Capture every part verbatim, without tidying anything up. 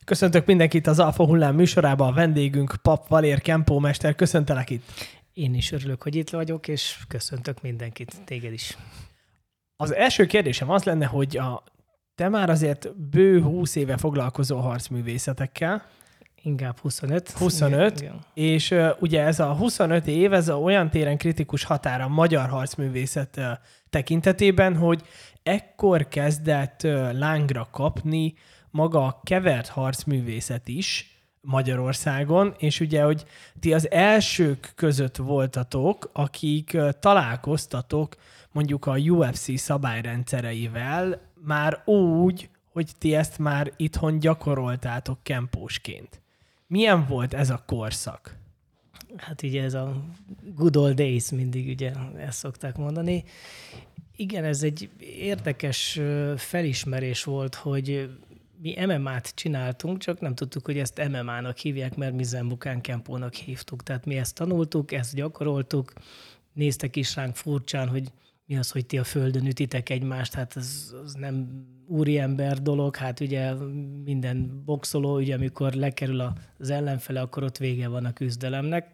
Köszöntök mindenkit az Alfa Hullám műsorában, a vendégünk Papp Valér kempómester. Köszöntelek itt. Én is örülök, hogy itt vagyok, és köszöntök mindenkit, téged is. Az első kérdésem az lenne, hogy a, te már azért bő húsz éve foglalkozol harcművészetekkel. Inkább huszonöt. huszonöt, igen, igen. És uh, ugye ez a huszonöt év, ez a olyan téren kritikus határ a magyar harcművészet uh, tekintetében, hogy ekkor kezdett uh, lángra kapni maga a kevert harcművészet is Magyarországon, és ugye, hogy ti az elsők között voltatok, akik uh, találkoztatok mondjuk a U F C szabályrendszereivel, már úgy, hogy ti ezt már itthon gyakoroltátok kempósként. Milyen volt ez a korszak? Hát ugye ez a good old days, mindig ugye ezt szokták mondani. Igen, ez egy érdekes felismerés volt, hogy mi em em á-t csináltunk, csak nem tudtuk, hogy ezt em em á-nak hívják, mert mi Zenbukán Kempónak hívtuk. Tehát mi ezt tanultuk, ezt gyakoroltuk, néztek is ránk furcsán, hogy mi az, hogy ti a földön ütitek egymást, hát ez, az nem úriember dolog, hát ugye minden boxoló, ugye amikor lekerül az ellenfele, akkor ott vége van a küzdelemnek.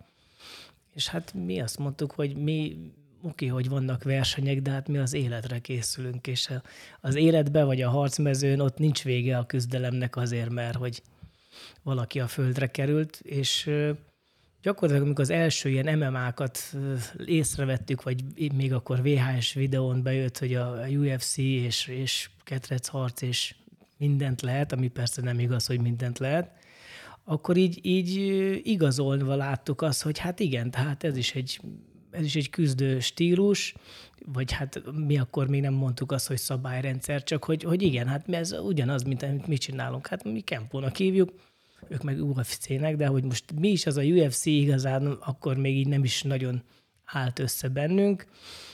És hát mi azt mondtuk, hogy mi, oké, hogy vannak versenyek, de hát mi az életre készülünk, és az életben vagy a harcmezőn ott nincs vége a küzdelemnek azért, mert hogy valaki a földre került, és gyakorlatilag, amikor az első ilyen em em á-kat észrevettük, vagy még akkor vé há es videón bejött, hogy a U F C és, és ketrecharc és mindent lehet, ami persze nem igaz, hogy mindent lehet, akkor így, így igazolva láttuk azt, hogy hát igen, tehát ez is egy, ez is egy küzdő stílus, vagy hát mi akkor még nem mondtuk azt, hogy szabályrendszer, csak hogy, hogy igen, hát ez ugyanaz, mint amit mi csinálunk. Hát mi kempónak hívjuk, ők meg U F C-nek, de hogy most mi is az a U F C igazán, akkor még így nem is nagyon állt össze bennünk.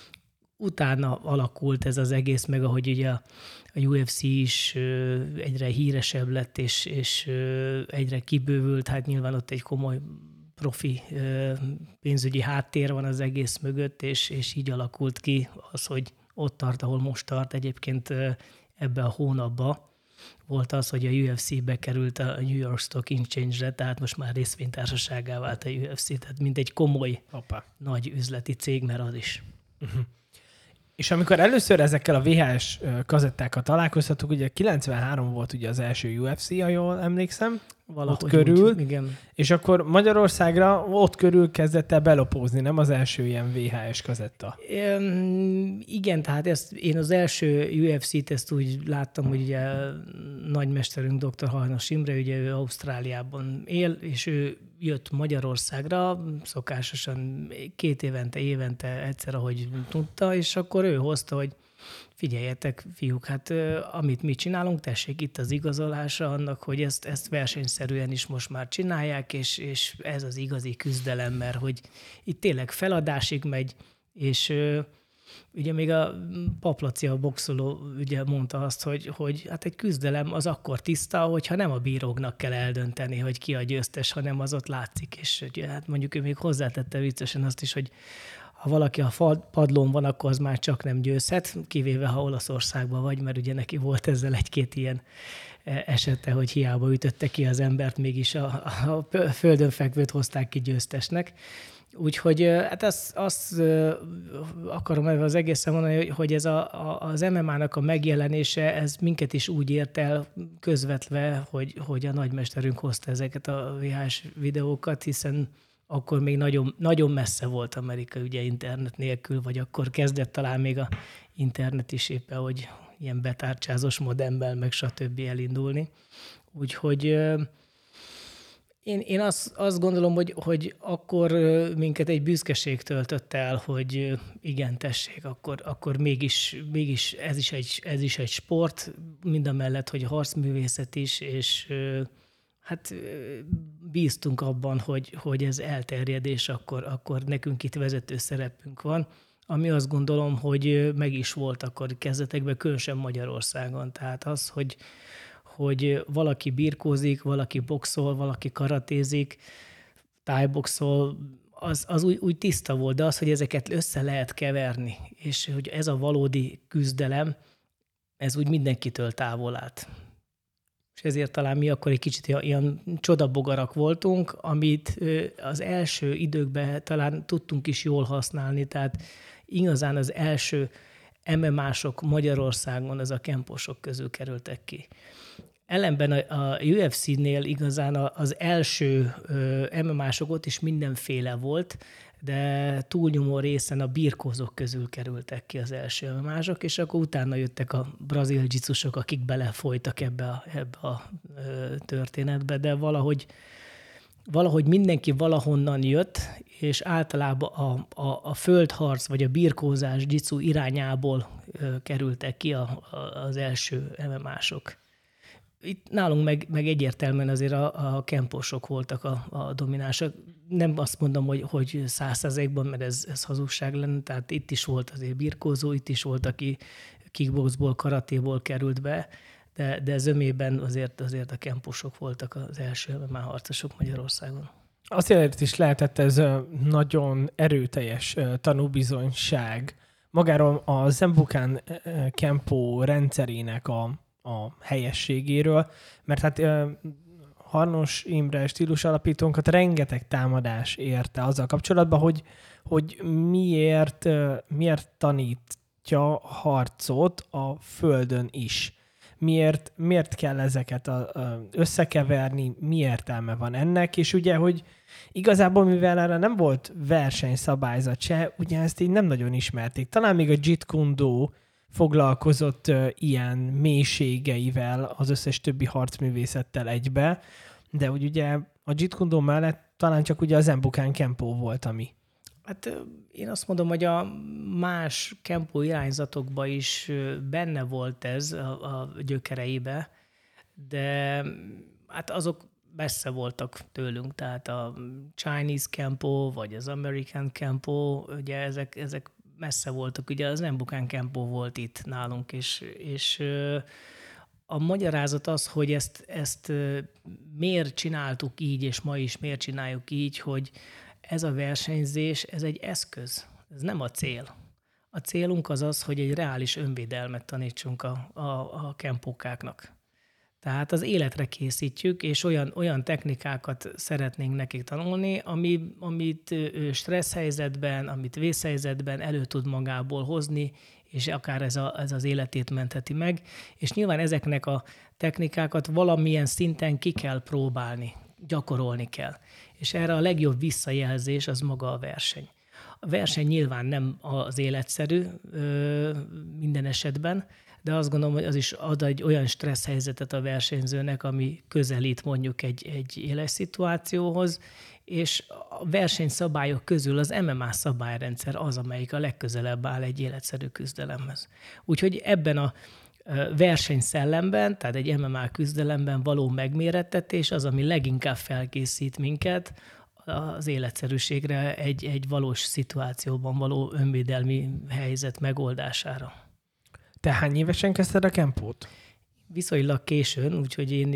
Utána alakult ez az egész, meg ahogy ugye a, a U F C is egyre híresebb lett, és, és egyre kibővült, hát nyilván ott egy komoly profi pénzügyi háttér van az egész mögött, és, és így alakult ki az, hogy ott tart, ahol most tart. Egyébként ebbe a hónapba volt az, hogy a U F C bekerült a New York Stock Exchange-re, tehát most már részvénytársaságá vált a U F C, tehát mint egy komoly, Hoppá. nagy üzleti cég, mert az is. Uh-huh. És amikor először ezekkel a vé há es kazettákkal találkoztatok, ugye kilencvenhárom volt ugye az első U F C, ha jól emlékszem, valahogy ott körül, úgy, igen. És akkor Magyarországra ott körül kezdett el belopózni, nem az első ilyen vé há es kazetta? Um, igen, tehát ezt, én az első U F C-t ezt úgy láttam, hogy ugye nagymesterünk doktor Hajnos Imre, ugye ő Ausztráliában él, és ő jött Magyarországra, szokásosan két évente, évente egyszer, ahogy tudta, és akkor ő hozta, hogy figyeljetek, fiúk, hát amit mi csinálunk, tessék, itt az igazolása annak, hogy ezt, ezt versenyszerűen is most már csinálják, és, és ez az igazi küzdelem, mert hogy itt tényleg feladásig megy, és ugye még a Paplaci, a boxoló ugye mondta azt, hogy, hogy hát egy küzdelem az akkor tiszta, hogyha nem a bíróknak kell eldönteni, hogy ki a győztes, hanem az ott látszik, és ugye, hát mondjuk ő még hozzátette viccesen azt is, hogy ha valaki a padlón van, akkor az már csak nem győzhet, kivéve ha Olaszországban vagy, mert ugye neki volt ezzel egy-két ilyen esete, hogy hiába ütötte ki az embert, mégis a, a földön fekvőt hozták ki győztesnek. Úgyhogy hát azt, azt akarom ebben az egészen mondani, hogy ez a, a, az em em á-nak a megjelenése, ez minket is úgy ért el közvetve, hogy, hogy a nagymesterünk hozta ezeket a vé há es videókat, hiszen akkor még nagyon, nagyon messze volt Amerika ugye internet nélkül, vagy akkor kezdett talán még a internet is éppen, hogy ilyen betárcsázós modemben, meg stb. Elindulni. Úgyhogy én, én azt, azt gondolom, hogy, hogy akkor minket egy büszkeség töltött el, hogy igen, tessék, akkor, akkor mégis, mégis ez, is egy, ez is egy sport, mindamellett, hogy harcművészet is, és hát bíztunk abban, hogy, hogy ez elterjed, és akkor, akkor nekünk itt vezető szerepünk van, ami azt gondolom, hogy meg is volt akkor kezdetekben, különösen Magyarországon. Tehát az, hogy, hogy valaki birkózik, valaki boxol, valaki karatézik, tájboxol, az, az úgy, úgy tiszta volt, de az, hogy ezeket össze lehet keverni, és hogy ez a valódi küzdelem, ez úgy mindenkitől távol állt. És ezért talán mi akkor egy kicsit ilyen csodabogarak voltunk, amit az első időkben talán tudtunk is jól használni, tehát igazán az első em em á-sok Magyarországon az a kemposok közül kerültek ki. Ellenben a, a u ef cé-nél igazán az első em em á-sok ott is mindenféle volt, de túlnyomó részen a birkózók közül kerültek ki az első em em á-sok, és akkor utána jöttek a brazil dzsicusok, akik belefolytak ebbe a, ebbe a történetbe, de valahogy, valahogy mindenki valahonnan jött, és általában a, a, a földharc vagy a birkózás dzsicu irányából kerültek ki a, a, az első em em á-sok. Itt nálunk meg, meg egyértelműen azért a, a kemposok voltak a, a dominánsak. Nem azt mondom, hogy, hogy száz százalékban, mert ez, ez hazugság lenne, tehát itt is volt azért birkózó, itt is volt, aki kickboxból, karatéból került be, de, de zömében azért, azért a kemposok voltak az első em em á harcosok Magyarországon. Azért is lehetett ez nagyon erőteljes tanúbizonyság magáról a Zenbukán Kempo rendszerének a a helyességéről, mert hát Harnos Imre stílus alapítónkat rengeteg támadás érte azzal kapcsolatban, hogy, hogy miért, miért tanítja harcot a földön is. Miért, miért kell ezeket a, a összekeverni, mi értelme van ennek, és ugye, hogy igazából, mivel erre nem volt versenyszabályzat se, ugye ezt így nem nagyon ismerték. Talán még a Jeet Kune Do foglalkozott uh, ilyen mélységeivel az összes többi harcművészettel egybe, de úgy ugye a Jeet Kune Do mellett talán csak ugye a Zenbukán Kempo volt, ami. Hát én azt mondom, hogy a más kempo irányzatokban is benne volt ez a, a gyökereibe, de hát azok messze voltak tőlünk, tehát a Chinese Kempo vagy az American Kempo, ugye ezek, ezek messze voltak. Ugye az Zenbukán Kempo volt itt nálunk, és, és a magyarázat az, hogy ezt, ezt miért csináltuk így, és ma is miért csináljuk így, hogy ez a versenyzés, ez egy eszköz, ez nem a cél. A célunk az az, hogy egy reális önvédelmet tanítsunk a, a, a kempókáknak. Tehát az életre készítjük, és olyan, olyan technikákat szeretnénk nekik tanulni, ami, amit stressz helyzetben, amit vészhelyzetben elő tud magából hozni, és akár ez, a, ez az életét mentheti meg. És nyilván ezeknek a technikákat valamilyen szinten ki kell próbálni, gyakorolni kell. És erre a legjobb visszajelzés az maga a verseny. A verseny nyilván nem az életszerű minden esetben, de azt gondolom, hogy az is ad egy olyan stressz helyzetet a versenyzőnek, ami közelít mondjuk egy, egy éles szituációhoz, és a versenyszabályok közül az em em á szabályrendszer az, amelyik a legközelebb áll egy életszerű küzdelemhez. Úgyhogy ebben a versenyszellemben, tehát egy em em á küzdelemben való megmérettetés az, ami leginkább felkészít minket az életszerűségre egy, egy valós szituációban való önvédelmi helyzet megoldására. Te hány évesen kezdted a kempót? Viszonylag későn, úgyhogy én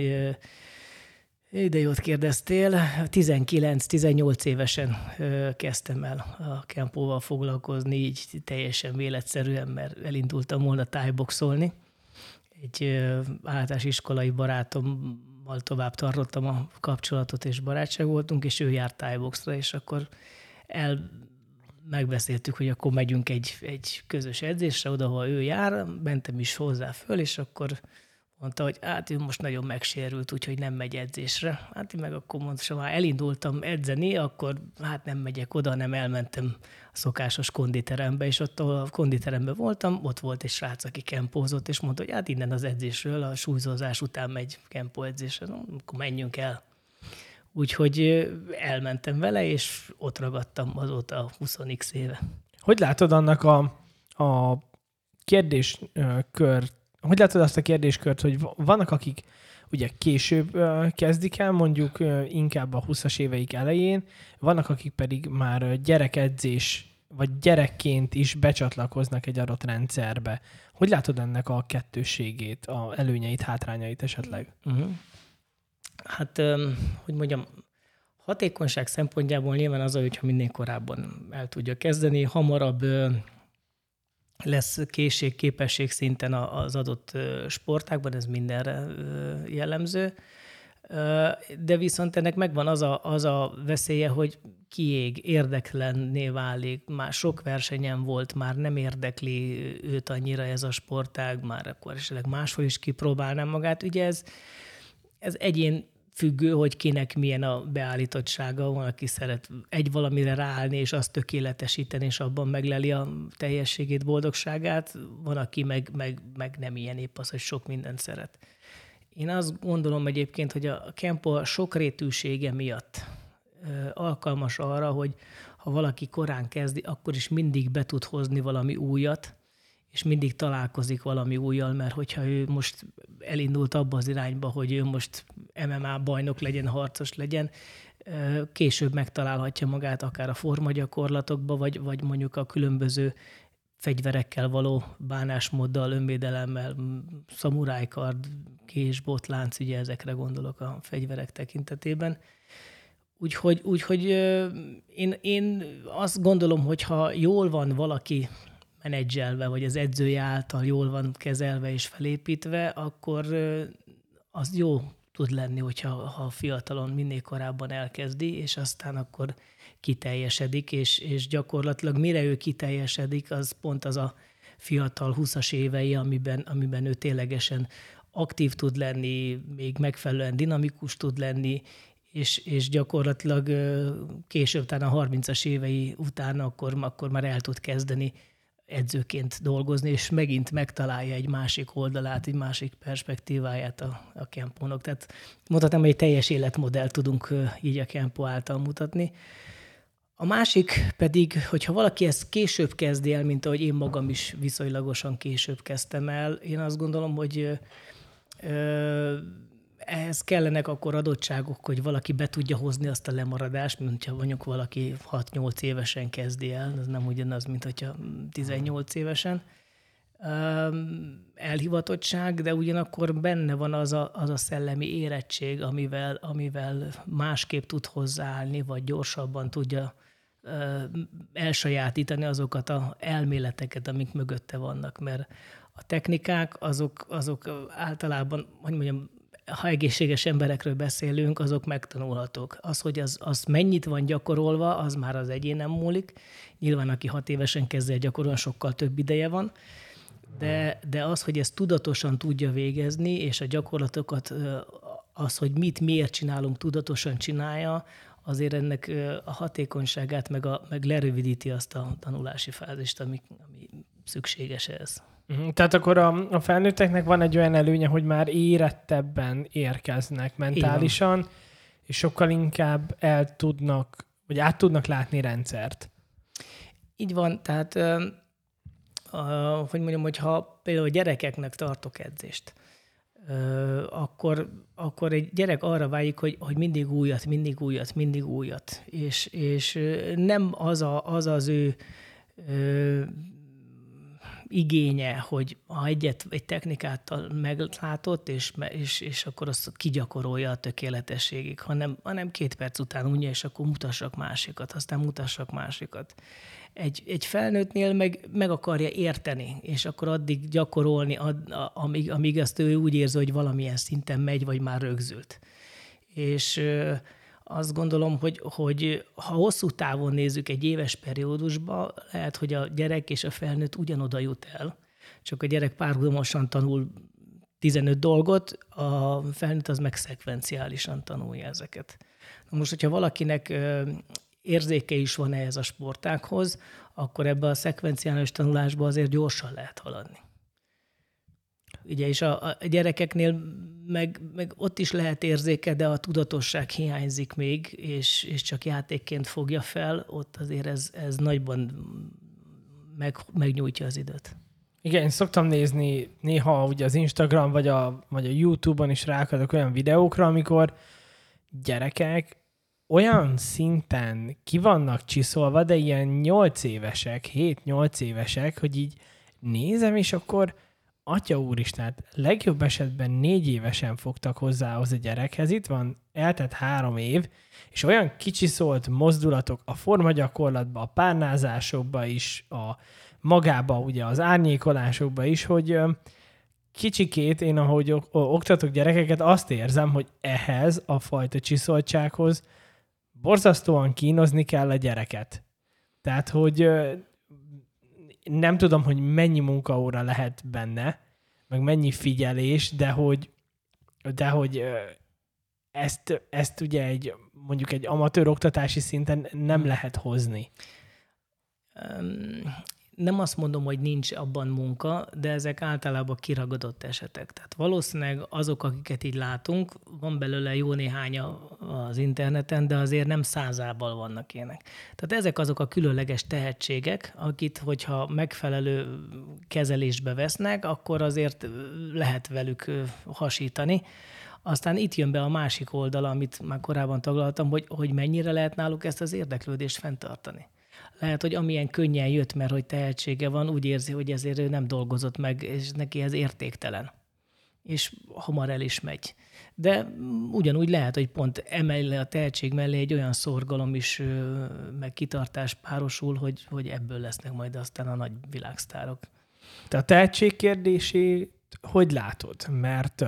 ide jót kérdeztél, tizenkilenc-tizennyolc évesen kezdtem el a kempóval foglalkozni, így teljesen véletszerűen, mert elindultam volna thai-boxolni. Egy általános iskolai barátommal tovább tartottam a kapcsolatot, és barátság voltunk, és ő járt thai-boxra, és akkor el megbeszéltük, hogy akkor megyünk egy, egy közös edzésre, oda, ahol ő jár, mentem is hozzá föl, és akkor mondta, hogy hát ő most nagyon megsérült, úgyhogy nem megy edzésre. Hát én meg akkor mondtam, ha elindultam edzeni, akkor hát nem megyek oda, hanem elmentem a szokásos konditerembe, és ott a konditeremben voltam, ott volt egy srác, aki kempózott, és mondta, hogy hát innen az edzésről, a súlyzózás után megy kempó edzésre, no, akkor menjünk el. Úgyhogy elmentem vele, és ott ragadtam azóta húsz x éve. Hogy látod annak a, a kérdéskört, hogy látod azt a kérdéskört, hogy vannak, akik ugye később kezdik el, mondjuk inkább a húszas éveik elején, vannak, akik pedig már gyerekedzés, vagy gyerekként is becsatlakoznak egy adott rendszerbe. Hogy látod ennek a kettősségét, a előnyeit, hátrányait esetleg? Uh-huh. Hát, hogy mondjam, hatékonyság szempontjából nyilván az, hogyha minél korábban el tudja kezdeni, hamarabb lesz készség, képesség szinten az adott sportákban, ez mindenre jellemző. De viszont ennek megvan az a, az a veszélye, hogy kiég, érdeklenné válik, már sok versenyen volt, már nem érdekli őt annyira ez a sportág, már akkor esetleg máshol is kipróbálná magát. Ugye ez, ez egyén függő, hogy kinek milyen a beállítottsága, van, aki szeret egy valamire ráállni, és azt tökéletesíteni, és abban megleli a teljességét, boldogságát, van, aki meg, meg, meg nem ilyen, épp az, hogy sok mindent szeret. Én azt gondolom egyébként, hogy a kempo a sokrétűsége miatt alkalmas arra, hogy ha valaki korán kezdi, akkor is mindig be tud hozni valami újat, és mindig találkozik valami újjal, mert hogyha ő most elindult abba az irányba, hogy ő most em em á bajnok legyen, harcos legyen, később megtalálhatja magát akár a formagyakorlatokba, vagy, vagy mondjuk a különböző fegyverekkel való bánásmóddal, önvédelemmel, szamurájkard, kés, botlánc, ugye ezekre gondolok a fegyverek tekintetében. Úgyhogy, úgyhogy én, én azt gondolom, hogy ha jól van valaki menedzselve, vagy az edzője által jól van kezelve és felépítve, akkor az jó tud lenni, hogyha ha fiatalon minél korábban elkezdi, és aztán akkor kiteljesedik, és, és gyakorlatilag mire ő kiteljesedik, az pont az a fiatal húszas évei, amiben, amiben ő ténylegesen aktív tud lenni, még megfelelően dinamikus tud lenni, és, és gyakorlatilag később, talán a harmincas évei után akkor, akkor már el tud kezdeni edzőként dolgozni, és megint megtalálja egy másik oldalát, egy másik perspektíváját a, a kempónak. Tehát mondhatnám, hogy egy teljes életmodell tudunk így a kempó által mutatni. A másik pedig, hogyha valaki ezt később kezdi el, mint ahogy én magam is viszonylagosan később kezdtem el, én azt gondolom, hogy ö, ehhez kellenek akkor adottságok, hogy valaki be tudja hozni azt a lemaradást, mint ha mondjuk valaki hat-nyolc évesen kezdi el, ez nem ugyanaz, mint hogyha tizennyolc évesen. Elhivatottság, de ugyanakkor benne van az a, az a szellemi érettség, amivel, amivel másképp tud hozzáállni, vagy gyorsabban tudja elsajátítani azokat az elméleteket, amik mögötte vannak, mert a technikák azok, azok általában, hogy mondjam, ha egészséges emberekről beszélünk, azok megtanulhatók. Az, hogy az, az mennyit van gyakorolva, az már az egyénen múlik. Nyilván, aki hat évesen kezd el gyakorolni, sokkal több ideje van. De, de az, hogy ezt tudatosan tudja végezni, és a gyakorlatokat, az, hogy mit, miért csinálunk, tudatosan csinálja, azért ennek a hatékonyságát meg, a, meg lerövidíti azt a tanulási fázist, ami, ami szükséges ez. Tehát akkor a, a felnőtteknek van egy olyan előnye, hogy már érettebben érkeznek mentálisan, és sokkal inkább el tudnak, vagy át tudnak látni rendszert. Így van, tehát Uh, hogy mondjam, hogy ha például a gyerekeknek tartok edzést, uh, akkor, akkor egy gyerek arra vágyik, hogy, hogy mindig újat, mindig újat, mindig újat. És, és nem az, a, az az ő uh, igénye, hogy ha egyet, egy technikát meglátott, és, és, és akkor azt kigyakorolja a tökéletességig, hanem, hanem két perc után unja, és akkor mutassak másikat, aztán mutassak másikat. Egy, egy felnőttnél meg, meg akarja érteni, és akkor addig gyakorolni, ad, amíg, amíg azt ő úgy érzi, hogy valamilyen szinten megy, vagy már rögzült. És ö, azt gondolom, hogy, hogy ha hosszú távon nézzük egy éves periódusban, lehet, hogy a gyerek és a felnőtt ugyanoda jut el, csak a gyerek párhuzamosan tanul tizenöt dolgot, a felnőtt az meg szekvenciálisan tanulja ezeket. Na most, hogyha valakinek ö, érzéke is van ehhez a sportághoz, akkor ebbe a szekvenciális tanulásba azért gyorsan lehet haladni. Ugye, és a, a gyerekeknél meg, meg ott is lehet érzéke, de a tudatosság hiányzik még, és, és csak játékként fogja fel, ott azért ez, ez nagyban meg, megnyújtja az időt. Igen, én szoktam nézni néha ugye az Instagram vagy a, vagy a YouTube-on is ráakadok olyan videókra, amikor gyerekek olyan szinten ki vannak csiszolva, de ilyen nyolc évesek, hét-nyolc évesek, hogy így nézem, és akkor atya úristen, legjobb esetben négy évesen fogtak hozzá az a gyerekhez. Itt van, eltett három év, és olyan kicsiszolt mozdulatok a formagyakorlatban, a párnázásokban is, a magába ugye az árnyékolásokba is, hogy kicsikét én, ahogy oktatok gyerekeket, azt érzem, hogy ehhez a fajta csiszoltsághoz borzasztóan kínozni kell a gyereket. Tehát, hogy nem tudom, hogy mennyi munkaóra lehet benne, meg mennyi figyelés, de hogy, de hogy ezt, ezt ugye egy, mondjuk egy amatőr oktatási szinten nem lehet hozni. Um, nem azt mondom, hogy nincs abban munka, de ezek általában kiragadott esetek. Tehát valószínűleg azok, akiket így látunk, van belőle jó néhány az interneten, de azért nem százával vannak ilyenek. Tehát ezek azok a különleges tehetségek, akit, hogyha megfelelő kezelésbe vesznek, akkor azért lehet velük hasítani. Aztán itt jön be a másik oldala, amit már korábban taglaltam, hogy, hogy mennyire lehet náluk ezt az érdeklődést fenntartani. Lehet, hogy amilyen könnyen jött, mert hogy tehetsége van, úgy érzi, hogy ezért ő nem dolgozott meg, és neki ez értéktelen. És hamar el is megy. De ugyanúgy lehet, hogy pont emellé a tehetség mellé egy olyan szorgalom is, meg kitartás párosul, hogy, hogy ebből lesznek majd aztán a nagy világsztárok. Te a tehetség kérdését hogy látod? Mert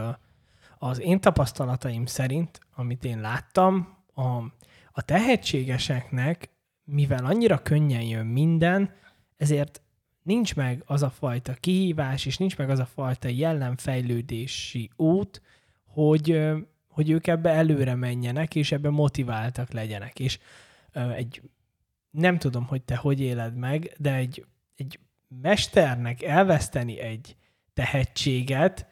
az én tapasztalataim szerint, amit én láttam, a, a tehetségeseknek, mivel annyira könnyen jön minden, ezért nincs meg az a fajta kihívás, és nincs meg az a fajta jellemfejlődési út, hogy, hogy ők ebbe előre menjenek, és ebbe motiváltak legyenek. És egy, nem tudom, hogy te hogy éled meg, de egy, egy mesternek elveszteni egy tehetséget,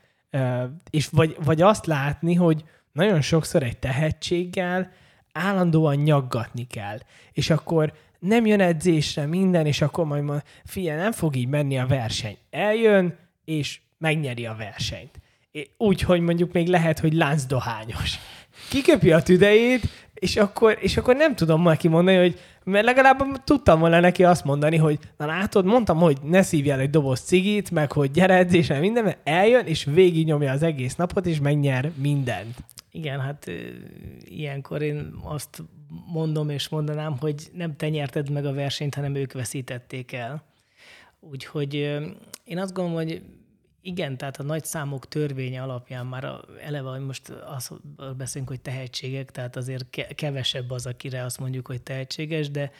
és vagy, vagy azt látni, hogy nagyon sokszor egy tehetséggel állandóan nyaggatni kell. És akkor nem jön edzésre minden, és akkor majd ma, figyelj, nem fog így menni a verseny. Eljön, és megnyeri a versenyt. Úgy, hogy mondjuk még lehet, hogy láncdohányos. Kiköpi a tüdejét, és akkor, és akkor nem tudom neki mondani, hogy mert legalább tudtam volna neki azt mondani, hogy na látod, mondtam, hogy ne szívjál egy doboz cigit, meg hogy gyere edzésre, minden, mert eljön, és végignyomja az egész napot, és megnyer mindent. Igen, hát ilyenkor én azt mondom és mondanám, hogy nem te nyerted meg a versenyt, hanem ők veszítették el. Úgyhogy én azt gondolom, hogy igen, tehát a nagy számok törvénye alapján már eleve, hogy most azt beszélünk, hogy tehetségek, tehát azért kevesebb az, akire azt mondjuk, hogy tehetséges, de,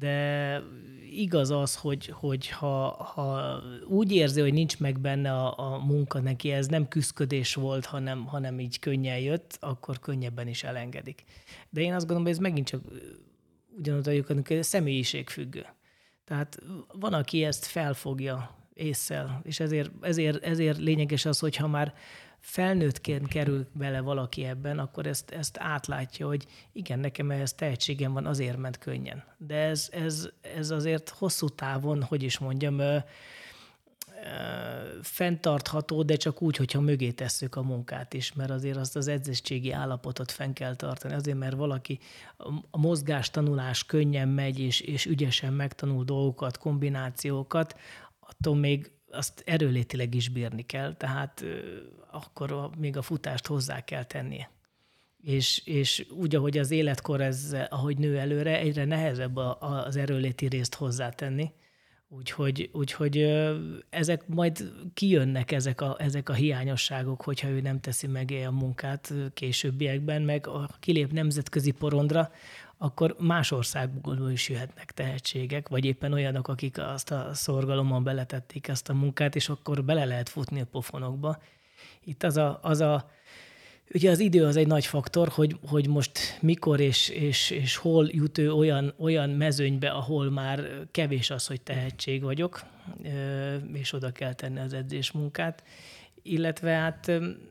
de igaz az, hogy, hogy ha, ha úgy érzi, hogy nincs meg benne a, a munka neki, ez nem küszködés volt, hanem, hanem így könnyen jött, akkor könnyebben is elengedik. De én azt gondolom, hogy ez megint csak ugyanott adjuk, hogy személyiségfüggő. Tehát van, aki ezt felfogja ésszel, és ezért, ezért, ezért lényeges az, hogyha már felnőttként kerül bele valaki ebben, akkor ezt, ezt átlátja, hogy igen, nekem ehhez tehetségem van, azért ment könnyen. De ez, ez, ez azért hosszú távon, hogy is mondjam, ö, ö, fenntartható, de csak úgy, hogyha mögé tesszük a munkát is, mert azért azt az edzéstségi állapotot fenn kell tartani. Azért, mert valaki a mozgástanulás könnyen megy, és, és ügyesen megtanul dolgokat, kombinációkat, attól még azt erőlétileg is bírni kell, tehát euh, akkor a, még a futást hozzá kell tennie. És, és úgy, ahogy az életkor ez, ahogy nő előre, egyre nehezebb a, a, az erőléti részt hozzátenni. Úgyhogy, úgyhogy euh, ezek majd kijönnek, ezek a, ezek a hiányosságok, hogyha ő nem teszi meg a munkát későbbiekben, meg a kilép nemzetközi porondra, akkor más országból is jöhetnek tehetségek, vagy éppen olyanok, akik azt a szorgalommal beletették ezt a munkát, és akkor bele lehet futni a pofonokba. Itt az a, az a ugye az idő az egy nagy faktor, hogy, hogy most mikor és, és, és hol jut ő olyan, olyan mezőnybe, ahol már kevés az, hogy tehetség vagyok, és oda kell tenni az edzésmunkát. Illetve hát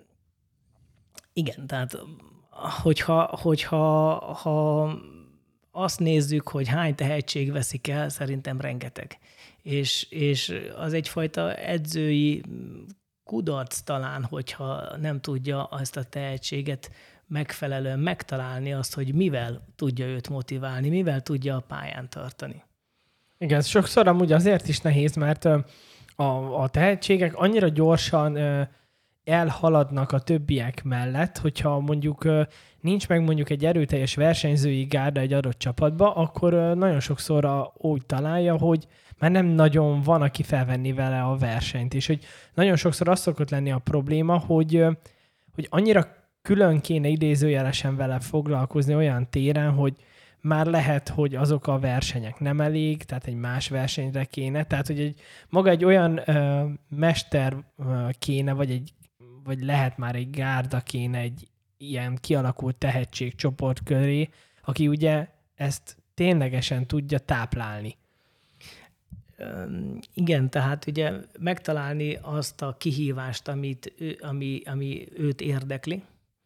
igen, tehát hogyha, hogyha ha azt nézzük, hogy hány tehetség veszik el, szerintem rengeteg. És, és az egyfajta edzői kudarc talán, hogyha nem tudja ezt a tehetséget megfelelően megtalálni azt, hogy mivel tudja őt motiválni, mivel tudja a pályán tartani. Igen, sokszor amúgy azért is nehéz, mert a, a tehetségek annyira gyorsan elhaladnak a többiek mellett, hogyha mondjuk nincs meg mondjuk egy erőteljes versenyzői gárda egy adott csapatba, akkor nagyon sokszor úgy találja, hogy már nem nagyon van, aki felvenni vele a versenyt. És hogy nagyon sokszor az szokott lenni a probléma, hogy, hogy annyira külön kéne idézőjelesen vele foglalkozni olyan téren, hogy már lehet, hogy azok a versenyek nem elég, tehát egy más versenyre kéne. Tehát, hogy egy, maga egy olyan ö, mester ö, kéne, vagy, egy, vagy lehet már egy gárda kéne egy ilyen kialakult tehetségcsoport köré, aki ugye ezt ténylegesen tudja táplálni. Igen, tehát ugye megtalálni azt a kihívást, amit, ami, ami őt érdekli,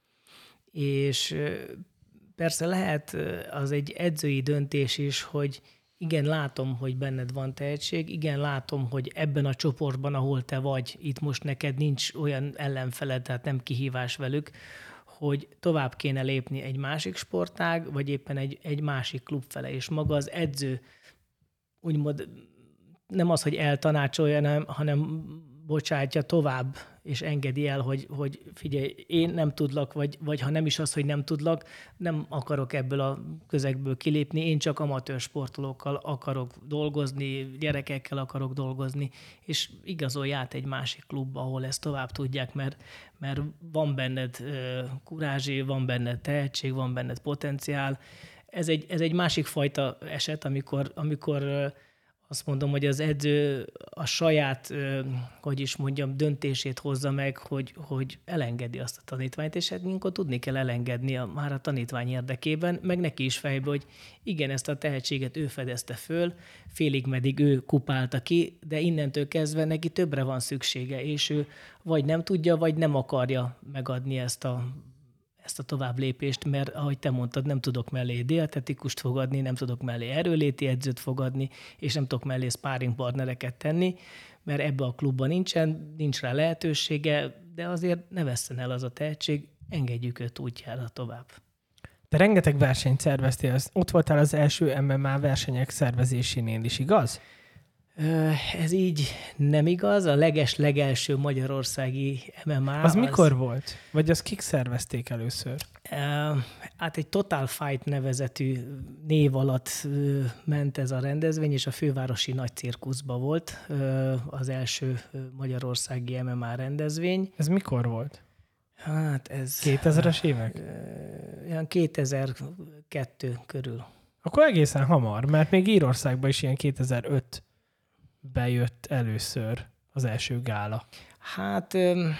és persze lehet az egy edzői döntés is, hogy igen, látom, hogy benned van tehetség, igen, látom, hogy ebben a csoportban, ahol te vagy, itt most neked nincs olyan ellenfeled, tehát nem kihívás velük, hogy tovább kéne lépni egy másik sportág, vagy éppen egy, egy másik klub fele, és maga az edző úgymond nem az, hogy eltanácsolja, hanem bocsátja tovább, és engedi el, hogy, hogy figyelj, én nem tudlak, vagy, vagy ha nem is az, hogy nem tudlak, nem akarok ebből a közegből kilépni, én csak amatőr sportolókkal akarok dolgozni, gyerekekkel akarok dolgozni, és igazolj át egy másik klubba, ahol ezt tovább tudják, mert, mert van benned kurázsi, van benned tehetség, van benned potenciál. Ez egy, ez egy másik fajta eset, amikor, amikor azt mondom, hogy az edző a saját, hogy is mondjam, döntését hozza meg, hogy, hogy elengedi azt a tanítványt, és hát minket tudni kell elengedni a, már a tanítvány érdekében, meg neki is fejbe, hogy igen, ezt a tehetséget ő fedezte föl, félig meddig ő kupálta ki, de innentől kezdve neki többre van szüksége, és ő vagy nem tudja, vagy nem akarja megadni ezt a ezt a tovább lépést, mert ahogy te mondtad, nem tudok mellé dietetikust fogadni, nem tudok mellé erőléti edzőt fogadni, és nem tudok mellé sparring partnereket tenni, mert ebbe a klubban nincsen, nincs rá lehetősége, de azért ne vesszen el az a tehetség, engedjük őt útjára tovább. Te rengeteg versenyt szerveztél, ott voltál az első em em á versenyek szervezésénél is, igaz? Ez így nem igaz. A leges-legelső magyarországi em em á... Az, az mikor volt? Vagy azt kik szervezték először? Hát egy Total Fight nevezetű név alatt ment ez a rendezvény, és a fővárosi nagy cirkuszban volt az első magyarországi em em á rendezvény. Ez mikor volt? Hát ez... kétezres évek? Ilyen kétezer-kettő körül. Akkor egészen hamar, mert még Írországban is ilyen kétezer-öt bejött először az első gála. Hát öm,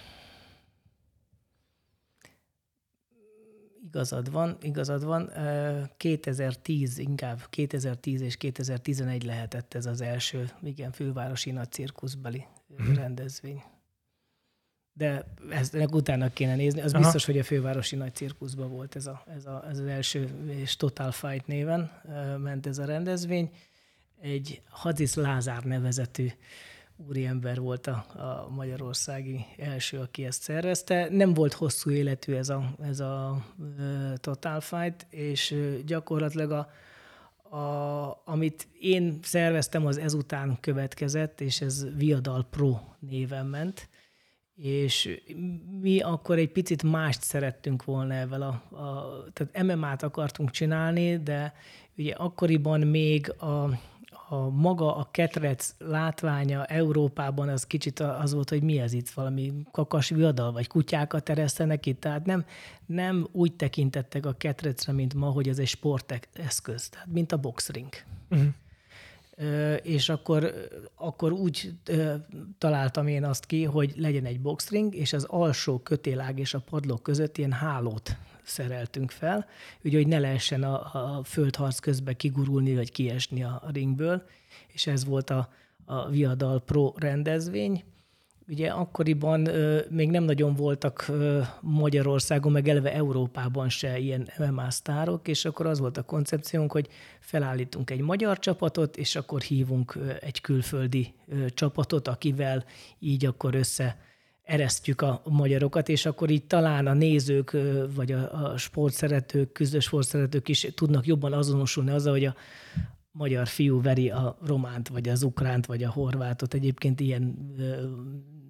igazad van, igazad van. kétezer-tíz, inkább kétezer-tíz és kétezer-tizenegy lehetett ez az első, igen, fővárosi nagy cirkuszbeli hmm. rendezvény. De ezt utána kéne nézni. Az Aha. biztos, hogy a fővárosi nagy cirkuszban volt ez, a, ez, a, ez az első, és Total Fight néven ment ez a rendezvény. Egy Hadis Lázár nevezetű úriember volt a, a magyarországi első, aki ezt szervezte. Nem volt hosszú életű ez a, ez a uh, Total Fight, és uh, gyakorlatilag a, a, amit én szerveztem, az ezután következett, és ez Viadal Pro néven ment. És mi akkor egy picit mást szerettünk volna ezzel a, a tehát em em á-t akartunk csinálni, de ugye akkoriban még a A maga a ketrec látványa Európában az kicsit az volt, hogy mi ez itt, valami kakas viadal, vagy kutyákat eresztenek itt. Tehát nem, nem úgy tekintettek a ketrecre, mint ma, hogy ez egy sporteszköz, tehát mint a boxring. Uh-huh. Ö, és akkor, akkor úgy ö, találtam én azt ki, hogy legyen egy boxring, és az alsó kötélág és a padlók között ilyen hálót szereltünk fel, ugye, hogy ne lehessen a, a földharc közben kigurulni, vagy kiesni a, a ringből, és ez volt a, a Viadal Pro rendezvény. Ugye akkoriban ö, még nem nagyon voltak ö, Magyarországon, meg eleve Európában se ilyen em em á sztárok, és akkor az volt a koncepciónk, hogy felállítunk egy magyar csapatot, és akkor hívunk ö, egy külföldi ö, csapatot, akivel így akkor össze eresztjük a magyarokat, és akkor így talán a nézők, vagy a, a sportszeretők, küzdő sportszeretők is tudnak jobban azonosulni azzal, hogy a magyar fiú veri a románt, vagy az ukránt, vagy a horvátot. Egyébként ilyen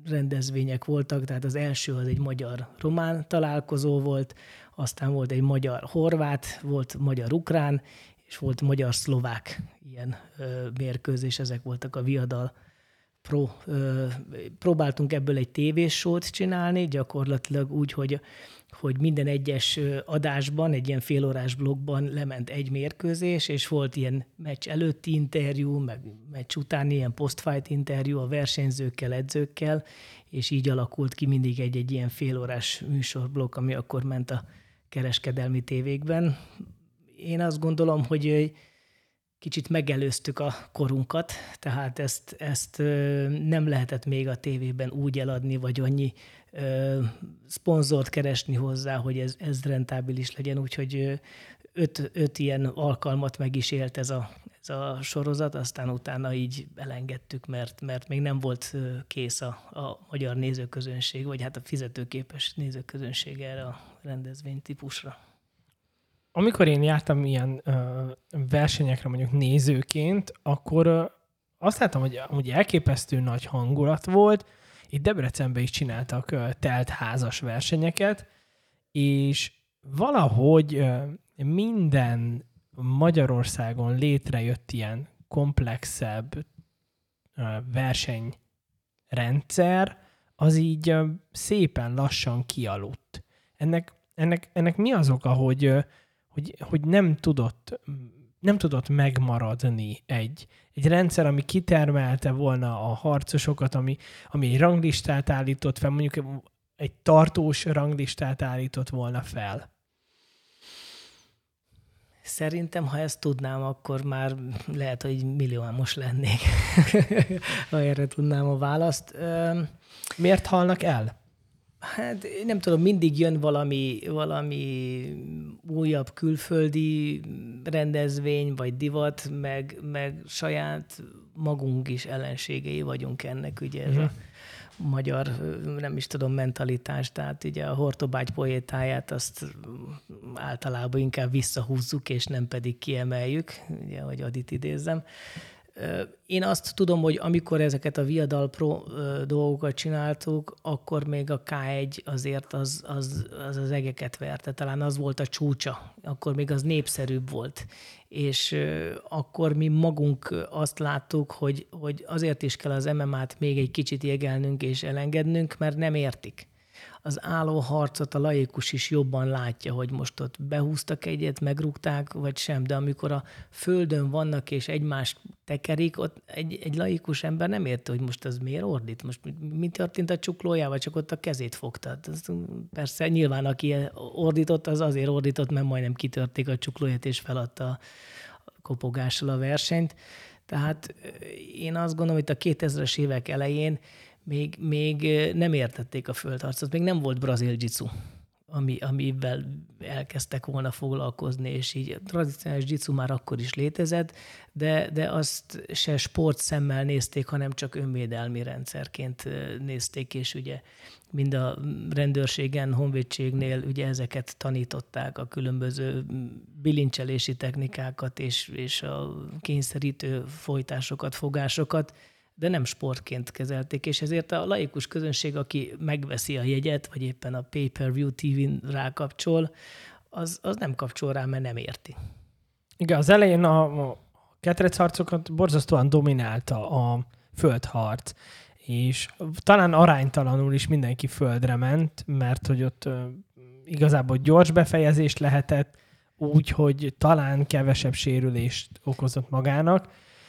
rendezvények voltak, tehát az első az egy magyar-román találkozó volt, aztán volt egy magyar-horvát, volt magyar-ukrán, és volt magyar-szlovák ilyen ö, mérkőzés, ezek voltak a Viadal Pro. Ö, próbáltunk ebből egy tévésót csinálni, gyakorlatilag úgy, hogy, hogy minden egyes adásban, egy ilyen félórás blokkban lement egy mérkőzés, és volt ilyen meccs előtti interjú, meg meccs utáni ilyen post-fight interjú a versenyzőkkel, edzőkkel, és így alakult ki mindig egy-egy ilyen félórás műsorblokk, ami akkor ment a kereskedelmi tévékben. Én azt gondolom, hogy kicsit megelőztük a korunkat, tehát ezt, ezt nem lehetett még a tévében úgy eladni, vagy annyi ö, szponzort keresni hozzá, hogy ez, ez rentábilis legyen, úgyhogy öt, öt ilyen alkalmat meg is élt ez a, ez a sorozat, aztán utána így elengedtük, mert, mert még nem volt kész a, a magyar nézőközönség, vagy hát a fizetőképes nézőközönség erre a rendezvénytípusra. Amikor én jártam ilyen ö, versenyekre mondjuk nézőként, akkor ö, azt láttam, hogy amúgy elképesztő nagy hangulat volt. Itt Debrecenben is csináltak ö, teltházas versenyeket, és valahogy ö, minden Magyarországon létrejött ilyen komplexebb ö, versenyrendszer, az így ö, szépen lassan kialudt. Ennek, ennek, ennek mi az oka, hogy ö, Hogy, hogy nem tudott, nem tudott megmaradni egy, egy rendszer, ami kitermelte volna a harcosokat, ami, ami egy ranglistát állított fel, mondjuk egy tartós ranglistát állított volna fel. Szerintem, ha ezt tudnám, akkor már lehet, hogy milliómos lennék, ha erre tudnám a választ. Miért halnak el? Hát nem tudom, mindig jön valami, valami újabb külföldi rendezvény, vagy divat, meg, meg saját magunk is ellenségei vagyunk ennek, ugye ez mm. a magyar, nem is tudom, mentalitás, tehát ugye a Hortobágy poétáját azt általában inkább visszahúzzuk, és nem pedig kiemeljük, ugye, hogy Adit idézzem. Én azt tudom, hogy amikor ezeket a Viadal Pro dolgokat csináltuk, akkor még a ká egy azért az az, az az egeket verte. Talán az volt a csúcsa. Akkor még az népszerűbb volt. És akkor mi magunk azt láttuk, hogy, hogy azért is kell az em em á-t még egy kicsit jegelnünk és elengednünk, mert nem értik. Az álló harcot a laikus is jobban látja, hogy most ott behúztak egyet, megrúgták, vagy sem, de amikor a földön vannak és egymást tekerik, ott egy, egy laikus ember nem érti, hogy most az miért ordít, most mi történt a csuklójával, csak ott a kezét fogta. Persze nyilván aki ordított, az azért ordított, mert majdnem kitörték a csuklóját és feladta a kopogással a versenyt. Tehát én azt gondolom, hogy a kétezres évek elején Még, még nem értették a földharcot, még nem volt brazil jiu-jitsu, ami, amivel elkezdtek volna foglalkozni, és így a tradicionális jiu-jitsu már akkor is létezett, de, de azt se sportszemmel nézték, hanem csak önvédelmi rendszerként nézték, és ugye mind a rendőrségen, honvédségnél ugye ezeket tanították, a különböző bilincselési technikákat, és, és a kényszerítő folytásokat, fogásokat, de nem sportként kezelték, és ezért a laikus közönség, aki megveszi a jegyet, vagy éppen a pay-per-view té vén rákapcsol, az, az nem kapcsol rá, mert nem érti. Igen, az elején a, a ketrecharcokat borzasztóan dominálta a földharc, és talán aránytalanul is mindenki földre ment, mert hogy ott uh, igazából gyors befejezést lehetett, úgy, hogy talán kevesebb sérülést okozott magának,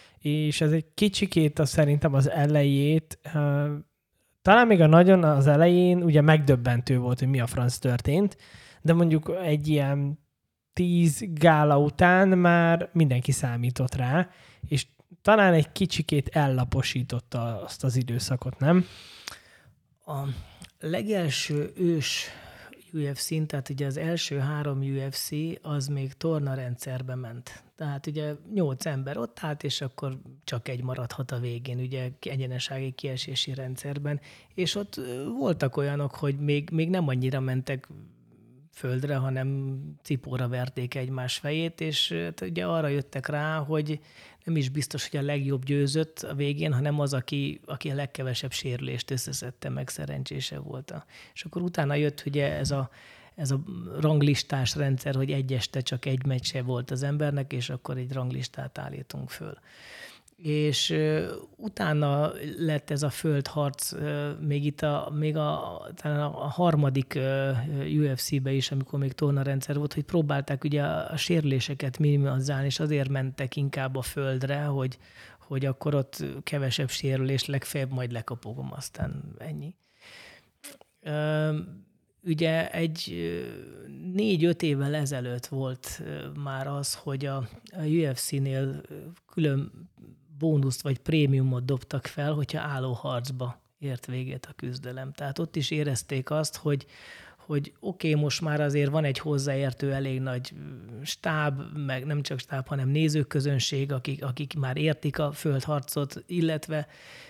és ez egy kicsikét a, szerintem az elejét, uh, talán még a nagyon az elején ugye megdöbbentő volt, hogy mi a franc történt, de mondjuk egy ilyen tíz gála után már mindenki számított rá, és talán egy kicsikét ellaposította azt az időszakot, nem? A legelső ős u ef cén, tehát ugye az első három u ef cé az még tornarendszerbe ment. Tehát ugye nyolc ember ott állt, és akkor csak egy maradhat a végén, ugye egyenesági kiesési rendszerben. És ott voltak olyanok, hogy még, még nem annyira mentek földre, hanem cipóra verték egymás fejét, és ugye arra jöttek rá, hogy nem is biztos, hogy a legjobb győzött a végén, hanem az, aki, aki a legkevesebb sérülést összeszedte, meg szerencsése volt. És akkor utána jött ugye ez a, ez a ranglistás rendszer, hogy egy este csak egy meccse volt az embernek, és akkor egy ranglistát állítunk föl. És uh, utána lett ez a földharc, uh, még itt a, még a, a harmadik uh, U F C-be is, amikor még tornarendszer volt, hogy próbálták ugye a, a sérüléseket minimalizálni, és azért mentek inkább a földre, hogy, hogy akkor ott kevesebb sérülés, legfeljebb majd lekapogom, aztán ennyi. Uh, Ugye egy négy-öt évvel ezelőtt volt már az, hogy a, a U F C-nél külön bónuszt vagy prémiumot dobtak fel, hogyha álló harcba ért véget a küzdelem. Tehát ott is érezték azt, hogy, hogy oké, okay, most már azért van egy hozzáértő elég nagy stáb, meg nem csak stáb, hanem nézőközönség, akik, akik már értik a földharcot, illetve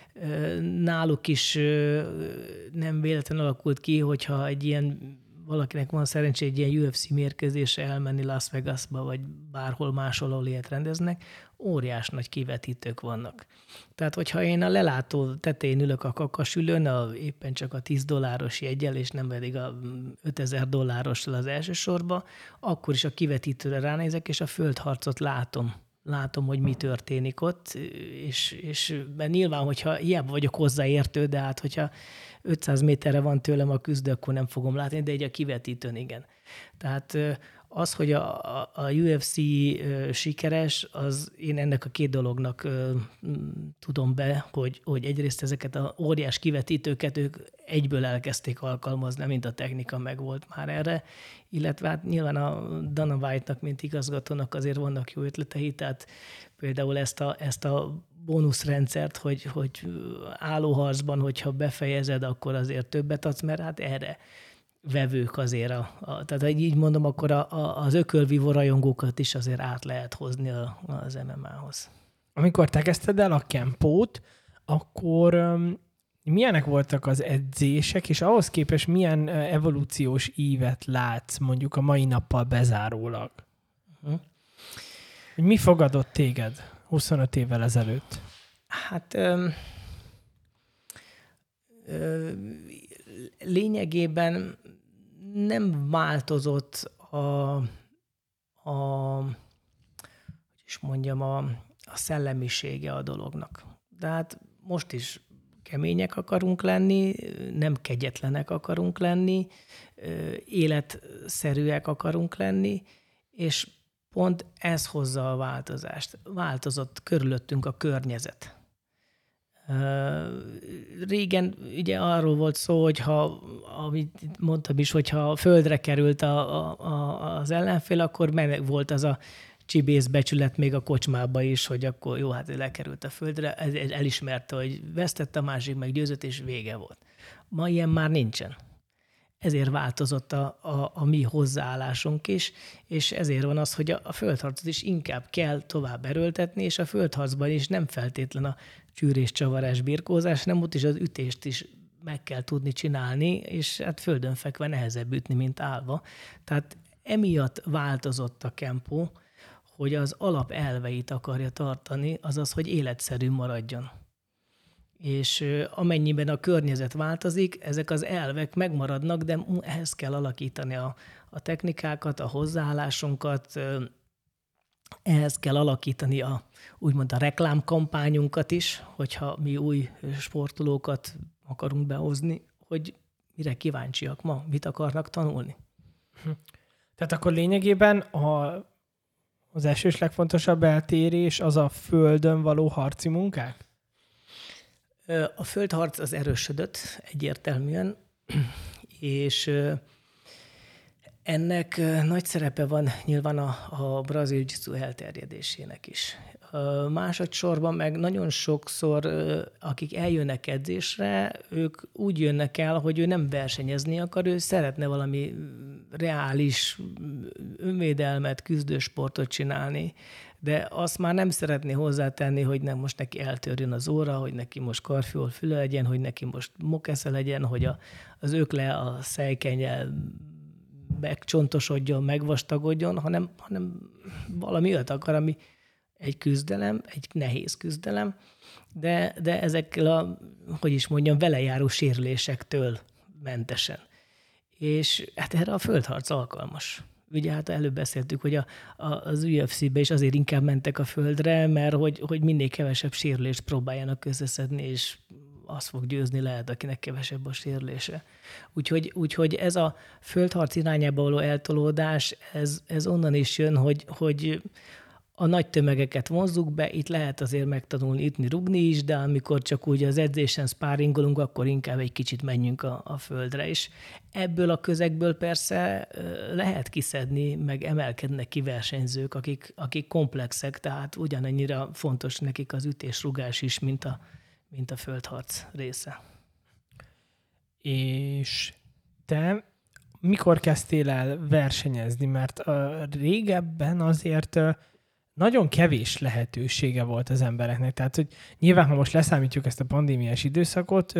náluk is nem véletlenül alakult ki, hogyha egy ilyen, valakinek van szerencsé egy ilyen U F C mérkőzésre elmenni Las Vegasba, vagy bárhol máshol, ahol ilyet rendeznek, óriás nagy kivetítők vannak. Tehát, hogyha én a lelátó tetején ülök a kakasülőn, a, éppen csak a tíz dolláros jeggyel, és nem pedig a ötezer dollárossal az első sorba, akkor is a kivetítőre ránézek, és a földharcot látom. Látom, hogy mi történik ott, és, és mert nyilván, hogyha hiába vagyok hozzáértő, de hát, hogyha ötszáz méterre van tőlem a küzdő, akkor nem fogom látni, de egy a kivetítőn igen. Tehát az, hogy a, a U F C sikeres, az én ennek a két dolognak tudom be, hogy, hogy egyrészt ezeket a óriás kivetítőket ők egyből elkezdték alkalmazni, mint a technika megvolt már erre, illetve hát nyilván a Dana White-nak, mint igazgatónak azért vannak jó ötletei, tehát például ezt a, ezt a bónuszrendszert, hogy, hogy állóharcban, hogyha befejezed, akkor azért többet adsz, mert hát erre vevők azért. A, a, tehát, hogy így mondom, akkor a, a, az ökölvívó rajongókat is azért át lehet hozni a, az em em á-hoz. Amikor te kezdted el a kempót, akkor um, milyenek voltak az edzések, és ahhoz képest milyen uh, evolúciós ívet látsz mondjuk a mai nappal bezárólag? Uh-huh. Hogy mi fogadott téged huszonöt évvel ezelőtt? Hát öm, öm, lényegében nem változott a, a hogy is mondjam, a, a szellemisége a dolognak. De hát most is kemények akarunk lenni, nem kegyetlenek akarunk lenni, életszerűek akarunk lenni, és pont ez hozza a változást. Változott körülöttünk a környezet. Régen ugye arról volt szó, hogy ha, amit mondtam is, hogyha földre került a, a, az ellenfél, akkor meg volt az a csibész becsület még a kocsmába is, hogy akkor jó, hát lekerült a földre, elismerte, hogy vesztett, a másik meg győzött, és vége volt. Ma ilyen már nincsen. Ezért változott a, a, a mi hozzáállásunk is, és ezért van az, hogy a, a földharcot is inkább kell tovább erőltetni, és a földharcban is nem feltétlen a csűrés, csavarás, birkózás, hanem ott is az ütést is meg kell tudni csinálni, és hát földön fekve nehezebb ütni, mint állva. Tehát emiatt változott a kempó, hogy az alapelveit akarja tartani, azaz, hogy életszerű maradjon. És amennyiben a környezet változik, ezek az elvek megmaradnak, de ehhez kell alakítani a, a technikákat, a hozzáállásunkat, ehhez kell alakítani a, úgymond a reklámkampányunkat is, hogyha mi új sportolókat akarunk behozni, hogy mire kíváncsiak ma, mit akarnak tanulni. Tehát akkor lényegében a, az első és legfontosabb eltérés az a földön való harci munkák? A földharc az erősödött egyértelműen, és ennek nagy szerepe van nyilván a, a brazil jiu-jitsu elterjedésének is. Másodszorban meg nagyon sokszor, akik eljönnek edzésre, ők úgy jönnek el, hogy ő nem versenyezni akar, ő szeretne valami reális önvédelmet, küzdősportot csinálni, de azt már nem szeretné hozzátenni, hogy nem most neki eltörjön az óra, hogy neki most karfiol füle legyen, hogy neki most mokesze legyen, hogy a, az ökle a szejkennyel megcsontosodjon, megvastagodjon, hanem, hanem valami olyat akar, ami egy küzdelem, egy nehéz küzdelem, de, de ezekkel a, hogy is mondjam, velejáró sérülésektől mentesen. És hát erre a földharc alkalmas. Ugye hát előbb beszéltük, hogy a, a, az u ef cé-be is azért inkább mentek a földre, mert hogy, hogy minél kevesebb sérülést próbáljanak összeszedni, és az fog győzni lehet, akinek kevesebb a sérülése. Úgyhogy, úgyhogy ez a földharc irányába való eltolódás, ez, ez onnan is jön, hogy, hogy a nagy tömegeket vonzzuk be, itt lehet azért megtanulni ütni, rugni is, de amikor csak úgy az edzésen spáringolunk, akkor inkább egy kicsit menjünk a, a földre is. Ebből a közegből persze lehet kiszedni, meg emelkednek ki versenyzők, akik, akik komplexek, tehát ugyanannyira fontos nekik az ütés-rugás is, mint a, mint a földharc része. És te mikor kezdtél el versenyezni? Mert a régebben azért nagyon kevés lehetősége volt az embereknek. Tehát, hogy nyilván, ha most leszámítjuk ezt a pandémiás időszakot,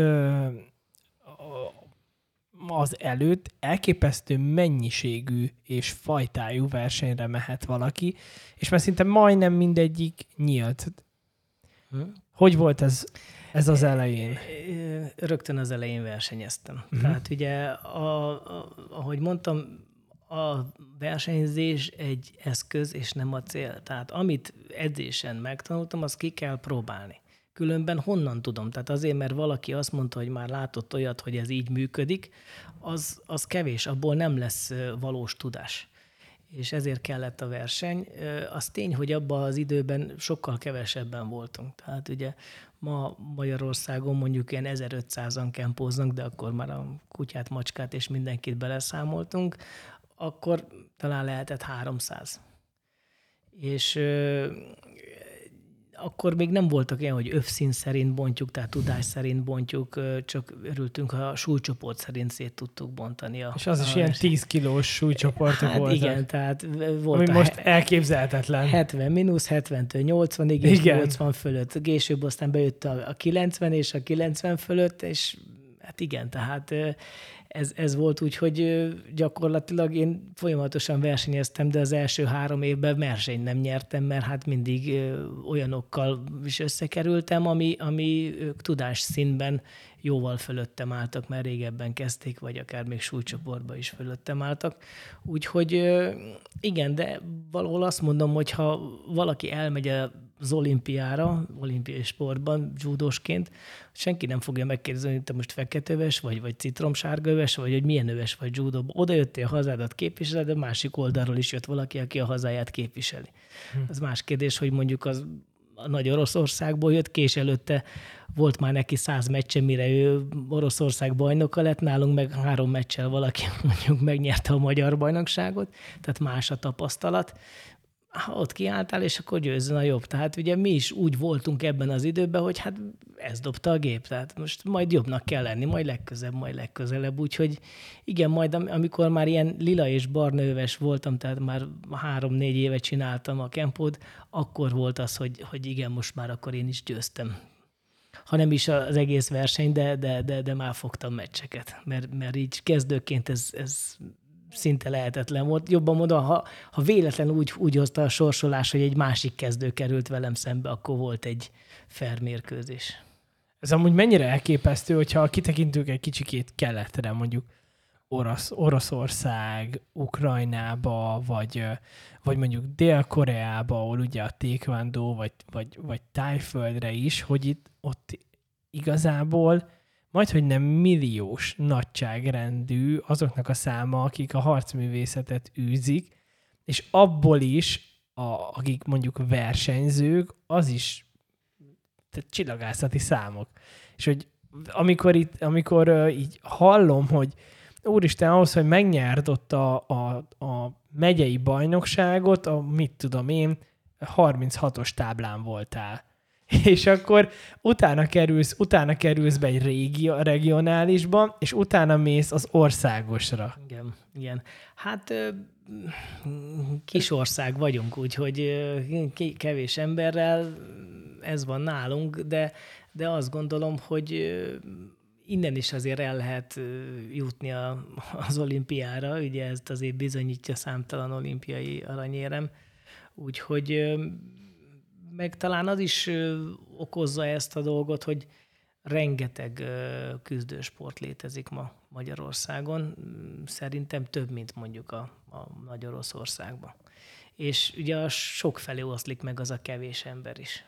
az előtt elképesztő mennyiségű és fajtájú versenyre mehet valaki, és már szinte majdnem mindegyik nyílt. Hm? Hogy volt ez, ez az elején? Rögtön az elején versenyeztem. Uh-huh. Tehát ugye, a, a, ahogy mondtam, a versenyzés egy eszköz, és nem a cél. Tehát amit edzésen megtanultam, azt ki kell próbálni. Különben honnan tudom? Tehát azért, mert valaki azt mondta, hogy már látott olyat, hogy ez így működik, az, az kevés, abból nem lesz valós tudás. És ezért kellett a verseny. Az tény, hogy abban az időben sokkal kevesebben voltunk. Tehát ugye ma Magyarországon mondjuk ilyen ezerötszázan kempóznak, de akkor már a kutyát, macskát és mindenkit beleszámoltunk, akkor talán lehetett háromszáz. És ö, akkor még nem voltak olyan, hogy övszín szerint bontjuk, tehát tudás szerint bontjuk, csak örültünk, ha a súlycsoport szerint szét tudtuk bontani. A, és az a, is ilyen tíz kilós súlycsoportok hát voltak. Igen, tehát volt ami most elképzelhetetlen. hetven mínusz, hetventől nyolcvanig, és igen. nyolcvan fölött. Később aztán bejött a, a kilencven és a kilencven fölött, és hát igen, tehát ez, ez volt úgy, hogy gyakorlatilag én folyamatosan versenyeztem, de az első három évben versenyt nem nyertem, mert hát mindig olyanokkal is összekerültem, ami, ami ők tudásszintben jóval fölöttem álltak, mert régebben kezdték, vagy akár még súlycsoportban is fölöttem álltak. Úgyhogy igen, de valahol azt mondom, hogy ha valaki elmegy az olimpiára, olimpiai sportban, judósként, senki nem fogja megkérdezni, hogy te most feketeöves vagy, vagy citromsárgaöves, vagy hogy milyen öves vagy judóban. Oda jöttél a hazádat képviseled, de másik oldalról is jött valaki, aki a hazáját képviseli. Hm. Az más kérdés, hogy mondjuk az a nagy Oroszországból jött, kés előtte volt már neki száz meccse, mire ő Oroszország bajnoka lett, nálunk meg három meccsel valaki mondjuk megnyerte a magyar bajnokságot, tehát más a tapasztalat. Ha ott kiálltál, és akkor győzzön a jobb. Tehát ugye mi is úgy voltunk ebben az időben, hogy hát ez dobta a gép, tehát most majd jobbnak kell lenni, majd legközebb, majd legközelebb. Úgyhogy igen, majd amikor már ilyen lila és barna öves voltam, tehát már három-négy éve csináltam a kempót, akkor volt az, hogy, hogy igen, most már akkor én is győztem. Ha nem is az egész verseny, de, de, de, de már fogtam meccseket, mert, mert így kezdőként ez... ez szinte lehetetlen volt. Jobban mondom, ha, ha véletlenül úgy, úgy hozta a sorsolás, hogy egy másik kezdő került velem szembe, akkor volt egy fair mérkőzés. Ez amúgy mennyire elképesztő, hogyha kitekintünk egy kicsikét keletre, mondjuk Orosz, Oroszország, Ukrajnába, vagy, vagy mondjuk Dél-Koreába, ahol ugye a taekwondo, vagy, vagy, vagy tájföldre is, hogy itt ott igazából majdhogy nem milliós nagyságrendű azoknak a száma, akik a harcművészetet űzik, és abból is, a, akik mondjuk versenyzők, az is tehát csillagászati számok. És hogy amikor, itt, amikor uh, így hallom, hogy úristen, ahhoz, hogy megnyerd ott a, a, a megyei bajnokságot, a mit tudom én, harminchatos táblán voltál. És akkor utána kerülsz, utána kerülsz be egy régi, regionálisba, és utána mész az országosra. Igen, igen. Hát kis ország vagyunk, úgyhogy kevés emberrel ez van nálunk, de, de azt gondolom, hogy innen is azért el lehet jutni a, az olimpiára, ugye ezt azért bizonyítja számtalan olimpiai aranyérem, úgyhogy meg talán az is okozza ezt a dolgot, hogy rengeteg küzdősport létezik ma Magyarországon, szerintem több, mint mondjuk a, a Nagy Oroszországban. És ugye a sok felé oszlik meg az a kevés ember is.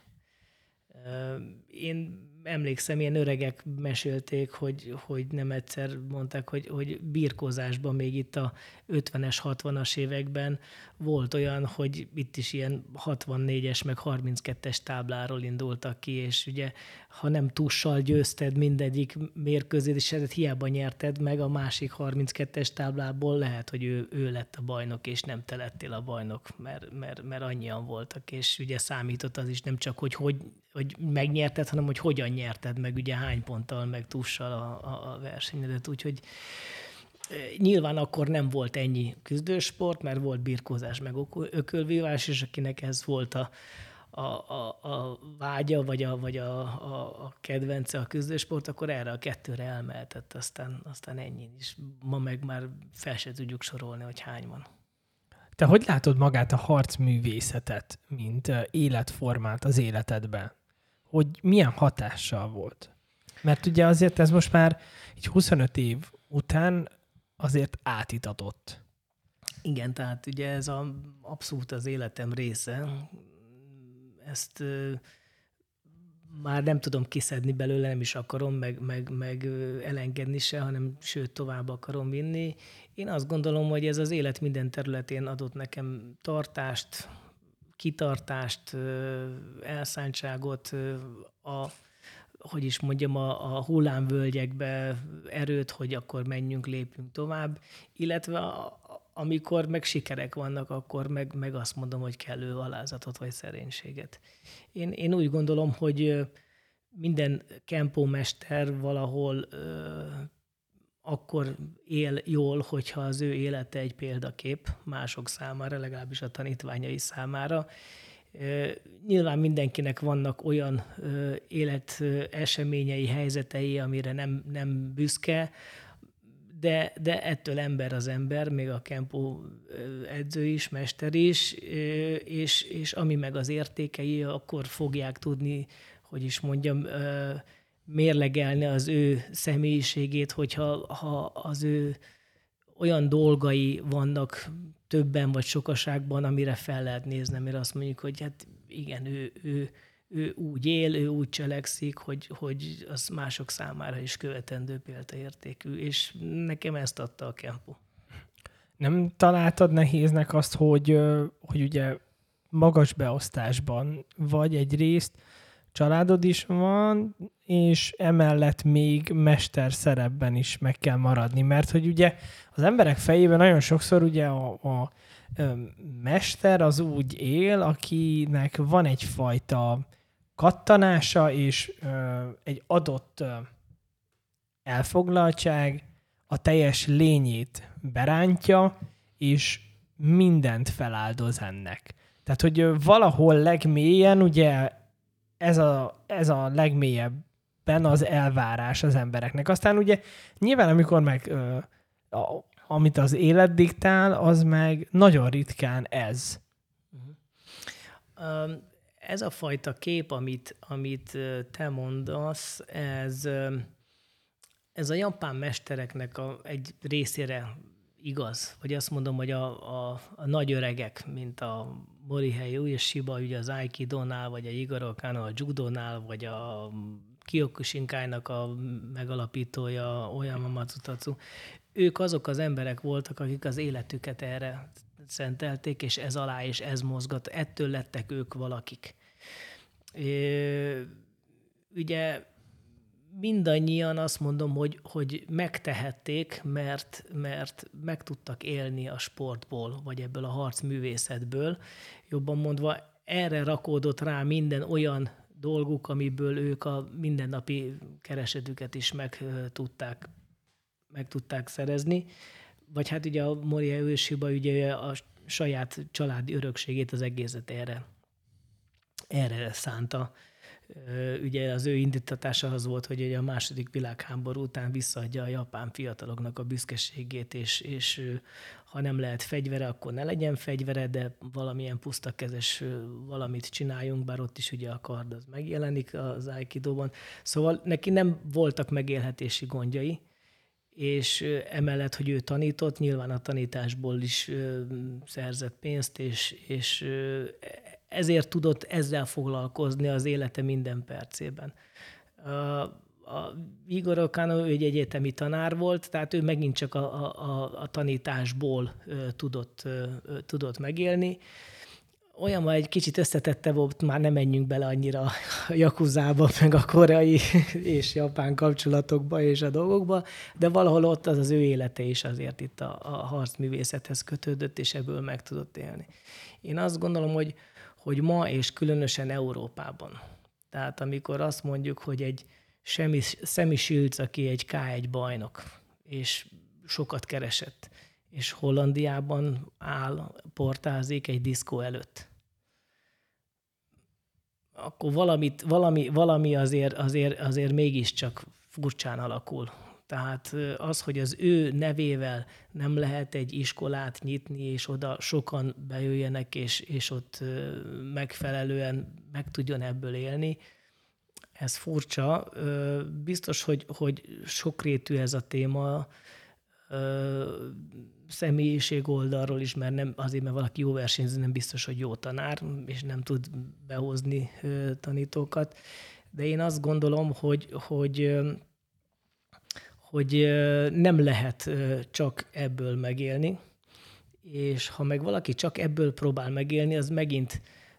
Én emlékszem, ilyen öregek mesélték, hogy, hogy nem egyszer mondták, hogy, hogy birkózásban még itt a ötvenes, hatvanas években volt olyan, hogy itt is ilyen hatvannégyes meg harminckettes tábláról indultak ki, és ugye ha nem tussal győzted mindegyik mérkőzésedet, hiába nyerted meg a másik harminckettes táblából, lehet, hogy ő, ő lett a bajnok, és nem te lettél a bajnok, mert, mert, mert annyian voltak, és ugye számított az is nem csak, hogy, hogy, hogy megnyerted, hanem hogy hogyan nyerted meg, ugye hány ponttal, meg tussal a, a, a versenyedet, úgyhogy nyilván akkor nem volt ennyi küzdősport, mert volt birkózás, meg ökölvívás, és akinek ez volt a, a, a, a vágya, vagy, a, vagy a, a, a kedvence a küzdősport, akkor erre a kettőre elmehetett, aztán, aztán ennyi is. Ma meg már fel se tudjuk sorolni, hogy hány van. Te hogy látod magát a harcművészetet, mint életformát az életedben? Hogy milyen hatással volt? Mert ugye azért ez most már így huszonöt év után azért átitatott. Igen, tehát ugye ez a, abszolút az életem része. Ezt ö, már nem tudom kiszedni belőle, nem is akarom, meg, meg, meg elengedni se, hanem sőt tovább akarom vinni. Én azt gondolom, hogy ez az élet minden területén adott nekem tartást, kitartást, elszántságot, a, hogy is mondjam, a, a hullámvölgyekbe erőt, hogy akkor menjünk, lépjünk tovább, illetve a, amikor meg sikerek vannak, akkor meg, meg azt mondom, hogy kellő alázatot vagy szerénységet. Én, én úgy gondolom, hogy minden kempómester valahol ö, akkor él jól, hogyha az ő élete egy példakép mások számára, legalábbis a tanítványai számára. Nyilván mindenkinek vannak olyan életeseményei, helyzetei, amire nem, nem büszke, de, de ettől ember az ember, még a kempó edző is, mester is, és, és ami meg az értékei, akkor fogják tudni, hogy is mondjam, mérlegelni az ő személyiségét, hogyha ha az ő olyan dolgai vannak többen vagy sokaságban, amire fel lehet nézni, mert azt mondjuk, hogy hát igen, ő, ő, ő úgy él, ő úgy cselekszik, hogy, hogy az mások számára is követendő példaértékű, és nekem ezt adta a kempó. Nem találtad nehéznek azt, hogy, hogy ugye magas beosztásban vagy egyrészt családod is van, és emellett még mester szerepben is meg kell maradni, mert hogy ugye az emberek fejében nagyon sokszor ugye a, a mester az úgy él, akinek van egyfajta kattanása és ö, egy adott ö, elfoglaltság, a teljes lényét berántja, és mindent feláldoz ennek. Tehát, hogy ö, valahol legmélyen ugye ez a, ez a legmélyebben az elvárás az embereknek. Aztán ugye nyilván, amikor meg ö, a, amit az élet diktál, az meg nagyon ritkán ez. Uh-huh. Ez a fajta kép, amit, amit te mondasz, ez, ez a japán mestereknek a, egy részére igaz. Vagy azt mondom, hogy a, a, a nagy öregek, mint a Morihei Ueshiba, ugye az Aikidónál, vagy a Jigoro Kano a judónál, vagy a Kyokushinkai-nak a megalapítója, Oyama Matsutatsu, ők azok az emberek voltak, akik az életüket erre szentelték, és ez alá, és ez mozgat. Ettől lettek ők valakik. É, ugye mindannyian azt mondom, hogy, hogy megtehették, mert, mert meg tudtak élni a sportból, vagy ebből a harcművészetből. Jobban mondva, erre rakódott rá minden olyan dolguk, amiből ők a mindennapi keresetüket is meg tudták, meg tudták szerezni. Vagy hát ugye a Morihei Ueshiba ugye a saját családi örökségét, az egészet erre, erre szánta. Ugye az ő indítatása az volt, hogy ugye a második világháború után visszaadja a japán fiataloknak a büszkeségét, és, és ha nem lehet fegyvere, akkor ne legyen fegyvere, de valamilyen pusztakezes valamit csináljunk, bár ott is ugye a kard az megjelenik az aikidóban. Szóval neki nem voltak megélhetési gondjai, és emellett, hogy ő tanított, nyilván a tanításból is szerzett pénzt, és, és ezért tudott ezzel foglalkozni az élete minden percében. A Igor Okano, ő egy egyetemi tanár volt, tehát ő megint csak a, a, a tanításból tudott, tudott megélni. Olyan már egy kicsit összetette volt, már nem menjünk bele annyira a jakuzába, meg a koreai és japán kapcsolatokba és a dolgokba, de valahol ott az az ő élete is azért itt a, a harcművészethez kötődött, és ebből meg tudott élni. Én azt gondolom, hogy, hogy ma és különösen Európában, tehát amikor azt mondjuk, hogy egy Sammy Shields, aki egy ká egy bajnok, és sokat keresett, és Hollandiában áll, portázik egy diszkó előtt, akkor valamit, valami, valami azért, azért, azért mégiscsak furcsán alakul. Tehát az, hogy az ő nevével nem lehet egy iskolát nyitni, és oda sokan bejöjjenek, és, és ott megfelelően meg tudjon ebből élni, ez furcsa. Biztos, hogy, hogy sokrétű ez a téma, személyiség oldalról is, mert nem, azért, mert valaki jó versenyző, nem biztos, hogy jó tanár, és nem tud behozni tanítókat. De én azt gondolom, hogy, hogy, hogy nem lehet csak ebből megélni, és ha meg valaki csak ebből próbál megélni, az megint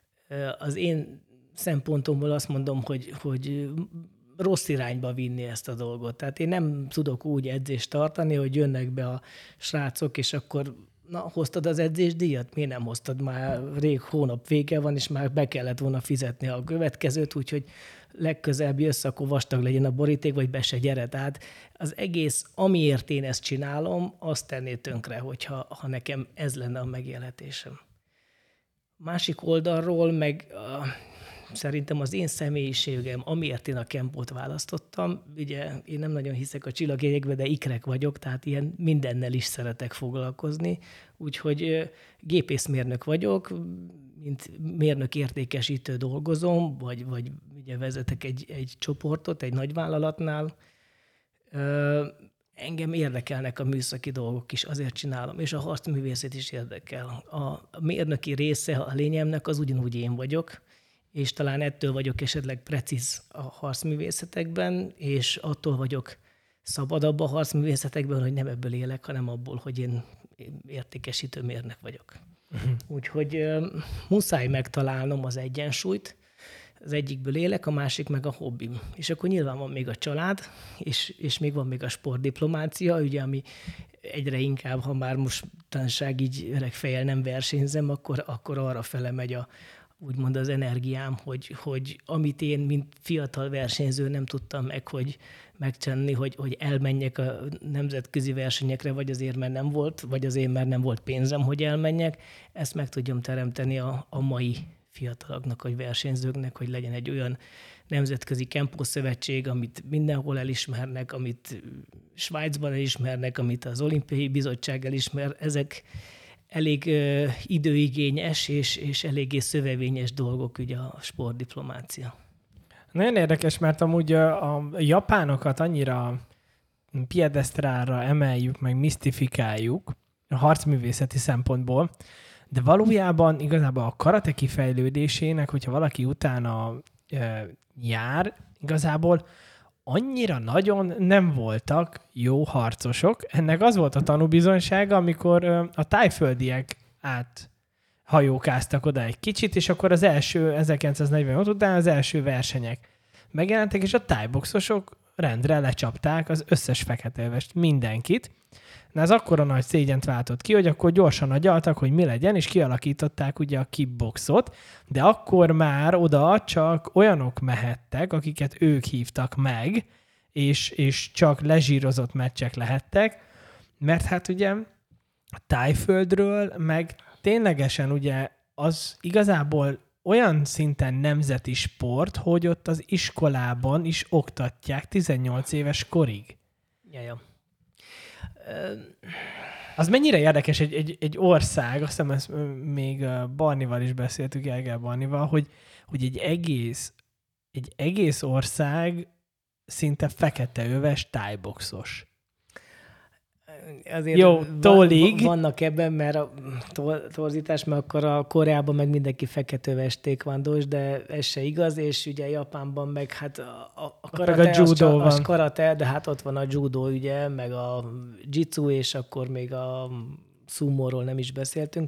az én szempontomból azt mondom, hogy, hogy rossz irányba vinni ezt a dolgot. Tehát én nem tudok úgy edzést tartani, hogy jönnek be a srácok, és akkor na, hoztad az edzésdíjat? Miért nem hoztad? Már rég hónap vége van, és már be kellett volna fizetni a következőt, úgyhogy legközelebb jössz, akkor vastag legyen a boríték, vagy be se gyere. Tehát az egész, amiért én ezt csinálom, azt tenné tönkre, hogyha ha nekem ez lenne a megélhetésem. Másik oldalról meg uh, szerintem az én személyiségem, amiért én a kempót választottam, ugye én nem nagyon hiszek a csillagjegyekbe, de ikrek vagyok, tehát ilyen mindennel is szeretek foglalkozni, úgyhogy uh, gépészmérnök vagyok, mint mérnök értékesítő dolgozom, vagy, vagy ugye vezetek egy, egy csoportot egy nagyvállalatnál. Uh, Engem érdekelnek a műszaki dolgok is, azért csinálom, és a harcművészet is érdekel. A mérnöki része a lényemnek az ugyanúgy én vagyok, és talán ettől vagyok esetleg precíz a harcművészetekben, és attól vagyok szabadabb a harcművészetekben, hogy nem ebből élek, hanem abból, hogy én értékesítő mérnök vagyok. Uh-huh. Úgyhogy uh, muszáj megtalálnom az egyensúlyt, az egyikből élek, a másik meg a hobbim. És akkor nyilván van még a család, és, és még van még a sportdiplomácia, ugye, ami egyre inkább, ha már mostanság így öreg fejjel nem versenyzem, akkor, akkor arra fele megy a, úgymond az energiám, hogy, hogy amit én, mint fiatal versenyző nem tudtam meg, hogy megcsinálni, hogy, hogy elmenjek a nemzetközi versenyekre, vagy azért, mert nem volt, vagy azért, mert nem volt pénzem, hogy elmenjek, ezt meg tudjam teremteni a, a mai fiataloknak, vagy versenyzőknek, hogy legyen egy olyan nemzetközi kempószövetség, amit mindenhol elismernek, amit Svájcban elismernek, amit az Olimpiai Bizottság elismer. Ezek elég uh, időigényes és, és eléggé szövevényes dolgok, ugye a sportdiplomácia. Nagyon érdekes, mert amúgy a, a japánokat annyira piedesztrára emeljük, meg misztifikáljuk a harcművészeti szempontból, de valójában igazából a karate kifejlődésének, hogyha valaki utána e, jár, igazából annyira nagyon nem voltak jó harcosok. Ennek az volt a tanúbizonysága, amikor e, a tájföldiek áthajókáztak oda egy kicsit, és akkor az első ezerkilencszáznegyvenöt után az első versenyek megjelentek, és a tájboxosok rendre lecsapták az összes feketeövest, mindenkit. Na ez akkora nagy szégyent váltott ki, hogy akkor gyorsan agyaltak, hogy mi legyen, és kialakították ugye a kickboxot, de akkor már oda csak olyanok mehettek, akiket ők hívtak meg, és, és csak lezsírozott meccsek lehettek, mert hát ugye a Tájföldről meg ténylegesen ugye az igazából olyan szinten nemzeti sport, hogy ott az iskolában is oktatják tizennyolc éves korig. Jaja. Az mennyire érdekes egy, egy, egy ország, azt hiszem ezt még Barnival is beszéltük, Jelgel Barnival, hogy, hogy egy egész, egy egész ország szinte feketeöves tájboxos. Azért Jó, tólig. Vannak ebben, mert a torzítás, mert akkor a Koreában meg mindenki feketőves tékvandós, de ez se igaz, és ugye Japánban meg hát a, a, a karate, a judo az, az karate, de hát ott van a judo, ugye, meg a jitsu, és akkor még a sumóról nem is beszéltünk.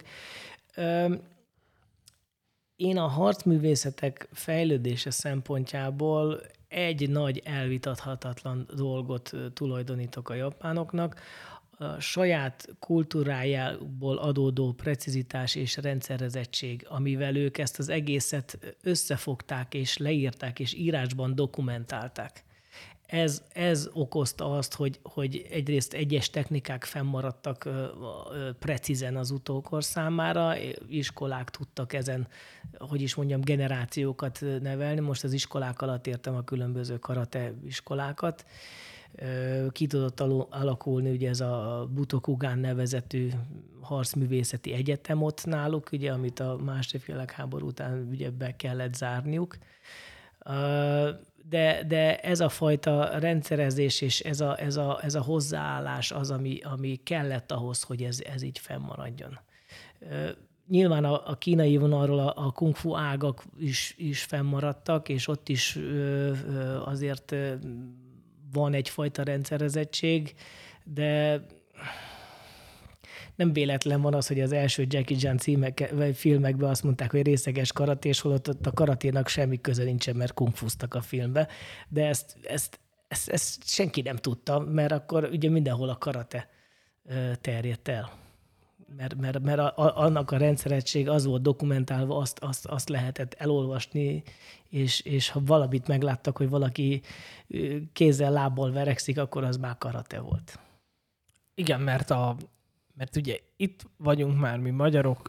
Én a harcművészetek fejlődése szempontjából egy nagy elvitathatatlan dolgot tulajdonítok a japánoknak, a saját kultúrájából adódó precizitás és rendszerezettség, amivel ők ezt az egészet összefogták és leírták és írásban dokumentálták. Ez, ez okozta azt, hogy, hogy egyrészt egyes technikák fennmaradtak precízen az utókor számára, iskolák tudtak ezen, hogy is mondjam, generációkat nevelni. Most az iskolák alatt értem a különböző karate iskolákat. Ki tudott alakulni ugye ez a Butokugán nevezetű harcművészeti egyetem ott náluk, ugye, amit a második világháború után ugye be kellett zárniuk. De, de ez a fajta rendszerezés és ez a, ez a, ez a hozzáállás az, ami, ami kellett ahhoz, hogy ez, ez így fennmaradjon. Nyilván a, a kínai vonalról a, a kung fu ágak is, is fennmaradtak, és ott is azért van egyfajta rendszerezettség, de nem véletlen van az, hogy az első Jackie Chan címek, vagy filmekben azt mondták, hogy részeges karatés, holott ott a karaténak semmi köze nincsen, mert kungfuztak a filmbe. De ezt, ezt, ezt, ezt senki nem tudta, mert akkor ugye mindenhol a karate terjedt el. Mert, mert, mert a, a, annak a rendszeretség az volt dokumentálva, azt, azt, azt lehetett elolvasni, és, és ha valamit megláttak, hogy valaki kézzel, lábbal verekszik, akkor az már karate volt. Igen, mert, a, mert ugye itt vagyunk már mi magyarok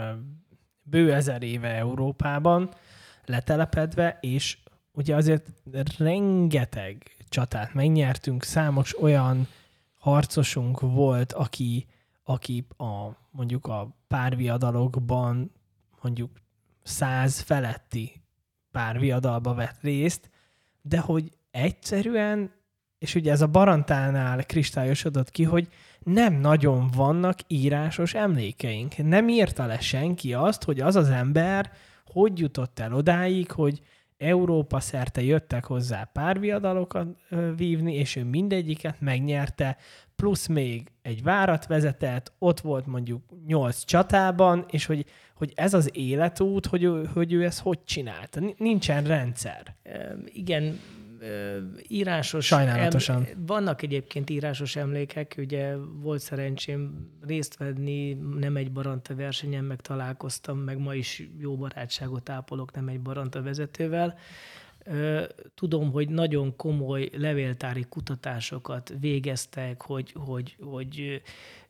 bő ezer éve Európában letelepedve, és ugye azért rengeteg csatát megnyertünk, számos olyan harcosunk volt, aki aki a, mondjuk a párviadalokban mondjuk száz feletti párviadalba vett részt, de hogy egyszerűen, és ugye ez a Barantánál kristályosodott ki, hogy nem nagyon vannak írásos emlékeink. Nem írta le senki azt, hogy az az ember hogy jutott el odáig, hogy Európa szerte jöttek hozzá párviadalokat vívni, és ő mindegyiket megnyerte, plusz még egy várat vezetett, ott volt mondjuk nyolc csatában, és hogy, hogy ez az életút, hogy ő, hogy ő ezt hogy csinálta. Nincsen rendszer. Igen, írásos... Sajnálatosan. Em, vannak egyébként írásos emlékek, ugye volt szerencsém részt venni nem egy Baranta versenyen, meg találkoztam, meg ma is jó barátságot ápolok nem egy Baranta vezetővel. Tudom, hogy nagyon komoly levéltári kutatásokat végeztek, hogy, hogy, hogy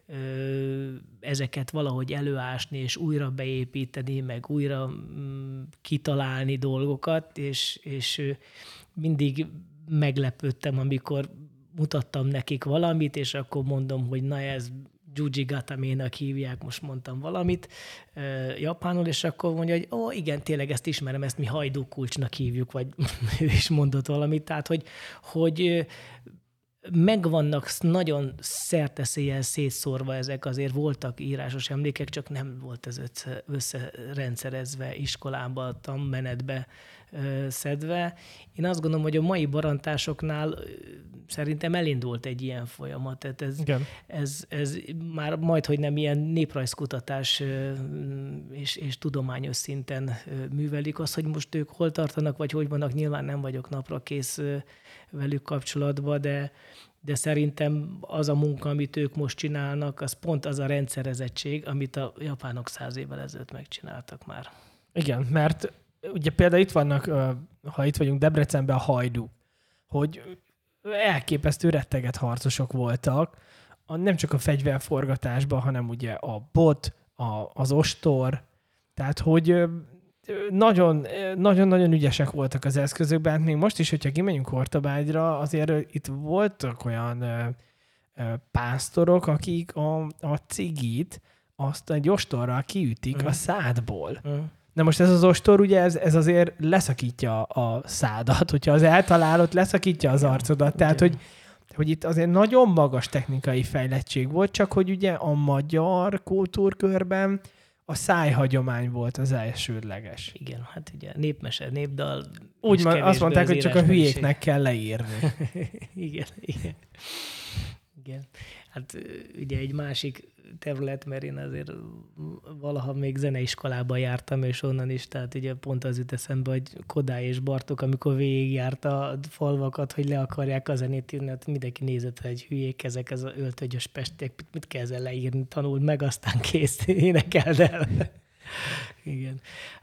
ezeket valahogy előásni, és újra beépíteni, meg újra kitalálni dolgokat, és, és mindig meglepődtem, amikor mutattam nekik valamit, és akkor mondom, hogy na ez Juji Gataménak hívják, most mondtam valamit uh, japánul, és akkor mondja, hogy ó, igen, tényleg ezt ismerem, ezt mi hajdúkulcsnak hívjuk, vagy ő is mondott valamit. Tehát, hogy, hogy megvannak nagyon szerteszéjjel szétszórva ezek, azért voltak írásos emlékek, csak nem volt ez összerendszerezve iskolába, tanmenetbe szedve. Én azt gondolom, hogy a mai barantásoknál szerintem elindult egy ilyen folyamat. Tehát ez, ez, ez már majdhogy nem ilyen néprajzkutatás és, és tudományos szinten művelik. Az, hogy most ők hol tartanak, vagy hogy vannak, nyilván nem vagyok napra kész velük kapcsolatban, de, de szerintem az a munka, amit ők most csinálnak, az pont az a rendszerezettség, amit a japánok száz évvel ezelőtt megcsináltak már. Igen, mert ugye például itt vannak, ha itt vagyunk Debrecenben, a hajdú, hogy elképesztő retteget harcosok voltak, nem csak a fegyverforgatásban, hanem ugye a bot, a, az ostor, tehát hogy nagyon-nagyon ügyesek voltak az eszközökben. Hát még most is, hogyha kimegyünk Hortobágyra, azért itt voltak olyan pásztorok, akik a, a cigit azt egy ostorral kiütik mm. a szádból. Mm. Na most ez az ostor, ugye ez, ez azért leszakítja a szádat, hogyha az eltalálod, leszakítja az arcodat. Tehát, hogy, hogy itt azért nagyon magas technikai fejlettség volt, csak hogy ugye a magyar kultúrkörben a szájhagyomány volt az elsődleges. Igen, hát ugye népmese, népdal. Úgy van, azt mondták, hogy csak a hülyéknek kell leírni. igen, igen. Igen. Hát ugye egy másik terület, mert én azért valaha még zeneiskolában jártam, és onnan is, tehát ugye pont az jut eszembe, hogy Kodály és Bartók, amikor végigjárta a falvakat, hogy le akarják a zenét írni, hát mindenki nézett, hogy hülyék ezek, ez az öltögyös pestiek, mit, mit kell ezzel leírni, tanuld meg, aztán kész, énekeld el. Igen.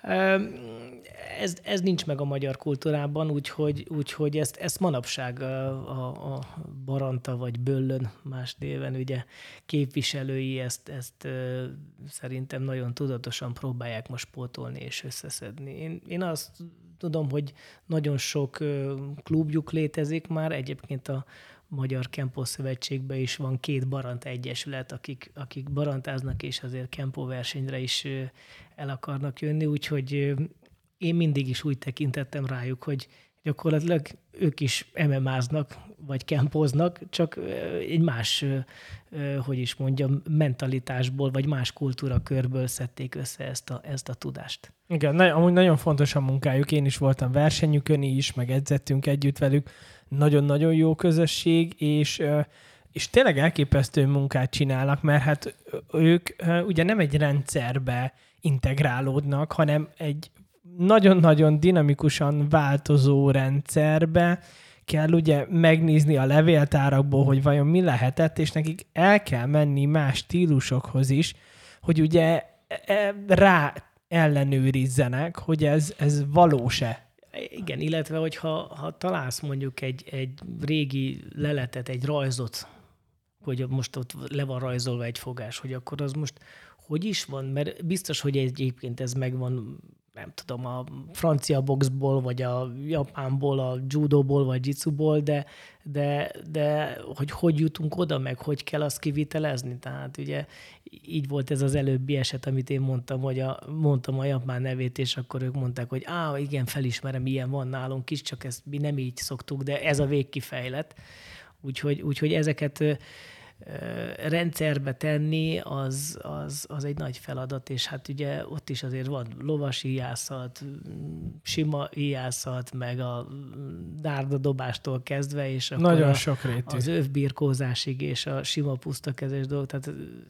Ez, ez nincs meg a magyar kultúrában, úgyhogy, úgyhogy ezt, ezt manapság a, a Baranta vagy Böllön más néven ugye képviselői ezt, ezt szerintem nagyon tudatosan próbálják most pótolni és összeszedni. Én, én azt tudom, hogy nagyon sok klubjuk létezik már, egyébként a Magyar Kempó Szövetségben is van két baranta egyesület, akik, akik barantáznak, és azért kempó versenyre is el akarnak jönni, úgyhogy én mindig is úgy tekintettem rájuk, hogy gyakorlatilag ők is em em á-znak, vagy kempóznak, csak egy más, hogy is mondjam, mentalitásból, vagy más kultúrakörből szedték össze ezt a, ezt a tudást. Igen, amúgy nagyon fontos a munkájuk. Én is voltam versenyükön is, meg edzettünk együtt velük. Nagyon-nagyon jó közösség, és, és tényleg elképesztő munkát csinálnak, mert hát ők ugye nem egy rendszerbe integrálódnak, hanem egy nagyon-nagyon dinamikusan változó rendszerbe kell ugye megnézni a levéltárakból, hogy vajon mi lehetett, és nekik el kell menni más stílusokhoz is, hogy ugye rá ellenőrizzenek, hogy ez, ez valós-e. Igen, illetve hogyha ha találsz mondjuk egy, egy régi leletet, egy rajzot, hogy most ott le van rajzolva egy fogás, hogy akkor az most hogy is van, mert biztos, hogy egyébként ez megvan, nem tudom, a francia boxból, vagy a japánból, a judóból, vagy jitsuból, de, de, de hogy hogy jutunk oda, meg hogy kell azt kivitelezni. Tehát ugye így volt ez az előbbi eset, amit én mondtam, hogy a, mondtam a japán nevét, és akkor ők mondták, hogy á, igen, felismerem, ilyen van nálunk is, csak ezt mi nem így szoktuk, de ez a végkifejlet. Úgyhogy, úgyhogy ezeket rendszerbe tenni, az, az, az egy nagy feladat, és hát ugye ott is azért van lovasi íjászat, sima íjászat, meg a dárdadobástól kezdve, és akkor nagyon a, sokrétű. Az övbirkózásig, és a sima pusztakezes dolog, tehát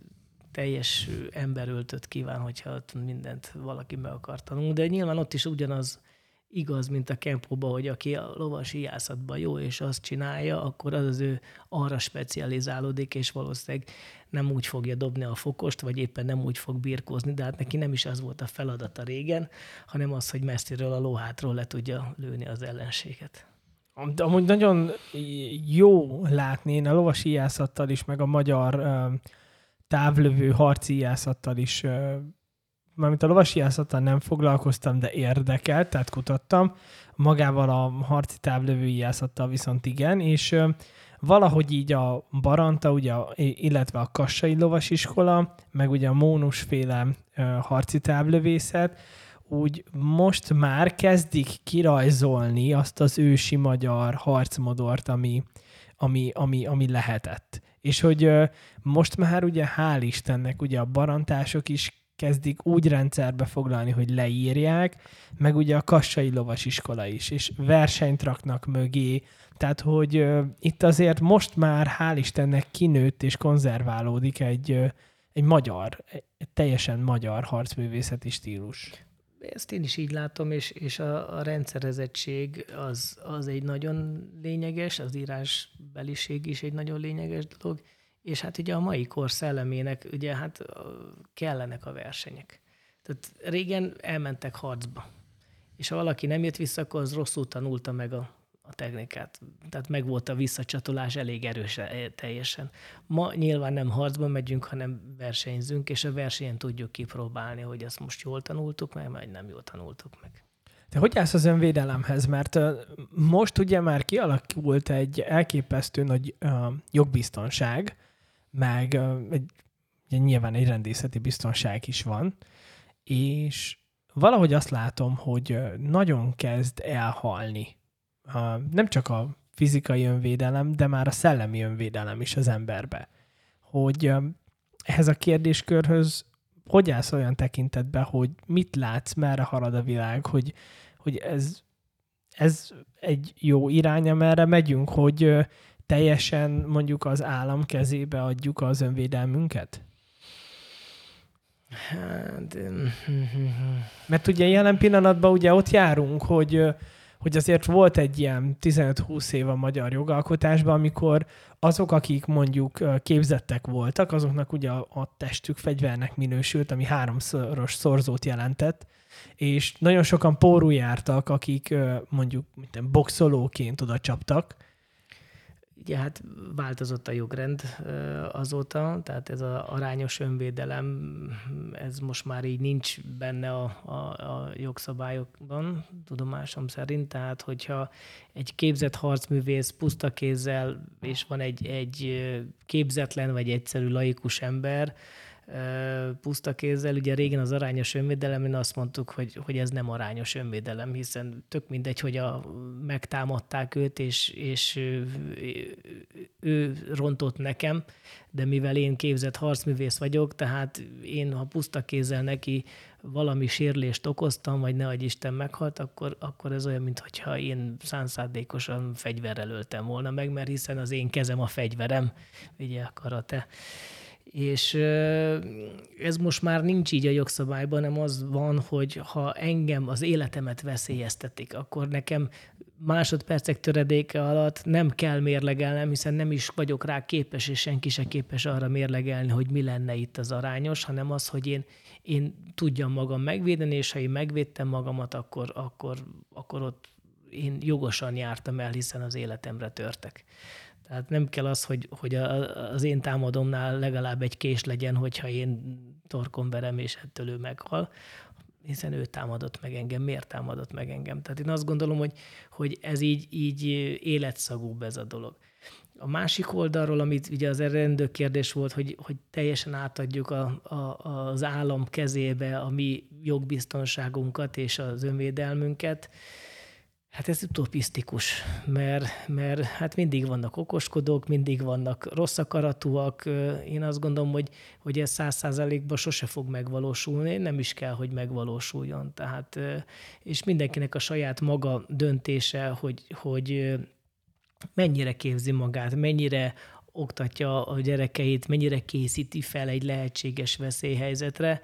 teljes emberöltöt kíván, hogyha ott mindent valaki meg akar tanulni, de nyilván ott is ugyanaz igaz, mint a kempóban, hogy aki a lovas íjászatban jó, és azt csinálja, akkor az az ő arra specializálódik, és valószínűleg nem úgy fogja dobni a fokost, vagy éppen nem úgy fog birkózni, de hát neki nem is az volt a feladata régen, hanem az, hogy messziről a lóhátról le tudja lőni az ellenséget. De amúgy nagyon jó látni, én a lovas íjászattal is, meg a magyar uh, távlövő harci íjászattal is, uh, mármint a lovas íjászattal nem foglalkoztam, de érdekelt, tehát kutattam. Magával a harci távlövő íjászattal viszont igen, és uh, valahogy így a Baranta, ugye, illetve a kassai lovasiskola, meg ugye a mónusféle uh, harci távlövészet, úgy most már kezdik kirajzolni azt az ősi magyar harcmodort, ami, ami, ami, ami lehetett. És hogy uh, most már ugye hál' Istennek ugye a barantások is kezdik úgy rendszerbe foglalni, hogy leírják, meg ugye a kassai lovasiskola is, és versenyt raknak mögé, tehát hogy uh, itt azért most már hál' Istennek kinőtt és konzerválódik egy, uh, egy magyar, egy teljesen magyar harcművészeti stílus. Ezt én is így látom, és, és a, a rendszerezettség az, az egy nagyon lényeges, az írásbeliség is egy nagyon lényeges dolog, és hát ugye a mai kor szellemének ugye hát kellenek a versenyek. Tehát régen elmentek harcba, és ha valaki nem jött vissza, akkor az rosszul tanulta meg a, a technikát. Tehát meg volt a visszacsatolás elég erős teljesen. Ma nyilván nem harcba megyünk, hanem versenyzünk, és a versenyen tudjuk kipróbálni, hogy ezt most jól tanultuk meg, vagy nem jól tanultuk meg. Te hogy állsz az önvédelemhez? Mert most ugye már kialakult egy elképesztő nagy uh, jogbiztonság, meg uh, egy, ugye nyilván egy rendészeti biztonság is van, és valahogy azt látom, hogy nagyon kezd elhalni. Uh, nem csak a fizikai önvédelem, de már a szellemi önvédelem is az emberbe. Hogy uh, ehhez a kérdéskörhöz hogy állsz olyan tekintetben, hogy mit látsz, merre halad a világ, hogy, hogy ez, ez egy jó irány, amerre megyünk, hogy uh, teljesen mondjuk az állam kezébe adjuk az önvédelmünket? Hát... Mert ugye jelen pillanatban ugye ott járunk, hogy, hogy azért volt egy ilyen tizenöt-húsz év a magyar jogalkotásban, amikor azok, akik mondjuk képzettek voltak, azoknak ugye a testük fegyvernek minősült, ami háromszoros szorzót jelentett, és nagyon sokan pórul jártak, akik mondjuk mint boxolóként oda csaptak. Ugye hát változott a jogrend azóta, tehát ez az arányos önvédelem, ez most már így nincs benne a, a, a jogszabályokban, tudomásom szerint. Tehát, hogyha egy képzett harcművész puszta kézzel, és van egy, egy képzetlen vagy egyszerű laikus ember, puszta kézzel, ugye régen az arányos önvédelemben azt mondtuk, hogy, hogy ez nem arányos önvédelem, hiszen tök mindegy, hogy a, megtámadták őt, és, és ő, ő rontott nekem, de mivel én képzett harcművész vagyok, tehát én, ha puszta kézzel neki valami sérülést okoztam, vagy ne adj Isten meghalt, akkor, akkor ez olyan, mintha én szánszándékosan fegyverrel öltem volna meg, mert hiszen az én kezem a fegyverem, ugye a karate. És ez most már nincs így a jogszabályban, hanem az van, hogy ha engem, az életemet veszélyeztetik, akkor nekem másodpercek töredéke alatt nem kell mérlegelnem, hiszen nem is vagyok rá képes, és senki se képes arra mérlegelni, hogy mi lenne itt az arányos, hanem az, hogy én, én tudjam magam megvédeni, és ha én megvédtem magamat, akkor, akkor, akkor ott én jogosan jártam el, hiszen az életemre törtek. Tehát nem kell az, hogy, hogy az én támadomnál legalább egy kés legyen, hogyha én torkon verem, és ettől ő meghal, hiszen ő támadott meg engem. Miért támadott meg engem? Tehát én azt gondolom, hogy, hogy ez így, így életszagúbb ez a dolog. A másik oldalról, amit ugye az rendőr kérdés volt, hogy, hogy teljesen átadjuk a, a, az állam kezébe a mi jogbiztonságunkat és az önvédelmünket. Hát ez utopisztikus, mert, mert hát mindig vannak okoskodók, mindig vannak rossz akaratúak. Én azt gondolom, hogy, hogy ez száz százalékban sose fog megvalósulni, nem is kell, hogy megvalósuljon. Tehát, és mindenkinek a saját maga döntése, hogy, hogy mennyire képzi magát, mennyire oktatja a gyerekeit, mennyire készíti fel egy lehetséges veszélyhelyzetre.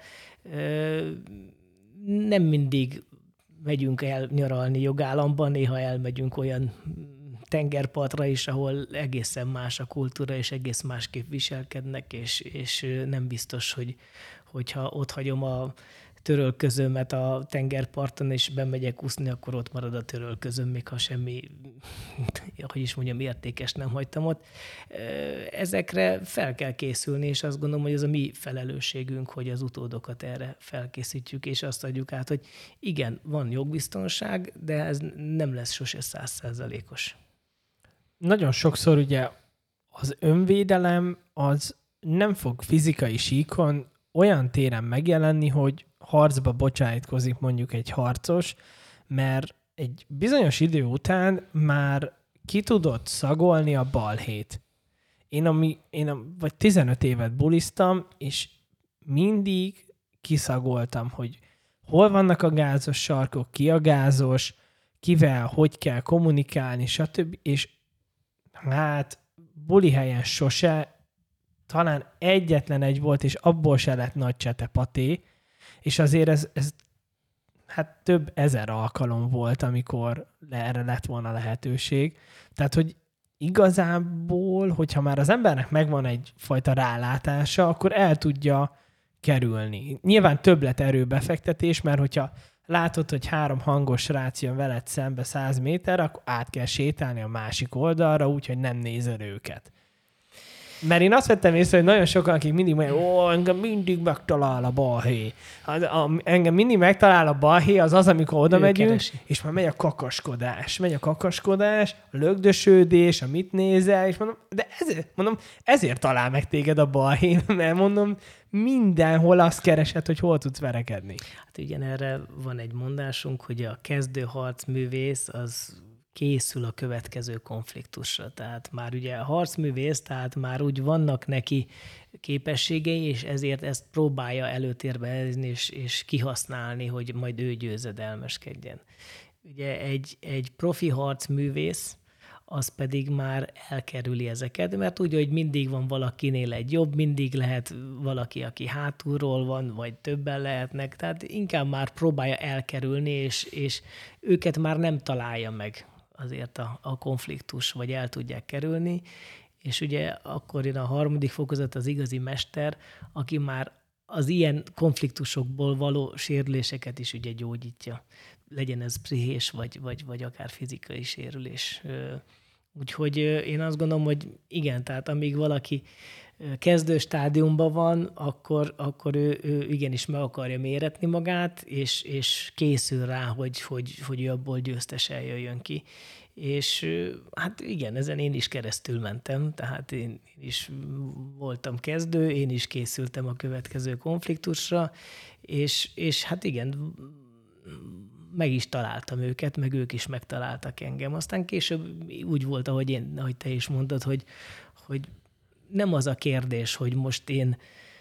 Nem mindig megyünk el nyaralni jogállamban, néha elmegyünk olyan tengerpartra is, ahol egészen más a kultúra, és egész másképp viselkednek, és, és nem biztos, hogy, hogyha ott hagyom a törölközömet a tengerparton, és bemegyek úszni, akkor ott marad a törölközöm, még ha semmi, hogy is mondjam, értékes nem hagytam ott. Ezekre fel kell készülni, és azt gondolom, hogy ez a mi felelősségünk, hogy az utódokat erre felkészítjük, és azt adjuk át, hogy igen, van jogbiztonság, de ez nem lesz sose száz százalékos. Nagyon sokszor ugye az önvédelem az nem fog fizikai síkon olyan téren megjelenni, hogy harcba bocsájtkozik mondjuk egy harcos, mert egy bizonyos idő után már ki tudott szagolni a balhét. Én, ami, én a, vagy tizenöt évet buliztam, és mindig kiszagoltam, hogy hol vannak a gázos sarkok, ki a gázos, kivel, hogy kell kommunikálni, stb. És hát buli helyen sose, talán egyetlen egy volt, és abból se lett nagy csetepaté, és azért ez, ez hát több ezer alkalom volt, amikor erre lett volna lehetőség. Tehát, hogy igazából, hogyha már az embernek megvan egyfajta rálátása, akkor el tudja kerülni. Nyilván többlet erőbefektetés, mert hogyha látod, hogy három hangos srác jön veled szembe száz méter, akkor át kell sétálni a másik oldalra, úgyhogy nem nézel őket. Mert én azt vettem észre, hogy nagyon sokan, akik mindig mondják, ó, engem mindig megtalál a balhé. Az, a, engem mindig megtalál a balhé, az az, amikor oda ő megyünk, keresi. És már megy a kakaskodás. Megy a kakaskodás, a lögdösödés, a mit nézel, és mondom, de ezért, mondom, ezért talál meg téged a balhé, mert mondom, mindenhol azt keresed, hogy hol tudsz verekedni. Hát igen, erre van egy mondásunk, hogy a kezdő harcművész az készül a következő konfliktusra. Tehát már ugye a harcművész, tehát már úgy vannak neki képességei, és ezért ezt próbálja előtérbe helyezni, és, és kihasználni, hogy majd ő győzedelmeskedjen. Ugye egy, egy profi harcművész, az pedig már elkerüli ezeket, mert tudja, hogy mindig van valakinél egy jobb, mindig lehet valaki, aki hátulról van, vagy többen lehetnek, tehát inkább már próbálja elkerülni, és, és őket már nem találja meg azért a, a konfliktus, vagy el tudják kerülni, és ugye akkor jön a harmadik fokozat, az igazi mester, aki már az ilyen konfliktusokból való sérüléseket is ugye gyógyítja. Legyen ez pszichés, vagy, vagy, vagy akár fizikai sérülés. Úgyhogy én azt gondolom, hogy igen, tehát amíg valaki kezdő stádiumban van, akkor, akkor ő, ő igenis meg akarja méretni magát, és, és készül rá, hogy, hogy, hogy ő abból győztesen jöjjön ki. És hát igen, ezen én is keresztül mentem, tehát én is voltam kezdő, én is készültem a következő konfliktusra, és, és hát igen, meg is találtam őket, meg ők is megtaláltak engem. Aztán később úgy volt, ahogy, én, ahogy te is mondtad, hogy, hogy nem az a kérdés, hogy most én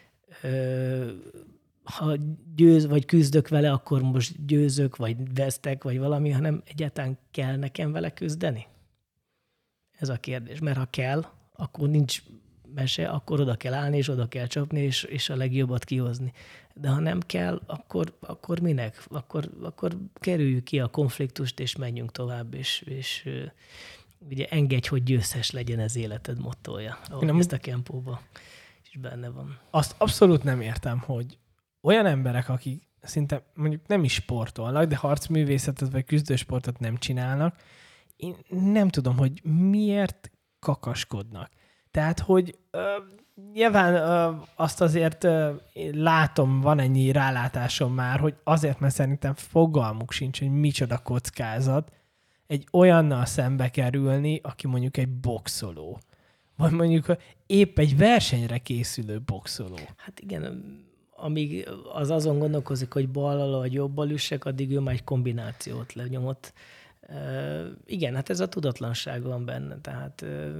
ö, ha győz, vagy küzdök vele, akkor most győzök, vagy vesztek, vagy valami, hanem egyáltalán kell nekem vele küzdeni? Ez a kérdés. Mert ha kell, akkor nincs mese, akkor oda kell állni, és oda kell csapni, és, és a legjobbat kihozni. De ha nem kell, akkor, akkor minek? Akkor, akkor kerüljük ki a konfliktust, és menjünk tovább, és, és ugye engedj, hogy győzhes legyen ez életed mottója. Ahogy nem, ezt a Kempóban is benne van. Azt abszolút nem értem, hogy olyan emberek, akik szinte mondjuk nem is sportolnak, de harcművészetet vagy küzdősportot nem csinálnak, én nem tudom, hogy miért kakaskodnak. Tehát, hogy ö, nyilván ö, azt azért ö, látom, van ennyi rálátásom már, hogy azért, mert szerintem fogalmuk sincs, hogy micsoda kockázat egy olyannal szembe kerülni, aki mondjuk egy boxoló. Vagy mondjuk épp egy versenyre készülő boxoló. Hát igen, amíg az azon gondolkozik, hogy ballal vagy jobbal üssek, addig ő már egy kombinációt lenyomott. Uh, igen, hát ez a tudatlanság van benne, tehát uh,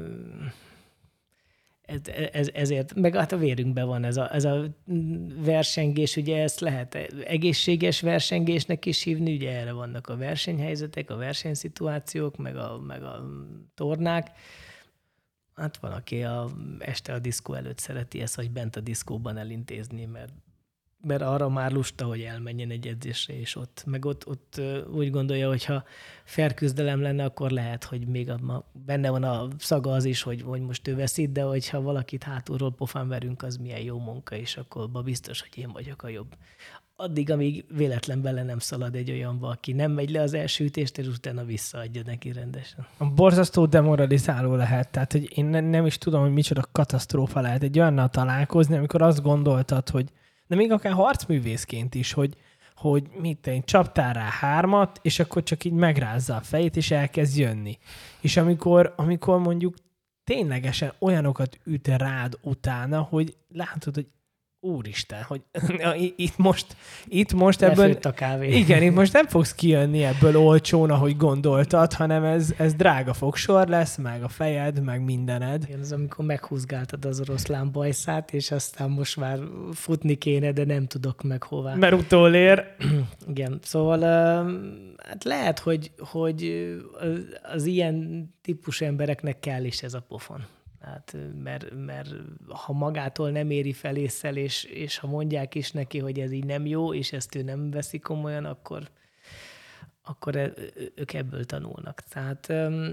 ez, ez, ezért, meg hát a vérünkben van ez a, ez a versengés, ugye ezt lehet egészséges versengésnek is hívni, ugye erre vannak a versenyhelyzetek, a versenyszituációk, meg a, meg a tornák. Hát van, aki a, este a diszkó előtt szereti ezt, hogy bent a diszkóban elintézni, mert, mert arra már lusta, hogy elmenjen egy edzésre, és ott, meg ott, ott úgy gondolja, hogy ha ferküzdelem lenne, akkor lehet, hogy még a, benne van a szaga az is, hogy, hogy most ő veszít, de hogyha valakit hátulról pofán verünk, az milyen jó munka, és akkor biztos, hogy én vagyok a jobb. Addig, amíg véletlen bele nem szalad egy olyanba, aki nem megy le az első ütést, és utána visszaadja neki rendesen. A borzasztó demoralizáló lehet. Tehát, hogy én nem is tudom, hogy micsoda katasztrófa lehet egy olyannal találkozni, amikor azt gondoltad, hogy de még akár harcművészként is, hogy, hogy mit te, csaptál rá hármat, és akkor csak így megrázza a fejét, és elkezd jönni. És amikor, amikor mondjuk ténylegesen olyanokat üt rád utána, hogy látod, hogy úristen, hogy itt most, itt most ebből... a kávé. Igen, itt most nem fogsz kijönni ebből olcsón, ahogy gondoltad, hanem ez, ez drága fogsor lesz, meg a fejed, meg mindened. Igen, az amikor meghúzgáltad az oroszlán bajszát, és aztán most már futni kéne, de nem tudok meg hová. Mert utolér. Igen, szóval hát lehet, hogy, hogy az ilyen típusú embereknek kell is ez a pofon. Hát, mert, mert ha magától nem éri fel észszel, és, és ha mondják is neki, hogy ez így nem jó, és ezt ő nem veszi komolyan, akkor, akkor ők ebből tanulnak. Tehát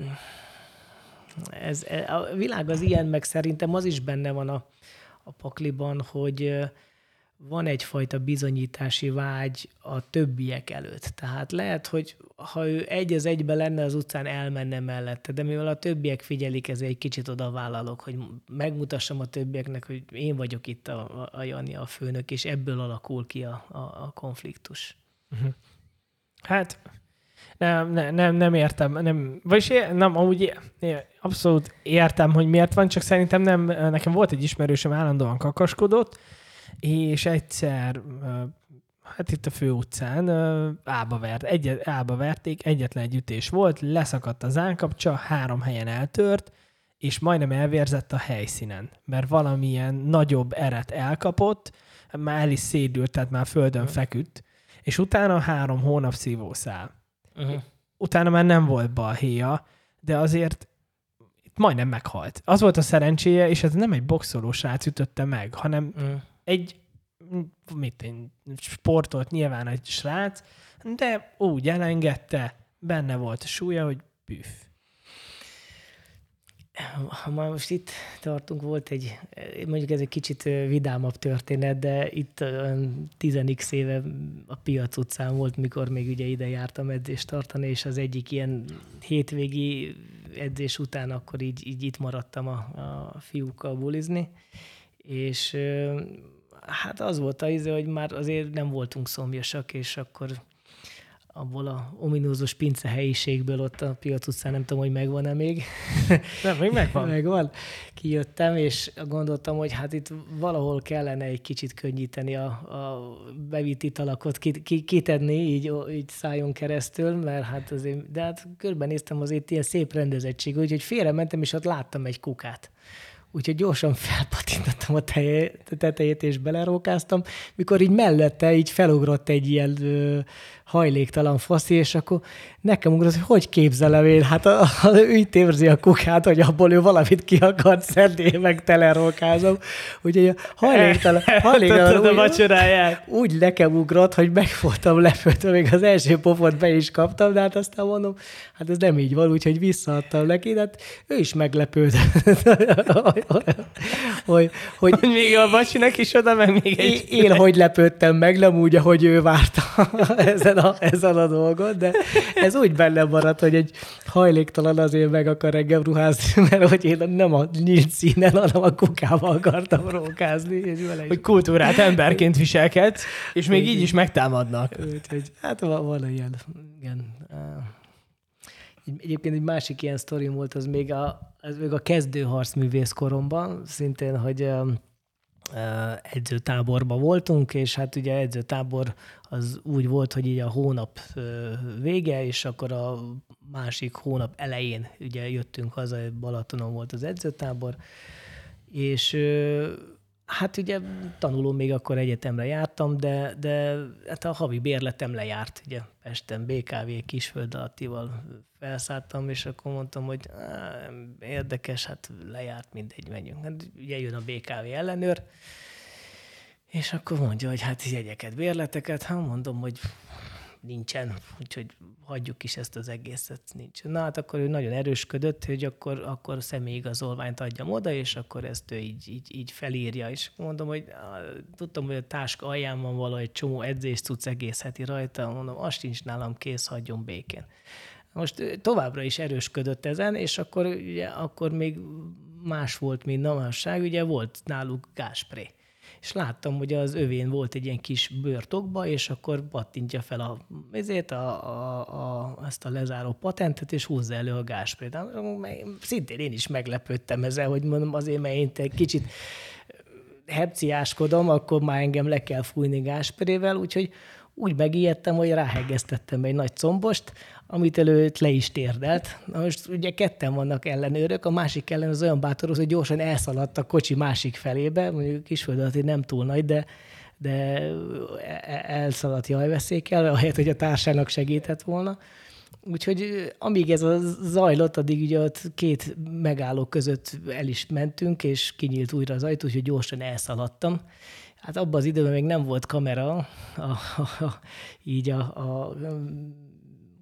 ez, a világ az ilyen, meg szerintem az is benne van a, a pakliban, hogy, van egyfajta bizonyítási vágy a többiek előtt. Tehát lehet, hogy ha ő egy az egybe lenne, az utcán elmenne mellette, de mivel a többiek figyelik, ezért egy kicsit oda vállalok, hogy megmutassam a többieknek, hogy én vagyok itt a, a, a Jani, a főnök, és ebből alakul ki a, a, a konfliktus. Uh-huh. Hát nem, nem, nem, nem értem, nem, vagyis nem, amúgy abszolút értem, hogy miért van, csak szerintem nem, nekem volt egy ismerősöm, állandóan kakaskodott, és egyszer, hát itt a főutcán ába, vert, egyet, ába verték, egyetlen egy ütés volt, leszakadt az állkapcsa, három helyen eltört, és majdnem elvérzett a helyszínen, mert valamilyen nagyobb eret elkapott, már el is szédült, tehát már földön uh-huh. feküdt, és utána három hónap szívószál. Uh-huh. Utána már nem volt balhéja, de azért majdnem meghalt. Az volt a szerencséje, és ez nem egy boxoló srác ütötte meg, hanem uh-huh. egy mit én, sportolt nyilván egy srác, de úgy elengedte, benne volt a súlya, hogy püff. Ha már most itt tartunk, volt egy, mondjuk ez egy kicsit vidámabb történet, de itt tíz x éve a Piac utcán volt, mikor még ugye ide jártam edzést tartani, és az egyik ilyen hétvégi edzés után akkor így, így itt maradtam a, a fiúkkal bulizni, és hát az volt az, hogy már azért nem voltunk szomjasak, és akkor abból a ominózus pince helyiségből ott a Piac utcán, nem tudom, hogy megvan-e még. Nem, még megvan. Megvan. Kijöttem, és gondoltam, hogy hát itt valahol kellene egy kicsit könnyíteni a, a bevitt italakot, kitenni így, így szájon keresztül, mert hát azért, de hát körbenéztem azért ilyen szép rendezettség, úgyhogy félrementem, és ott láttam egy kukát. Úgyhogy gyorsan felpatintottam a tetejét, és belerókáztam, mikor így mellette így felugrott egy ilyen ö, hajléktalan faszi, és akkor nekem ugrott, hogy hogy képzelem én, hát a, a, ő így érzi a kukát, hogy abból ő valamit ki akart szedni, meg telerókázom. Úgyhogy a hajléktalan, hajléktalan úgy, úgy nekem ugrott, hogy meg voltam lepődve, még az első pofot be is kaptam, de hát aztán mondom, hát ez nem így van, úgyhogy visszaadtam neki, de hát ő is meglepődött. hogy, hogy, hogy még a vacsinak is oda, meg még egy... Én, én hogy lepődtem meg, nem úgy, ahogy ő várta ezen a, ezen a dolgot, de ez úgy benne maradt, hogy egy hajléktalan azért meg akar engem ruházni, mert hogy én nem a nyílt színen, hanem a kukával akartam rókázni. És vele hogy kultúrát emberként viselkedsz, és még így is megtámadnak. Úgyhogy hát van, van ilyen, igen. Egyébként egy másik ilyen sztorim volt, az még a, az még a kezdő harcművész koromban, szintén, hogy uh, edzőtáborban voltunk, és hát ugye edzőtábor az úgy volt, hogy így a hónap uh, vége, és akkor a másik hónap elején ugye jöttünk haza, Balatonon volt az edzőtábor, és uh, hát ugye tanuló még akkor egyetemre jártam, de, de hát a havi bérletem lejárt, ugye Pesten bé ká vé Kisföld alattival felszálltam, és akkor mondtam, hogy á, érdekes, hát lejárt, mindegy, menjünk. Hát ugye jön a bé ká vé ellenőr, és akkor mondja, hogy hát jegyeket, bérleteket, hát mondom, hogy nincsen, úgyhogy hagyjuk is ezt az egészet, nincs. Na hát akkor ő nagyon erősködött, hogy akkor, akkor személyigazolványt adjam oda, és akkor ezt ő így, így, így felírja. És mondom, hogy á, tudtam, hogy a táska alján van valahogy egy csomó edzés cucc egész heti rajta, mondom, azt nincs nálam, kész, hagyjon békén. Most továbbra is erősködött ezen, és akkor, ugye, akkor még más volt, mint namásság, ugye volt náluk gázspré. És láttam, hogy az övén volt egy ilyen kis bőrtokba, és akkor pattintja fel a, ezért a, a, a, ezt a lezáró patentet, és húzza elő a gázsprét. Szintén én is meglepődtem ezzel, hogy mondom, azért, mert én egy kicsit hepciáskodom, akkor már engem le kell fújni gázsprével, úgyhogy úgy megijedtem, hogy ráhegesztettem egy nagy combost, amit előtt le is térdelt. Na most ugye ketten vannak ellenőrök, a másik ellen az olyan bátor, hogy gyorsan elszaladt a kocsi másik felébe, mondjuk Kisföld alatt nem túl nagy, de, de elszaladt jajveszékkel, ahelyett, hogy a társának segített volna. Úgyhogy amíg ez a zajlott, addig ugye ott két megálló között el is mentünk, és kinyílt újra az ajtó, úgyhogy gyorsan elszaladtam. Hát abban az időben még nem volt kamera, a, a, a, így a, a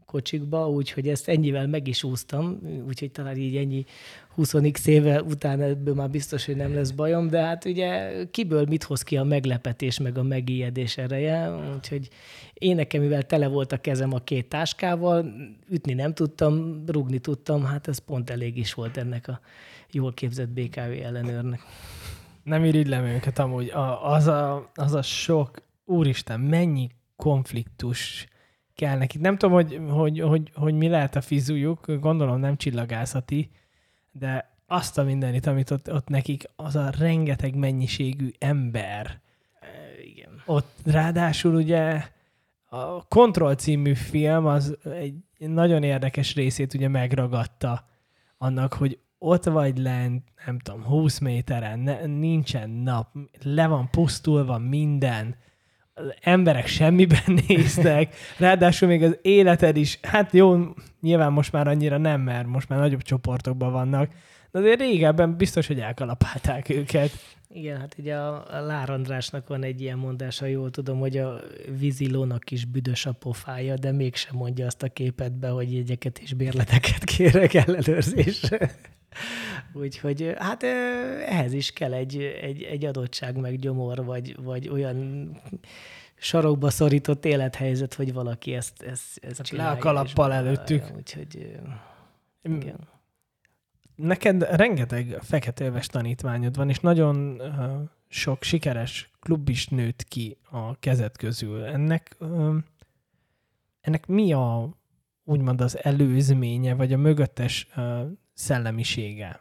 kocsikba, úgyhogy ezt ennyivel meg is úsztam, úgyhogy talán így ennyi húsz x éve után ebből már biztos, hogy nem lesz bajom, de hát ugye kiből mit hoz ki a meglepetés, meg a megijedés ereje, úgyhogy én nekem, mivel tele volt a kezem a két táskával, ütni nem tudtam, rúgni tudtam, hát ez pont elég is volt ennek a jól képzett bé ká vé ellenőrnek. Nem irigylem őket amúgy. A, az, a, az a sok, úristen, mennyi konfliktus kell nekik. Nem tudom, hogy, hogy, hogy, hogy mi lehet a fizujuk, gondolom nem csillagászati, de azt a mindenit, amit ott, ott nekik, az a rengeteg mennyiségű ember. E, igen. Ott ráadásul ugye a Control című film az egy nagyon érdekes részét ugye megragadta annak, hogy ott vagy lent, nem tudom, húsz méteren, ne, nincsen nap, le van pusztulva minden, az emberek semmiben néznek, ráadásul még az életed is, hát jó, nyilván most már annyira nem, mert most már nagyobb csoportokban vannak, de azért régebben biztos, hogy elkalapálták őket. Igen, hát ugye a, a Lár Andrásnak van egy ilyen mondása, jól tudom, hogy a vízilónak is büdös a pofája, de mégsem mondja azt a képetbe, hogy jegyeket és bérleteket kérek ellenőrzésre. Úgyhogy hát ehhez is kell egy, egy, egy adottság, meg gyomor, vagy, vagy olyan sarokba szorított élethelyzet, hogy valaki ezt, ezt, ezt hát csinálja. Le a kalappal előttük. Úgyhogy igen. Neked rengeteg feketeöves tanítványod van, és nagyon uh, sok sikeres klub is nőtt ki a kezed közül. Ennek, uh, ennek mi a, úgymond az előzménye, vagy a mögöttes uh, szellemisége?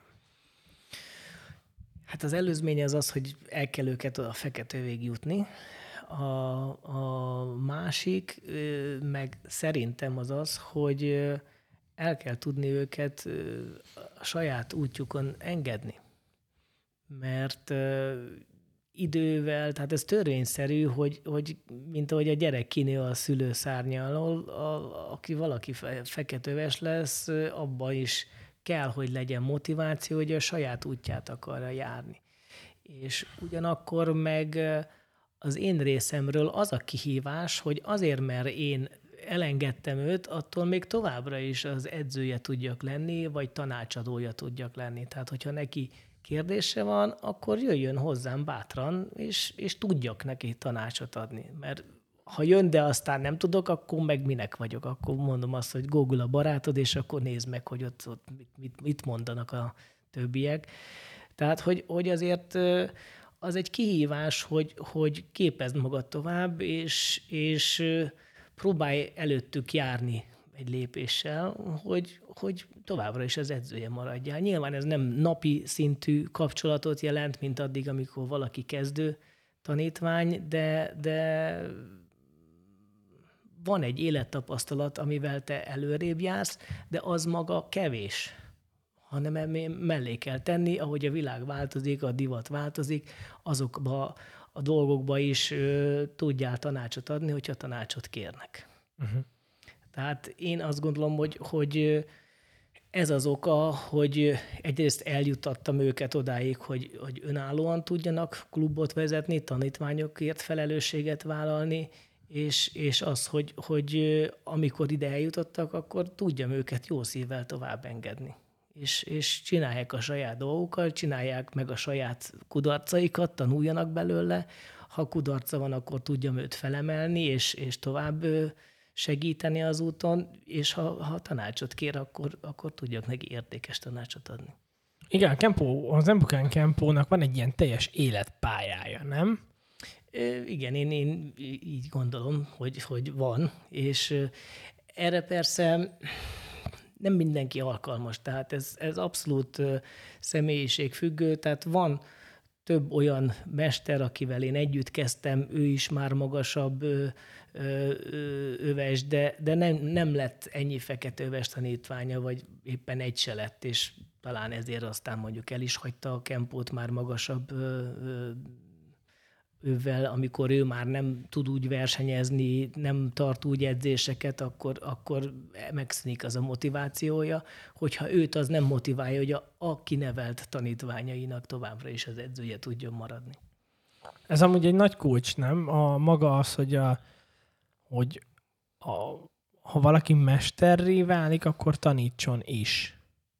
Hát az előzménye az az, hogy el kell őket a feketővég jutni. A, a másik, meg szerintem az az, hogy el kell tudni őket a saját útjukon engedni. Mert idővel, tehát ez törvényszerű, hogy, hogy mint ahogy a gyerek kinő a szülő szárnya alól, a, aki valaki feketőves lesz, abban is kell, hogy legyen motiváció, hogy a saját útját akarja járni. És ugyanakkor meg az én részemről az a kihívás, hogy azért, mert én elengedtem őt, attól még továbbra is az edzője tudjak lenni, vagy tanácsadója tudjak lenni. Tehát, hogyha neki kérdése van, akkor jöjjön hozzám bátran, és, és tudjak neki tanácsot adni. Mert ha jön, de aztán nem tudok, akkor meg minek vagyok. Akkor mondom azt, hogy Google a barátod, és akkor nézd meg, hogy ott, ott mit, mit mondanak a többiek. Tehát, hogy, hogy azért az egy kihívás, hogy, hogy képezd magad tovább, és, és próbálj előttük járni egy lépéssel, hogy, hogy továbbra is az edzője maradjál. Nyilván ez nem napi szintű kapcsolatot jelent, mint addig, amikor valaki kezdő tanítvány, de, de van egy élettapasztalat, amivel te előrébb jársz, de az maga kevés, hanem mellé kell tenni, ahogy a világ változik, a divat változik, azokba a dolgokba is ö, tudjál tanácsot adni, hogyha tanácsot kérnek. Uh-huh. Tehát én azt gondolom, hogy, hogy ez az oka, hogy egyrészt eljutattam őket odáig, hogy, hogy önállóan tudjanak klubot vezetni, tanítványokért felelősséget vállalni, és, és az, hogy, hogy amikor ide eljutottak, akkor tudjam őket jó szívvel tovább engedni. És, és csinálják a saját dolgokat, csinálják meg a saját kudarcaikat, tanuljanak belőle. Ha kudarca van, akkor tudjam őt felemelni, és, és tovább segíteni az úton, és ha, ha tanácsot kér, akkor, akkor tudjak neki értékes tanácsot adni. Igen, a Kempo, az Embukán Kempónak van egy ilyen teljes életpályája, nem? Igen, én, én így gondolom, hogy, hogy van, és erre persze nem mindenki alkalmas, tehát ez, ez abszolút személyiségfüggő, tehát van több olyan mester, akivel én együtt kezdtem, ő is már magasabb ö, ö, öves, de, de nem, nem lett ennyi fekete öves tanítványa, vagy éppen egy se lett, és talán ezért aztán mondjuk el is hagyta a Kempót már magasabb ö, ö, ővel, amikor ő már nem tud úgy versenyezni, nem tart úgy edzéseket, akkor, akkor megszűnik az a motivációja, hogyha őt az nem motiválja, hogy a, a kinevelt tanítványainak továbbra is az edzője tudjon maradni. Ez amúgy egy nagy kulcs, nem? A maga az, hogy, a, hogy a, ha valaki mesterré válik, akkor tanítson is.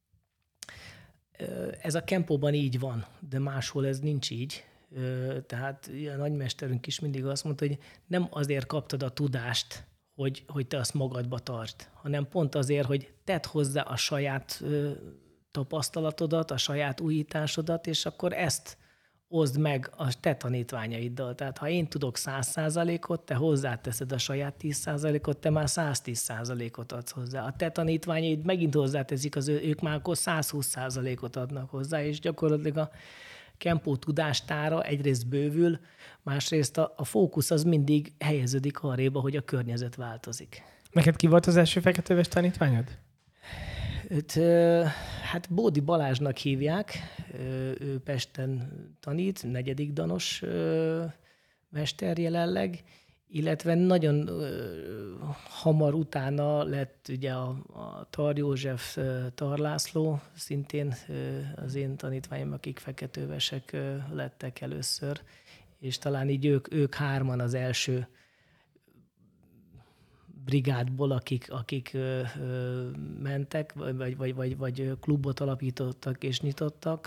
Ez a Kempóban így van, de máshol ez nincs így. Tehát a nagymesterünk is mindig azt mondta, hogy nem azért kaptad a tudást, hogy, hogy te azt magadba tart, hanem pont azért, hogy tedd hozzá a saját tapasztalatodat, a saját újításodat, és akkor ezt oszd meg a te tanítványaiddal. Tehát ha én tudok száz százalékot, te hozzáteszed a saját tíz százalékot, te már száztíz százalékot adsz hozzá. A te tanítványaid megint hozzáteszik, az ő, ők már akkor százhúsz százalékot adnak hozzá, és gyakorlatilag a Kempó tudástára egyrészt bővül, másrészt a, a fókusz az mindig helyeződik arréba, hogy a környezet változik. Neked ki volt az első feketeöves tanítványod? Őt, hát Bódi Balázsnak hívják, ő Pesten tanít, negyedik danos mester jelenleg, illetve nagyon hamar utána lett ugye a, a Tar József, Tar László, szintén az én tanítványom, akik feketővesek lettek először, és talán így ők, ők hárman az első brigádból, akik, akik ö, ö, mentek, vagy, vagy, vagy, vagy klubot alapítottak és nyitottak.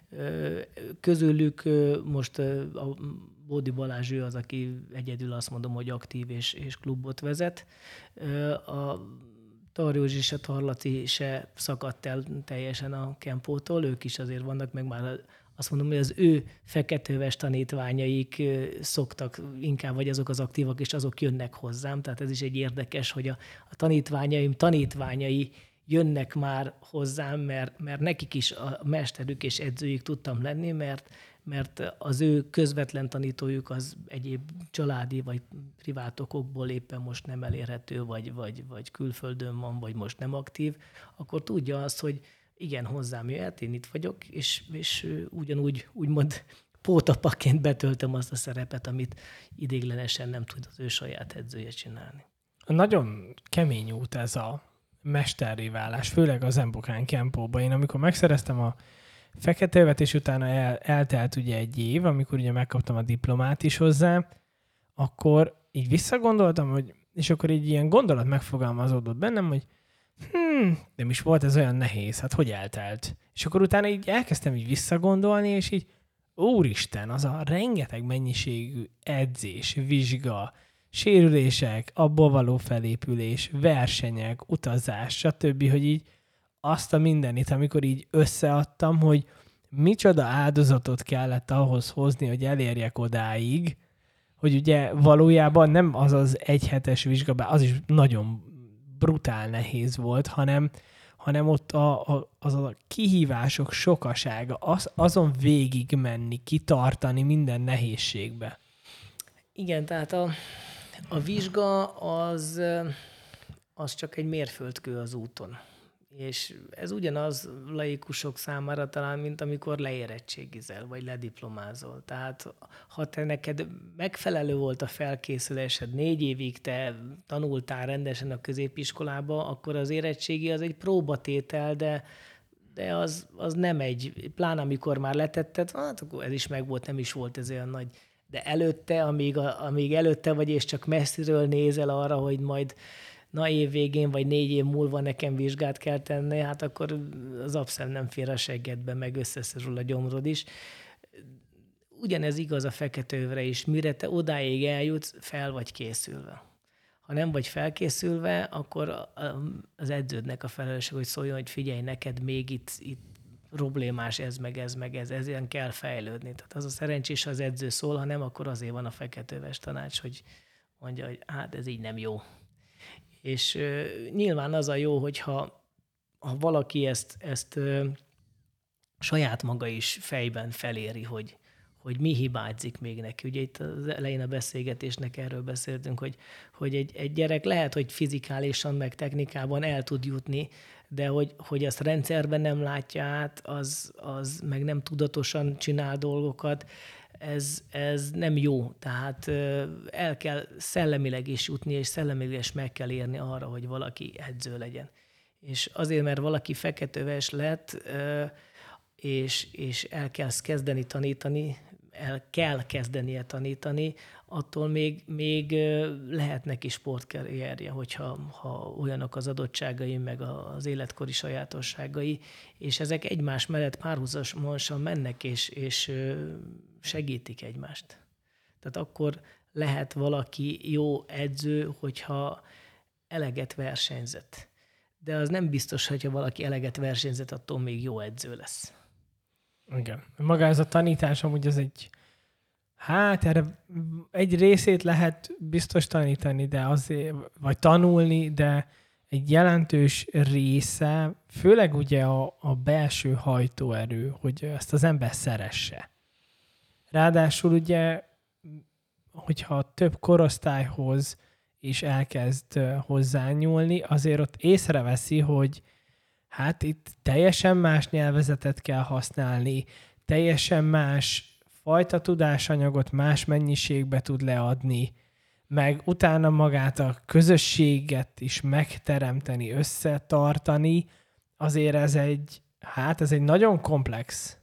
Ö, közülük ö, most ö, a Bódi Balázs ő az, aki egyedül azt mondom, hogy aktív és, és klubot vezet. Ö, a Tar Józsi és a Tar Laci se szakadt el teljesen a Kempótól, ők is azért vannak, meg már azt mondom, hogy az ő feketőves tanítványaik szoktak inkább, vagy azok az aktívak, és azok jönnek hozzám. Tehát ez is egy érdekes, hogy a, a tanítványaim tanítványai jönnek már hozzám, mert, mert nekik is a mesterük és edzőjük tudtam lenni, mert, mert az ő közvetlen tanítójuk az egyéb családi vagy privát okokból éppen most nem elérhető, vagy, vagy, vagy külföldön van, vagy most nem aktív, akkor tudja azt, hogy igen, hozzám jöhet, én itt vagyok, és, és ugyanúgy úgymond pótapaként betöltöm azt a szerepet, amit idéglenesen nem tud az ő saját edzője csinálni. Nagyon kemény út ez a mesterré válás, főleg az Embokán Kempóban. Én amikor megszereztem a feketeövet, és utána el, eltelt ugye egy év, amikor ugye megkaptam a diplomát is hozzá, akkor így visszagondoltam, hogy, és akkor így ilyen gondolat megfogalmazódott bennem, hogy Hmm, nem is volt ez olyan nehéz, hát hogy eltelt? És akkor utána így elkezdtem így visszagondolni, és így úristen, az a rengeteg mennyiségű edzés, vizsga, sérülések, abból való felépülés, versenyek, utazás, stb., hogy így azt a mindenit, amikor így összeadtam, hogy micsoda áldozatot kellett ahhoz hozni, hogy elérjek odáig, hogy ugye valójában nem az az egyhetes vizsga, bár az is nagyon brutál nehéz volt, hanem, hanem ott a, a, az a kihívások sokasága, az, azon végig menni, kitartani minden nehézségbe. Igen, tehát a, a vizsga az, az csak egy mérföldkő az úton. És ez ugyanaz laikusok számára talán, mint amikor leérettségizel, vagy lediplomázol. Tehát ha te neked megfelelő volt a felkészülésed, négy évig te tanultál rendesen a középiskolába, akkor az érettségi az egy próbatétel, de, de az, az nem egy, pláne amikor már letetted, hát akkor ez is megvolt, nem is volt ez olyan nagy. De előtte, amíg, a, amíg előtte vagy, és csak messziről nézel arra, hogy majd na év végén, vagy négy év múlva nekem vizsgát kell tenni, hát akkor az abszem nem fér a seggedbe, meg összeszorul a gyomrod is. Ugyanez igaz a feketővre is, mire te odáig eljutsz, fel vagy készülve. Ha nem vagy felkészülve, akkor az edződnek a felelősség, hogy szóljon, hogy figyelj, neked még itt, itt problémás ez, meg ez, meg ez, ezen kell fejlődni. Tehát az a szerencsés, ha az edző szól, ha nem, akkor azért van a feketőves tanács, hogy mondja, hogy hát ez így nem jó. És uh, nyilván az a jó, hogyha ha valaki ezt, ezt uh, saját maga is fejben feléri, hogy, hogy mi hibázik még neki. Ugye itt az elején a beszélgetésnek erről beszéltünk, hogy, hogy egy, egy gyerek lehet, hogy fizikálisan meg technikában el tud jutni, de hogy, hogy azt rendszerben nem látja át, az, az meg nem tudatosan csinál dolgokat, Ez, ez nem jó. Tehát el kell szellemileg is jutni, és szellemileg is meg kell érni arra, hogy valaki edző legyen. És azért, mert valaki feketőves lett, és, és el kell kezdeni tanítani, el kell kezdenie tanítani, attól még, még lehet neki sportkarrierje, hogyha ha olyanok az adottságai, meg az életkori sajátosságai, és ezek egymás mellett párhuzamosan mennek, és, és segítik egymást. Tehát akkor lehet valaki jó edző, hogyha eleget versenyzett. De az nem biztos, hogyha valaki eleget versenyzett, attól még jó edző lesz. Igen. Maga ez a tanítás amúgy az egy, hát erre egy részét lehet biztos tanítani, de azért, vagy tanulni, de egy jelentős része, főleg ugye a, a belső hajtóerő, hogy ezt az ember szeresse. Ráadásul ugye, hogyha több korosztályhoz is elkezd hozzányúlni, azért ott észreveszi, hogy hát itt teljesen más nyelvezetet kell használni, teljesen más fajta tudásanyagot más mennyiségbe tud leadni, meg utána magát a közösséget is megteremteni, összetartani, azért ez egy, hát ez egy nagyon komplex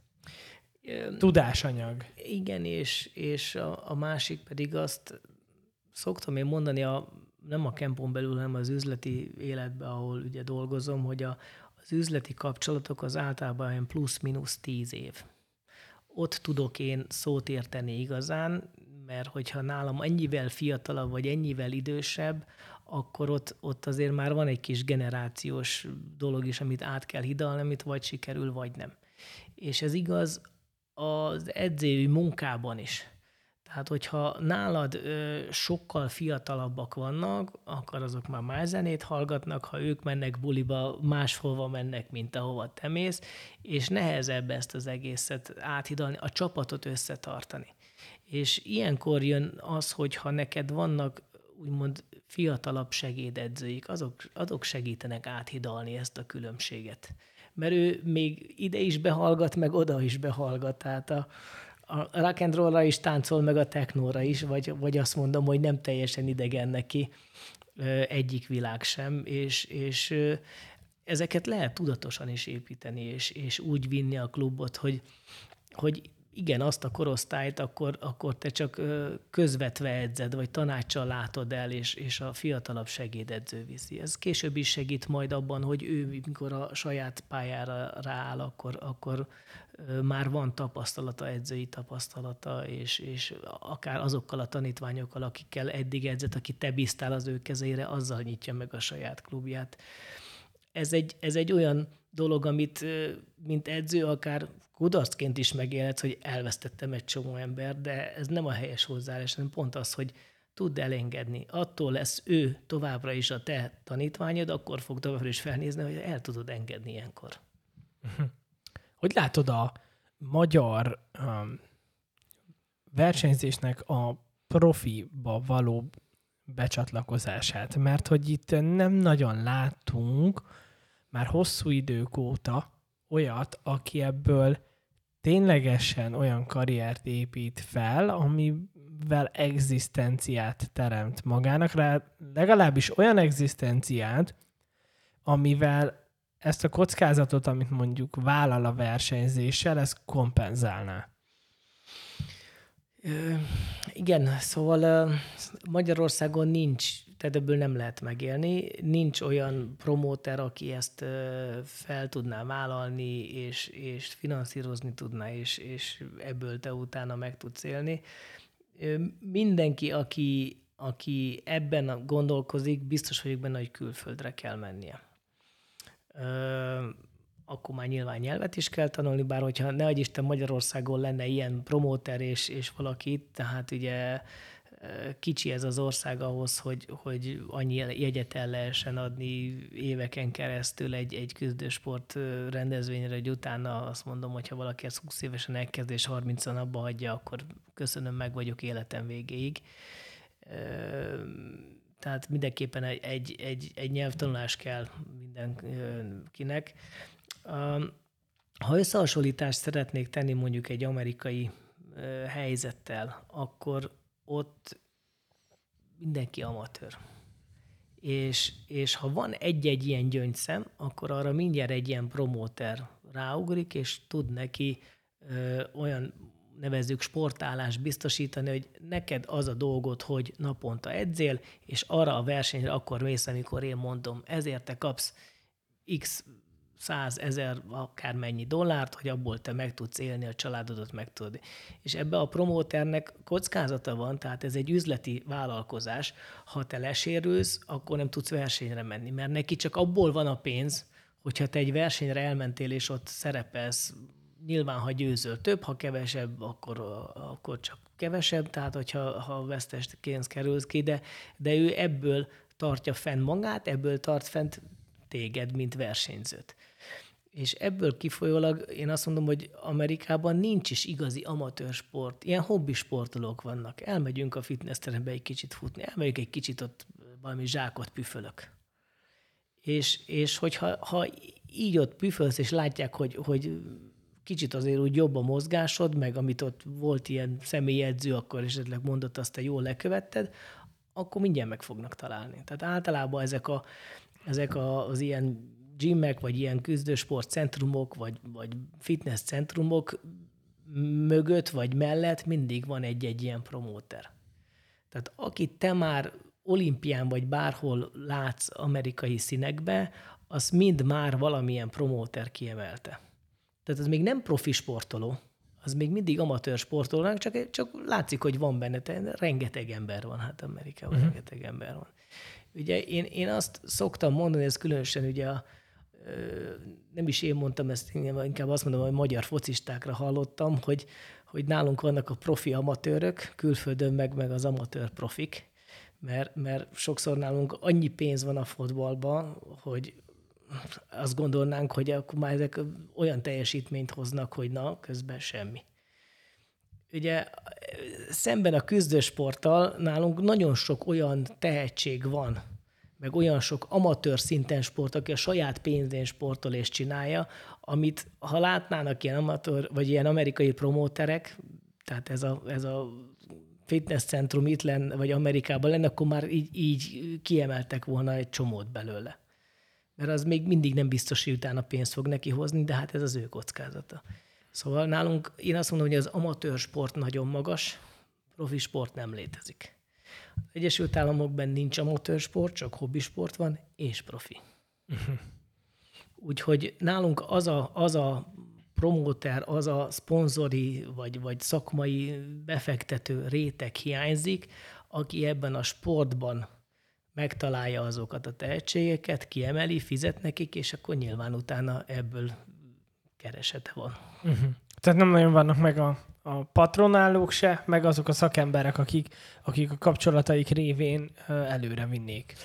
tudásanyag. Igen, és, és a, a másik pedig azt szoktam én mondani, a, nem a kempon belül, hanem az üzleti életben, ahol ugye dolgozom, hogy a, az üzleti kapcsolatok az általában olyan plusz-minusz tíz év. Ott tudok én szót érteni igazán, mert hogyha nálam ennyivel fiatalabb, vagy ennyivel idősebb, akkor ott, ott azért már van egy kis generációs dolog is, amit át kell hidalni, amit vagy sikerül, vagy nem. És ez igaz az edzői munkában is. Tehát, hogyha nálad ö, sokkal fiatalabbak vannak, akkor azok már más zenét hallgatnak, ha ők mennek buliba, máshova mennek, mint ahova te mész, és nehezebb ezt az egészet áthidalni, a csapatot összetartani. És ilyenkor jön az, hogyha neked vannak úgymond fiatalabb segédedzőik, azok, azok segítenek áthidalni ezt a különbséget. Mert ő még ide is behallgat, meg oda is behallgat, tehát a a rock and rollra is táncol, meg a technóra is, vagy, vagy azt mondom, hogy nem teljesen idegen neki egyik világ sem, és, és ezeket lehet tudatosan is építeni, és, és úgy vinni a klubot, hogy, hogy igen, azt a korosztályt, akkor, akkor te csak közvetve edzed, vagy tanácssal látod el, és, és a fiatalabb segédedző viszi. Ez később is segít majd abban, hogy ő, mikor a saját pályára rááll, akkor, akkor már van tapasztalata, edzői tapasztalata, és, és akár azokkal a tanítványokkal, akikkel eddig edzett, aki te bíztál az ő kezére, azzal nyitja meg a saját klubját. Ez egy, ez egy olyan dolog, amit mint edző akár kudarcként is megélhetsz, hogy elvesztettem egy csomó ember, de ez nem a helyes hozzáállás, hanem pont az, hogy tudd elengedni. Attól lesz ő továbbra is a te tanítványod, akkor fog továbbra is felnézni, hogy el tudod engedni ilyenkor. Hogy látod a magyar um, versenyzésnek a profiba való becsatlakozását? Mert hogy itt nem nagyon látunk már hosszú idők óta olyat, aki ebből ténylegesen olyan karriert épít fel, amivel egzisztenciát teremt magának, rá legalábbis olyan egzisztenciát, amivel ezt a kockázatot, amit mondjuk vállal a versenyzéssel, ezt kompenzálná. Ö, igen, szóval Magyarországon nincs, tehát ebből nem lehet megélni. Nincs olyan promóter, aki ezt fel tudná vállalni, és, és finanszírozni tudná, és, és ebből te utána meg tudsz élni. Mindenki, aki, aki ebben gondolkozik, biztos vagyok benne, hogy külföldre kell mennie. Akkor már nyilván nyelvet is kell tanulni, bár hogyha ne adj Isten Magyarországon lenne ilyen promóter és, és valaki itt, tehát ugye kicsi ez az ország ahhoz, hogy, hogy annyi jegyet el lehessen adni éveken keresztül egy, egy küzdősport rendezvényre, hogy utána azt mondom, hogy ha valaki ezt húsz évesen elkezd és harmincan abba hagyja, akkor köszönöm, meg vagyok életem végéig. Tehát mindenképpen egy, egy, egy, egy nyelvtanulás kell mindenkinek. Ha összehasonlítást szeretnék tenni mondjuk egy amerikai helyzettel, akkor ott mindenki amatőr. És, és ha van egy-egy ilyen gyöngyszem, akkor arra mindjárt egy ilyen promóter ráugrik, és tud neki ö, olyan nevezzük sportállást biztosítani, hogy neked az a dolgod, hogy naponta edzél, és arra a versenyre akkor mész, amikor én mondom, ezért te kapsz x száz, ezer, akármennyi dollárt, hogy abból te meg tudsz élni, a családodat meg tudod. És ebbe a promóternek kockázata van, tehát ez egy üzleti vállalkozás. Ha te lesérülsz, akkor nem tudsz versenyre menni, mert neki csak abból van a pénz, hogyha te egy versenyre elmentél, és ott szerepelsz, nyilván, ha győzöl több, ha kevesebb, akkor, akkor csak kevesebb, tehát hogyha ha vesztesként kerülsz ki, de, de ő ebből tartja fenn magát, ebből tart fent téged, mint versenyzőt. És ebből kifolyólag én azt mondom, hogy Amerikában nincs is igazi amatőr sport. Ilyen hobbi sportolók vannak. Elmegyünk a fitnessterembe egy kicsit futni, elmegyünk egy kicsit ott valami zsákot püfölök. És, és hogyha ha így ott püfölsz, és látják, hogy, hogy kicsit azért úgy jobb a mozgásod, meg amit ott volt ilyen személyedző, akkor esetleg mondott, azt te jól lekövetted, akkor mindjárt meg fognak találni. Tehát általában ezek, a, ezek a, az ilyen gymek, vagy ilyen küzdősportcentrumok, vagy, vagy fitness centrumok mögött, vagy mellett mindig van egy-egy ilyen promóter. Tehát akit te már olimpián, vagy bárhol látsz amerikai színekbe, az mind már valamilyen promóter kiemelte. Tehát ez még nem profi sportoló, az még mindig amatőr sportolónak, csak, csak látszik, hogy van benne, rengeteg ember van, hát Amerikában uh-huh. rengeteg ember van. Ugye én, én azt szoktam mondani, ez különösen ugye a, nem is én mondtam ezt, inkább azt mondom, hogy magyar focistákra hallottam, hogy, hogy nálunk vannak a profi amatőrök, külföldön meg, meg az amatőr profik, mert, mert sokszor nálunk annyi pénz van a fotballban, hogy azt gondolnánk, hogy akkor már ezek olyan teljesítményt hoznak, hogy na, közben semmi. Ugye szemben a küzdősporttal nálunk nagyon sok olyan tehetség van, meg olyan sok amatőr szinten sport, aki a saját pénzén sportol és csinálja, amit ha látnának ilyen amatőr, vagy ilyen amerikai promóterek, tehát ez a, ez a fitness centrum itt lenne, vagy Amerikában lenne, akkor már így, így kiemeltek volna egy csomót belőle. Mert az még mindig nem biztos, hogy utána pénzt fog neki hozni, de hát ez az ő kockázata. Szóval nálunk én azt mondom, hogy az amatőr sport nagyon magas, profi sport nem létezik. Az Egyesült Államokban nincs amatőr sport, csak hobbi sport van, és profi. Uh-huh. Úgyhogy nálunk az a, az a promóter, az a szponzori vagy, vagy szakmai befektető réteg hiányzik, aki ebben a sportban megtalálja azokat a tehetségeket, kiemeli, fizet nekik, és akkor nyilván utána ebből keresete van. Uh-huh. Tehát nem nagyon vannak meg a, a patronálók se, meg azok a szakemberek, akik, akik a kapcsolataik révén előre vinnék.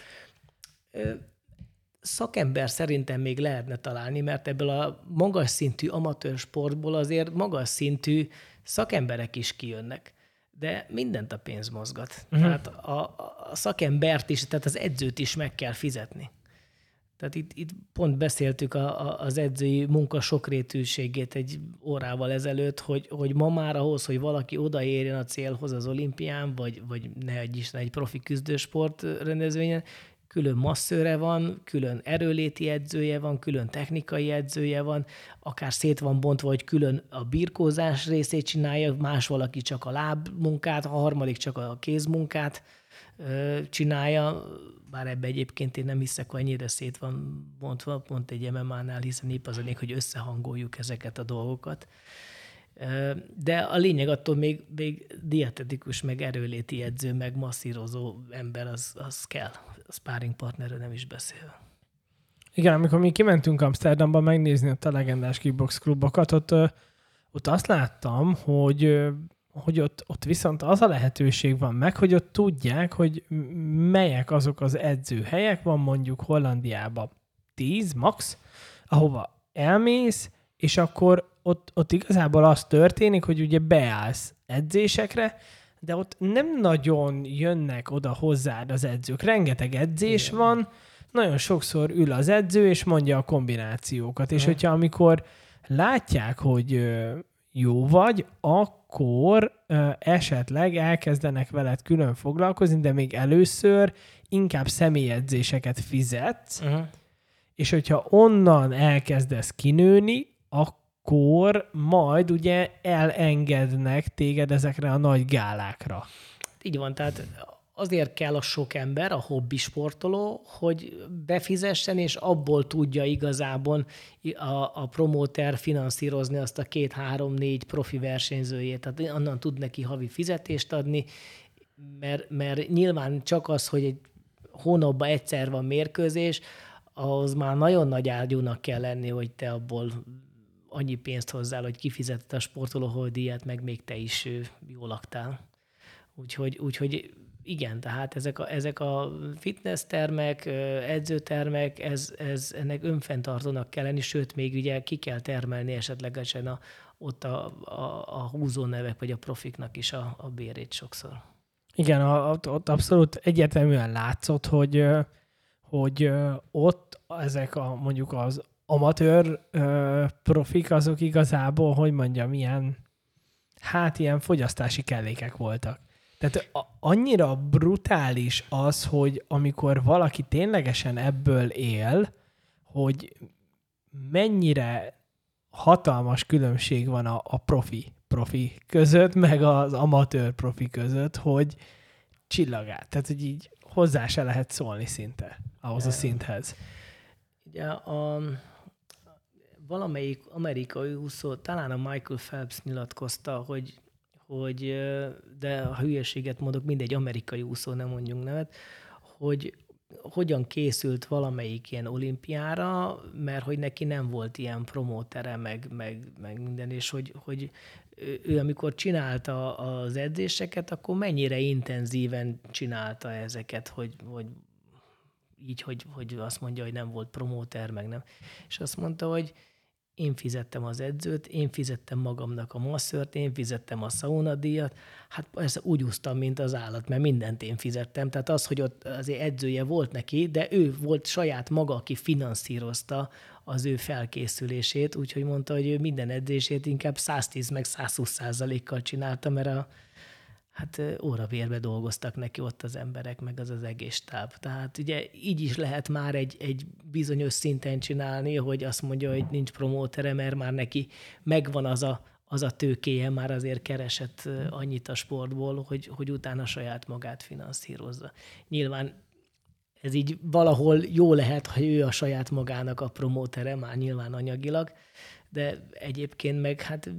Szakember szerintem még lehetne találni, mert ebből a magas szintű amatőr sportból azért magas szintű szakemberek is kijönnek. De mindent a pénz mozgat. Uh-huh. Tehát a, a szakembert is, tehát az edzőt is meg kell fizetni. Tehát itt, itt pont beszéltük a, a, az edzői munka sokrétűségét egy órával ezelőtt, hogy, hogy ma már ahhoz, hogy valaki odaérjen a célhoz az olimpián, vagy, vagy ne egy Isten egy profi küzdősport rendezvényen, külön masszőre van, külön erőléti edzője van, külön technikai edzője van, akár szét van bontva, hogy külön a birkózás részét csinálja, más valaki csak a lábmunkát, a harmadik csak a kézmunkát ö, csinálja, bár ebbe egyébként én nem hiszek, hogy ennyire szét van bontva, pont egy em em á-nál, hiszen épp az a lényeg, hogy összehangoljuk ezeket a dolgokat. De a lényeg attól még, még dietetikus, meg erőléti edző, meg masszírozó ember, az, az kell. A sparring partnerről nem is beszél. Igen, amikor mi kimentünk Amsterdamba megnézni a legendás kickbox klubokat, ott, ott azt láttam, hogy, hogy ott, ott viszont az a lehetőség van meg, hogy ott tudják, hogy melyek azok az edzőhelyek, van mondjuk Hollandiában tíz max, ahova elmész, és akkor ott, ott igazából az történik, hogy ugye beállsz edzésekre, de ott nem nagyon jönnek oda hozzád az edzők. Rengeteg edzés Igen. van, nagyon sokszor ül az edző, és mondja a kombinációkat. És hogyha amikor látják, hogy jó vagy, akkor esetleg elkezdenek veled külön foglalkozni, de még először inkább személyedzéseket fizetsz, uh-huh. és hogyha onnan elkezdesz kinőni, akkor akkor majd ugye elengednek téged ezekre a nagy gálákra. Így van, tehát azért kell a sok ember, a hobbi sportoló, hogy befizessen, és abból tudja igazából a, a promóter finanszírozni azt a két, három, négy profi versenyzőjét. Tehát onnan tud neki havi fizetést adni, mert, mert nyilván csak az, hogy egy hónapban egyszer van mérkőzés, ahhoz már nagyon nagy ágyúnak kell lenni, hogy te abból annyi pénzt hozzál, hogy kifizetett a sportoló holdíjat, meg még te is jól laktál. Úgyhogy, úgyhogy igen, tehát ezek a, ezek a fitness termek, edzőtermek, ez, ez ennek önfenntartónak kell lenni, sőt, még ugye ki kell termelni esetlegesen a, ott a, a, a húzónevek, vagy a profiknak is a, a bérét sokszor. Igen, ott, ott abszolút egyértelműen látszott, hogy, hogy ott ezek a mondjuk az amatőr profik, azok igazából, hogy mondjam, ilyen, hát ilyen fogyasztási kellékek voltak. Tehát annyira brutális az, hogy amikor valaki ténylegesen ebből él, hogy mennyire hatalmas különbség van a, a profi profi között, meg az amatőr profi között, hogy csillagát. Tehát, hogy így hozzá se lehet szólni szinte ahhoz a szinthez. Ugye a, valamelyik amerikai úszó, talán a Michael Phelps nyilatkozta, hogy hogy, de a hülyeséget mondok, mindegy amerikai úszó, nem mondjunk nevet, hogy hogyan készült valamelyik ilyen olimpiára, mert hogy neki nem volt ilyen promótere, meg, meg, meg minden, és hogy, hogy ő amikor csinálta az edzéseket, akkor mennyire intenzíven csinálta ezeket, hogy, hogy így, hogy, hogy azt mondja, hogy nem volt promóter, meg nem. És azt mondta, hogy én fizettem az edzőt, én fizettem magamnak a masszört, én fizettem a szaunadíjat, hát persze úgy úsztam, mint az állat, mert mindent én fizettem. Tehát az, hogy ott azért edzője volt neki, de ő volt saját maga, aki finanszírozta az ő felkészülését, úgyhogy mondta, hogy ő minden edzését inkább száztíz meg százhúsz százalékkal csinálta, mert a hát órabérbe dolgoztak neki ott az emberek, meg az az egész stáb. Tehát ugye így is lehet már egy, egy bizonyos szinten csinálni, hogy azt mondja, hogy nincs promótere, mert már neki megvan az a, az a tőkéje, már azért keresett annyit a sportból, hogy, hogy utána saját magát finanszírozza. Nyilván ez így valahol jó lehet, hogy ő a saját magának a promótere, már nyilván anyagilag, de egyébként meg hát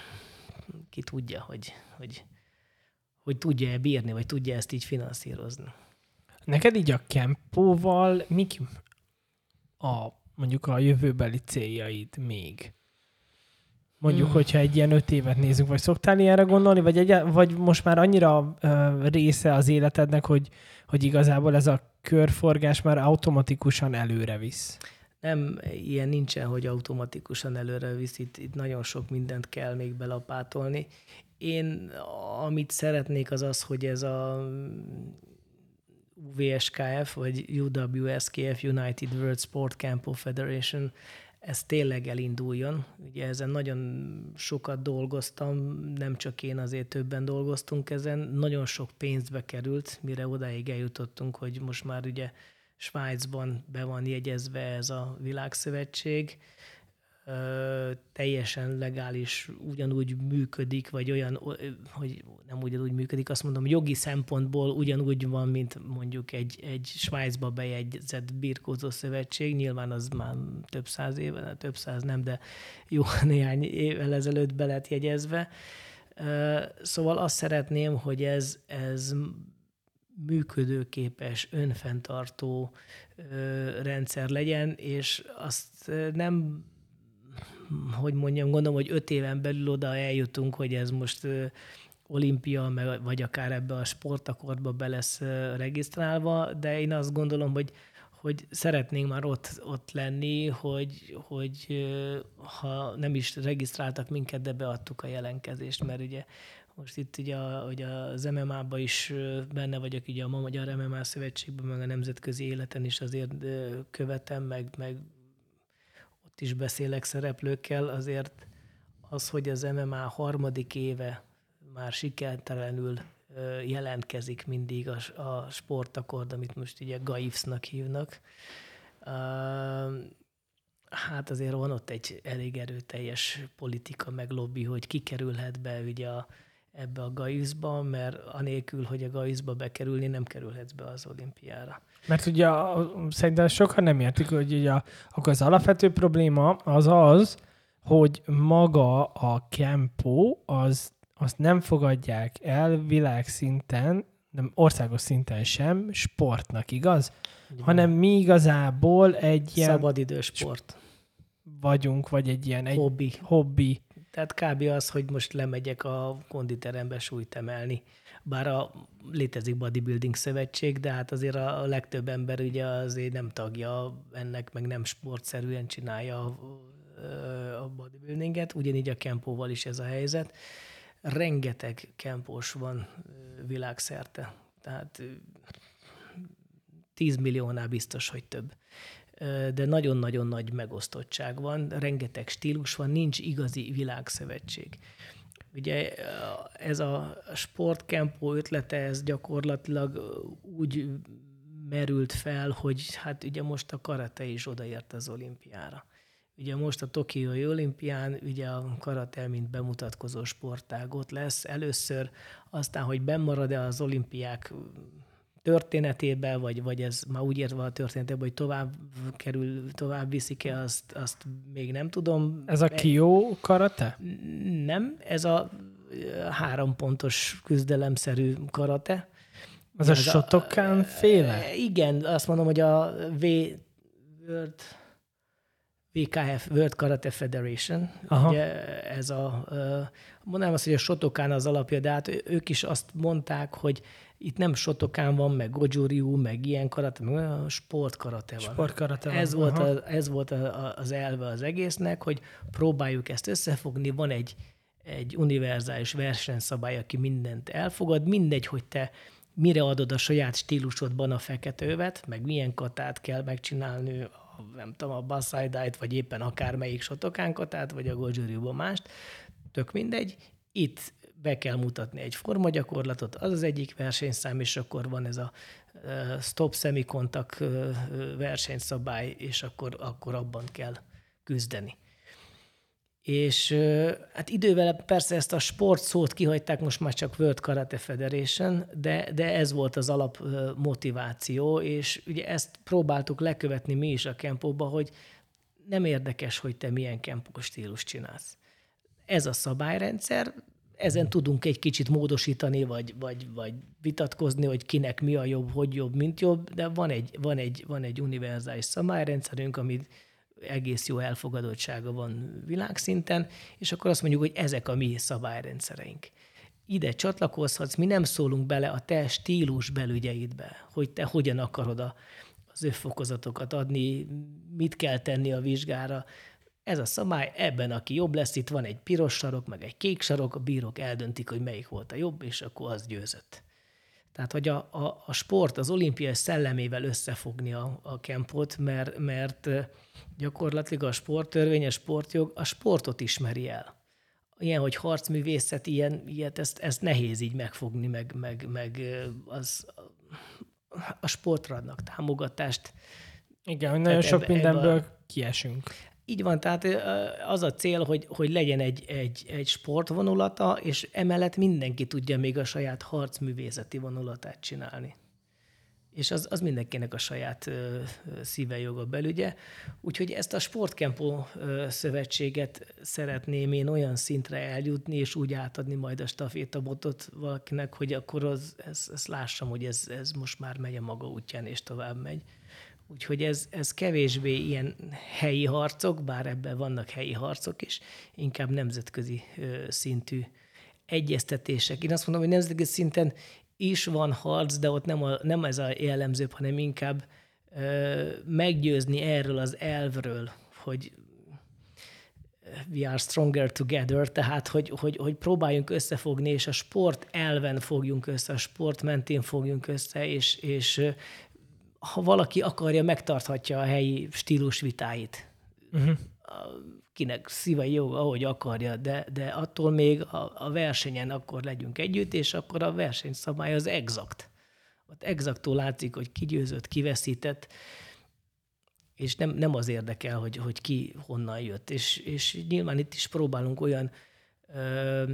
ki tudja, hogy... hogy hogy tudja-e bírni, vagy tudja ezt így finanszírozni. Neked így a Kempóval mik a, mondjuk a jövőbeli céljaid még? Mondjuk, hmm. hogyha egy ilyen öt évet nézzük, vagy szoktál ilyenre gondolni, vagy, egy, vagy most már annyira uh, része az életednek, hogy, hogy igazából ez a körforgás már automatikusan előre visz? Nem, ilyen nincsen, hogy automatikusan előre visz, itt, itt nagyon sok mindent kell még belapátolni. Én, amit szeretnék, az az, hogy ez a u vé es ká ef, vagy u dupla vé es ká ef, United World Sport Campo Federation, ez tényleg elinduljon. Ugye ezen nagyon sokat dolgoztam, nem csak én, azért többen dolgoztunk ezen. Nagyon sok pénzbe került, mire odáig eljutottunk, hogy most már ugye Svájcban be van jegyezve ez a világszövetség, Ö, teljesen legális, ugyanúgy működik, vagy olyan, hogy nem ugyanúgy működik, azt mondom, jogi szempontból ugyanúgy van, mint mondjuk egy, egy Svájcba bejegyzett birkózó szövetség, nyilván az már több száz éve, több száz nem, de jó néhány évvel ezelőtt be lett jegyezve. Ö, szóval azt szeretném, hogy ez, ez működőképes, önfenntartó ö, rendszer legyen, és azt nem hogy mondjam, gondolom, hogy öt éven belül oda eljutunk, hogy ez most ö, olimpia, vagy akár ebbe a sportakordba be lesz ö, regisztrálva, de én azt gondolom, hogy, hogy szeretnénk már ott, ott lenni, hogy, hogy ö, ha nem is regisztráltak minket, de beadtuk a jelentkezést, mert ugye most itt ugye, a, ugye az em em á-ban is benne vagyok, ugye a Magyar em em á Szövetségben, meg a nemzetközi életen is azért követem, meg, meg ott is beszélek szereplőkkel, azért az, hogy az em em á harmadik éve már sikertelenül jelentkezik mindig a, a sportakord, amit most ugye GAIFS-nak hívnak. Hát azért van ott egy elég erőteljes politika meg lobby, hogy kikerülhet be ugye a, ebbe a gaiszba, mert anélkül, hogy a gaiszba bekerülni, nem kerülhetsz be az olimpiára. Mert ugye a, szerintem sokan nem értik, hogy ugye a, akkor az alapvető probléma az az, hogy maga a kempó, az, azt nem fogadják el világszinten, nem országos szinten sem sportnak, igaz? Igen. Hanem mi igazából egy ilyen... Szabadidős sport. Vagyunk, vagy egy ilyen... Egy hobbi. hobbi. Tehát kb. Az, hogy most lemegyek a konditerembe súlyt emelni. Bár a, létezik bodybuilding szövetség, de hát azért a, a legtöbb ember ugye azért nem tagja ennek, meg nem sportszerűen csinálja a, a bodybuildinget. Ugyanígy a kempóval is ez a helyzet. Rengeteg kempós van világszerte. Tehát tíz milliónál biztos, hogy több. De nagyon-nagyon nagy megosztottság van, rengeteg stílus van, nincs igazi világszövetség. Ugye ez a sportkempó ötlete, ez gyakorlatilag úgy merült fel, hogy hát ugye most a karate is odaért az olimpiára. Ugye most a tokiói olimpián ugye a karate, mint bemutatkozó sportág ott lesz először, aztán, hogy bennmarad-e az olimpiák történetében, vagy, vagy ez már úgy értve a történetében, hogy tovább kerül, tovább viszik-e, azt, azt még nem tudom. Ez a Kyo karate? Nem, ez a három pontos küzdelemszerű karate. Az ez a Shotokan féle? Igen, azt mondom, hogy a v, World, vé ká ef, World Karate Federation. Ugye ez a, mondanám azt, hogy a Shotokan az alapja, de hát ők is azt mondták, hogy itt nem Shotokan van, meg Goju-ryu, meg ilyen karate, meg olyan sportkarate van. Sportkarate van. Ez volt, a, ez volt a, az elve az egésznek, hogy próbáljuk ezt összefogni, van egy, egy univerzális versenyszabály, aki mindent elfogad, mindegy, hogy te mire adod a saját stílusodban a feketővet, meg milyen katát kell megcsinálni, a, nem tudom, a Basai-dait, vagy éppen akármelyik Shotokan katát, vagy a Goju-ryuban mást, tök mindegy. Itt be kell mutatni egy formagyakorlatot, az az egyik versenyszám, és akkor van ez a stop semicontact versenyszabály, és akkor, akkor abban kell küzdeni. És hát idővel persze ezt a sport szót kihagyták, most már csak World Karate Federation, de, de ez volt az alap motiváció, és ugye ezt próbáltuk lekövetni mi is a kempóba, hogy nem érdekes, hogy te milyen kempó stílus csinálsz. Ez a szabályrendszer, ezen tudunk egy kicsit módosítani, vagy, vagy, vagy vitatkozni, hogy kinek mi a jobb, hogy jobb, mint jobb, de van egy, van egy, van egy univerzális szabályrendszerünk, amit egész jó elfogadottsága van világszinten, és akkor azt mondjuk, hogy ezek a mi szabályrendszereink. Ide csatlakozhatsz, mi nem szólunk bele a te stílus belügyeidbe, hogy te hogyan akarod a, az övfokozatokat adni, mit kell tenni a vizsgára. Ez a szabály, ebben aki jobb lesz, itt van egy piros sarok, meg egy kék sarok, a bírók eldöntik, hogy melyik volt a jobb, és akkor az győzött. Tehát, hogy a, a, a sport az olimpiai szellemével összefogni a, a kempót, mert, mert gyakorlatilag a sporttörvény, a sportjog a sportot ismeri el. Ilyen, hogy harcművészet, ilyen, ilyet, ezt, ezt nehéz így megfogni, meg, meg, meg az, a sportra adnak támogatást. Igen, hogy nagyon sok ebbe, mindenből ebbe a... kiesünk. Így van, tehát az a cél, hogy, hogy legyen egy, egy, egy sportvonulata, és emellett mindenki tudja még a saját harcművészeti vonulatát csinálni. És az, az mindenkinek a saját ö, szíve joga belügye. Úgyhogy ezt a Sportkempó ö, szövetséget szeretném én olyan szintre eljutni, és úgy átadni majd a stafétabotot valakinek, hogy akkor az, ez, ezt lássam, hogy ez, ez most már megy a maga útján, és tovább megy. Úgyhogy ez, ez kevésbé ilyen helyi harcok, bár ebben vannak helyi harcok is, inkább nemzetközi ö, szintű egyeztetések. Én azt mondom, hogy nemzetközi szinten is van harc, de ott nem, a, nem ez a jellemzőbb, hanem inkább ö, meggyőzni erről az elvről, hogy we are stronger together, tehát hogy, hogy, hogy próbáljunk összefogni, és a sport elven fogjunk össze, a sport mentén fogjunk össze, és, és ha valaki akarja, megtarthatja a helyi stílusvitáit. Uh-huh. Kinek szíve jó, ahogy akarja, de, de attól még a, a versenyen akkor legyünk együtt, és akkor a versenyszabály az exakt. Ott exaktól látszik, hogy ki győzött, ki veszített. és nem, nem az érdekel, hogy, hogy ki honnan jött. És, és nyilván itt is próbálunk olyan ö,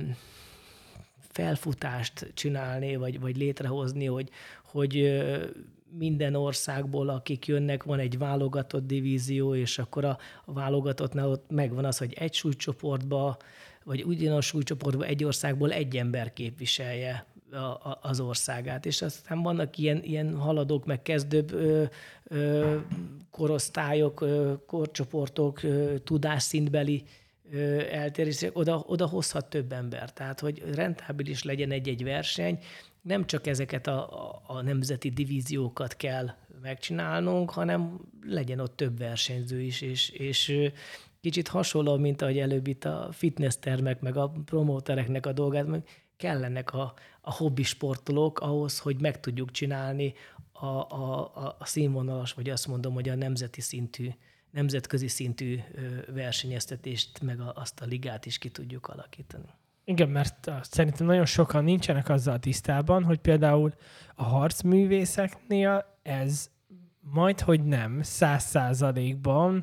felfutást csinálni, vagy, vagy létrehozni, hogy, hogy minden országból, akik jönnek, van egy válogatott divízió, és akkor a, a válogatottnál ott megvan az, hogy egy súlycsoportba, vagy ugyanaz súlycsoportban egy országból egy ember képviselje a, a, az országát. És aztán vannak ilyen, ilyen haladók, meg kezdőbb ö, ö, korosztályok, ö, korcsoportok, ö, tudásszintbeli eltérések, oda, oda hozhat több ember. Tehát, hogy rentábilis legyen egy-egy verseny, nem csak ezeket a, a, a nemzeti divíziókat kell megcsinálnunk, hanem legyen ott több versenyző is, és, és kicsit hasonló, mint ahogy előbb itt a fitnesstermek, meg a promótereknek a dolgát, meg kellenek a, a hobbisportolók ahhoz, hogy meg tudjuk csinálni a, a, a színvonalas, vagy azt mondom, hogy a nemzeti szintű, nemzetközi szintű versenyeztetést, meg a, azt a ligát is ki tudjuk alakítani. Igen, mert szerintem nagyon sokan nincsenek azzal tisztában, hogy például a harcművészeknél ez majdhogy nem száz százalékban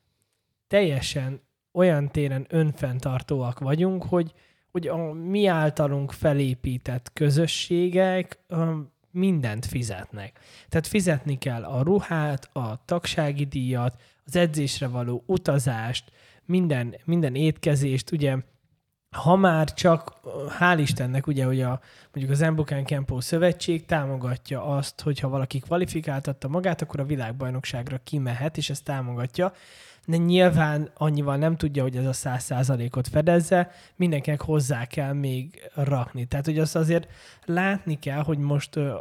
teljesen olyan téren önfenntartóak vagyunk, hogy, hogy a mi általunk felépített közösségek mindent fizetnek. Tehát fizetni kell a ruhát, a tagsági díjat, az edzésre való utazást, minden, minden étkezést, ugye ha már csak, hál' Istennek, ugye, hogy a, mondjuk az Embukán Kempo Szövetség támogatja azt, hogyha valaki kvalifikáltatta magát, akkor a világbajnokságra kimehet, és ezt támogatja. De nyilván annyival nem tudja, hogy ez a száz százalékot fedezze, mindenkinek hozzá kell még rakni. Tehát, hogy azt azért látni kell, hogy most uh,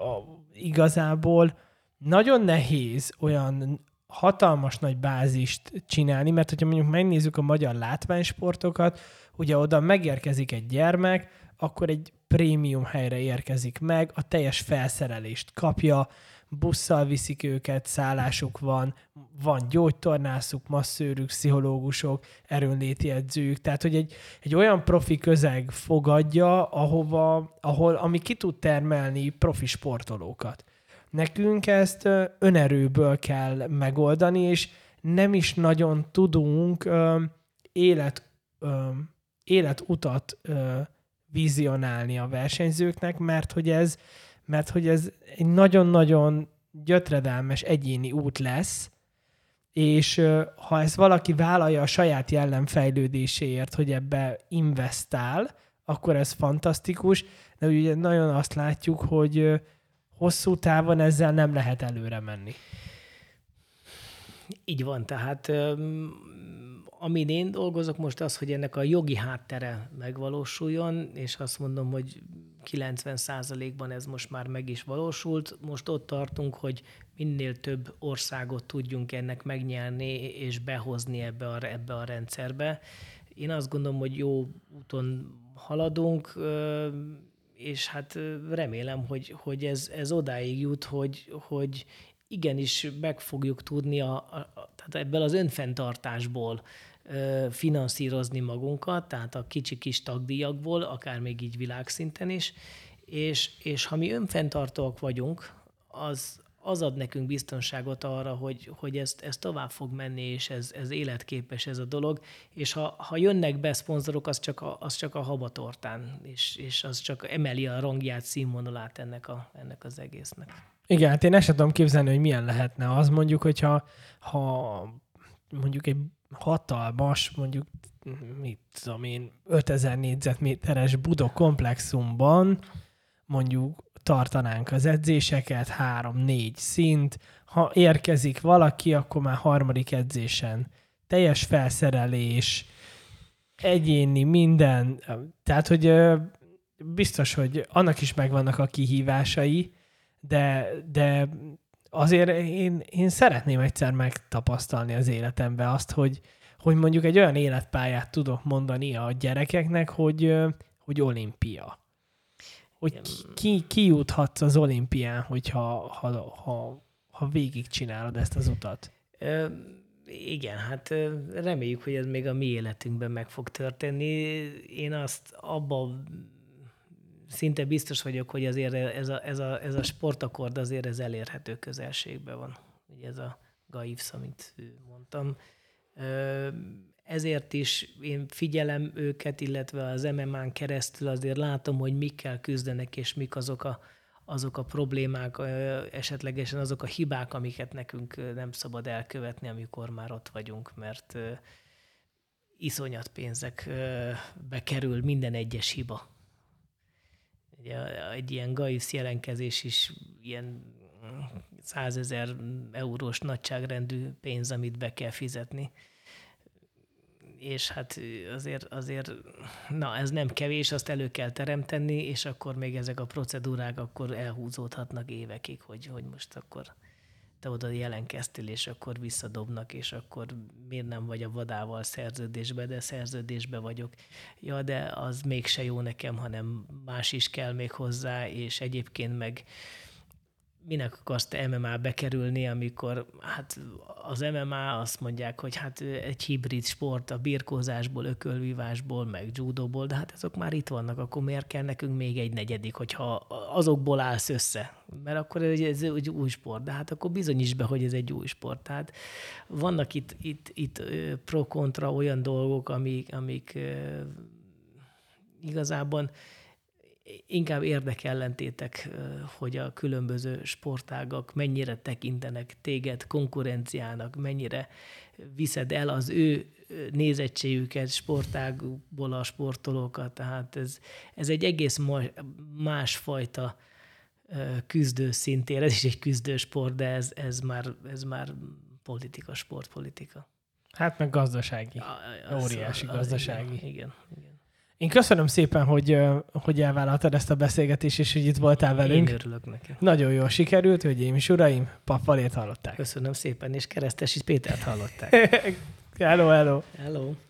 igazából nagyon nehéz olyan hatalmas nagy bázist csinálni, mert hogyha mondjuk megnézzük a magyar látványsportokat, ugye oda megérkezik egy gyermek, akkor egy prémium helyre érkezik meg, a teljes felszerelést kapja, busszal viszik őket, szállásuk van, van gyógytornászuk, masszőrük, pszichológusok, erőnléti edzők, tehát hogy egy, egy olyan profi közeg fogadja, ahova, ahol, ami ki tud termelni profi sportolókat. Nekünk ezt önerőből kell megoldani, és nem is nagyon tudunk ö, élet, ö, életutat ö, vizionálni a versenyzőknek, mert hogy ez, mert hogy ez egy nagyon-nagyon gyötredelmes egyéni út lesz, és ö, ha ezt valaki vállalja a saját jellemfejlődéséért, hogy ebbe investál, akkor ez fantasztikus, de ugye nagyon azt látjuk, hogy ö, hosszú távon ezzel nem lehet előre menni. Így van, tehát amin én dolgozok most az, hogy ennek a jogi háttere megvalósuljon, és azt mondom, hogy kilencven százalékban ez most már meg is valósult. Most ott tartunk, hogy minél több országot tudjunk ennek megnyerni és behozni ebbe a, ebbe a rendszerbe. Én azt gondolom, hogy jó úton haladunk, és hát remélem, hogy, hogy ez, ez odáig jut, hogy, hogy igenis meg fogjuk tudni a, a, tehát ebből az önfenntartásból ö, finanszírozni magunkat, tehát a kicsi kis tagdíjakból, akár még így világszinten is, és, és ha mi önfenntartóak vagyunk, az, az ad nekünk biztonságot arra, hogy, hogy ezt, ez tovább fog menni, és ez, ez életképes ez a dolog, és ha, ha jönnek be szponzorok, az csak a, az csak a habatortán, és, és az csak emeli a rangját, színvonalát ennek, a, ennek az egésznek. Igen, hát én ezt sem tudom képzelni, hogy milyen lehetne az, mondjuk, hogyha ha mondjuk egy hatalmas, mondjuk mit tudom én, ötezer négyzetméteres Budo komplexumban mondjuk tartanánk az edzéseket, három-négy szint, ha érkezik valaki, akkor már harmadik edzésen teljes felszerelés, egyéni minden, tehát, hogy biztos, hogy annak is megvannak a kihívásai, de, de azért én, én szeretném egyszer megtapasztalni az életemben azt, hogy, hogy mondjuk egy olyan életpályát tudok mondani a gyerekeknek, hogy, hogy olimpia. Hogy ki, ki juthatsz az olimpián, hogyha ha, ha, ha végigcsinálod ezt az utat? Ö, igen, hát reméljük, hogy ez még a mi életünkben meg fog történni. Én azt abban szinte biztos vagyok, hogy azért ez a, ez a, ez a sportakord azért ez elérhető közelségben van. Ugye ez a Gaivs, amit mondtam. Ezért is én figyelem őket, illetve az em em á-n keresztül azért látom, hogy mikkel küzdenek, és mik azok a, azok a problémák, esetlegesen azok a hibák, amiket nekünk nem szabad elkövetni, amikor már ott vagyunk, mert iszonyat pénzekbe kerül minden egyes hiba. Ugye egy ilyen Gaivs jelenkezés is ilyen százezer eurós nagyságrendű pénz, amit be kell fizetni. És hát azért, azért, na ez nem kevés, azt elő kell teremteni, és akkor még ezek a procedúrák akkor elhúzódhatnak évekig, hogy, hogy most akkor te oda jelenkeztél, és akkor visszadobnak, és akkor miért nem vagy a vadával szerződésbe, de szerződésbe vagyok. Ja, de az mégse jó nekem, hanem más is kell még hozzá, és egyébként meg minek akarsz te em em á bekerülni, amikor hát az em em á azt mondják, hogy hát egy hibrid sport a birkózásból, ökölvívásból, meg judóból, de hát azok már itt vannak, akkor miért kell nekünk még egy negyedik, hogyha azokból állsz össze? Mert akkor ez egy új sport, de hát akkor bizonyíts be, hogy ez egy új sport. Tehát vannak itt, itt, itt pro-kontra olyan dolgok, amik, amik igazából inkább érdekellentétek, hogy a különböző sportágak mennyire tekintenek téged konkurenciának, mennyire viszed el az ő nézettségüket, sportágból a sportolókat. Tehát ez, ez egy egész másfajta küzdő szintér. Ez is egy küzdősport, de ez, ez, már, ez már politika, sportpolitika. Hát meg gazdasági. Az, óriási az, gazdasági. Igen, igen, igen. Én köszönöm szépen, hogy, hogy elvállaltad ezt a beszélgetést, és hogy itt voltál velünk. Én örülök neki. Nagyon jól sikerült, hölgyeim és uraim, Papp Valét hallották. Köszönöm szépen, és Keresztesi Pétert hallották. Hello, hello. Hello.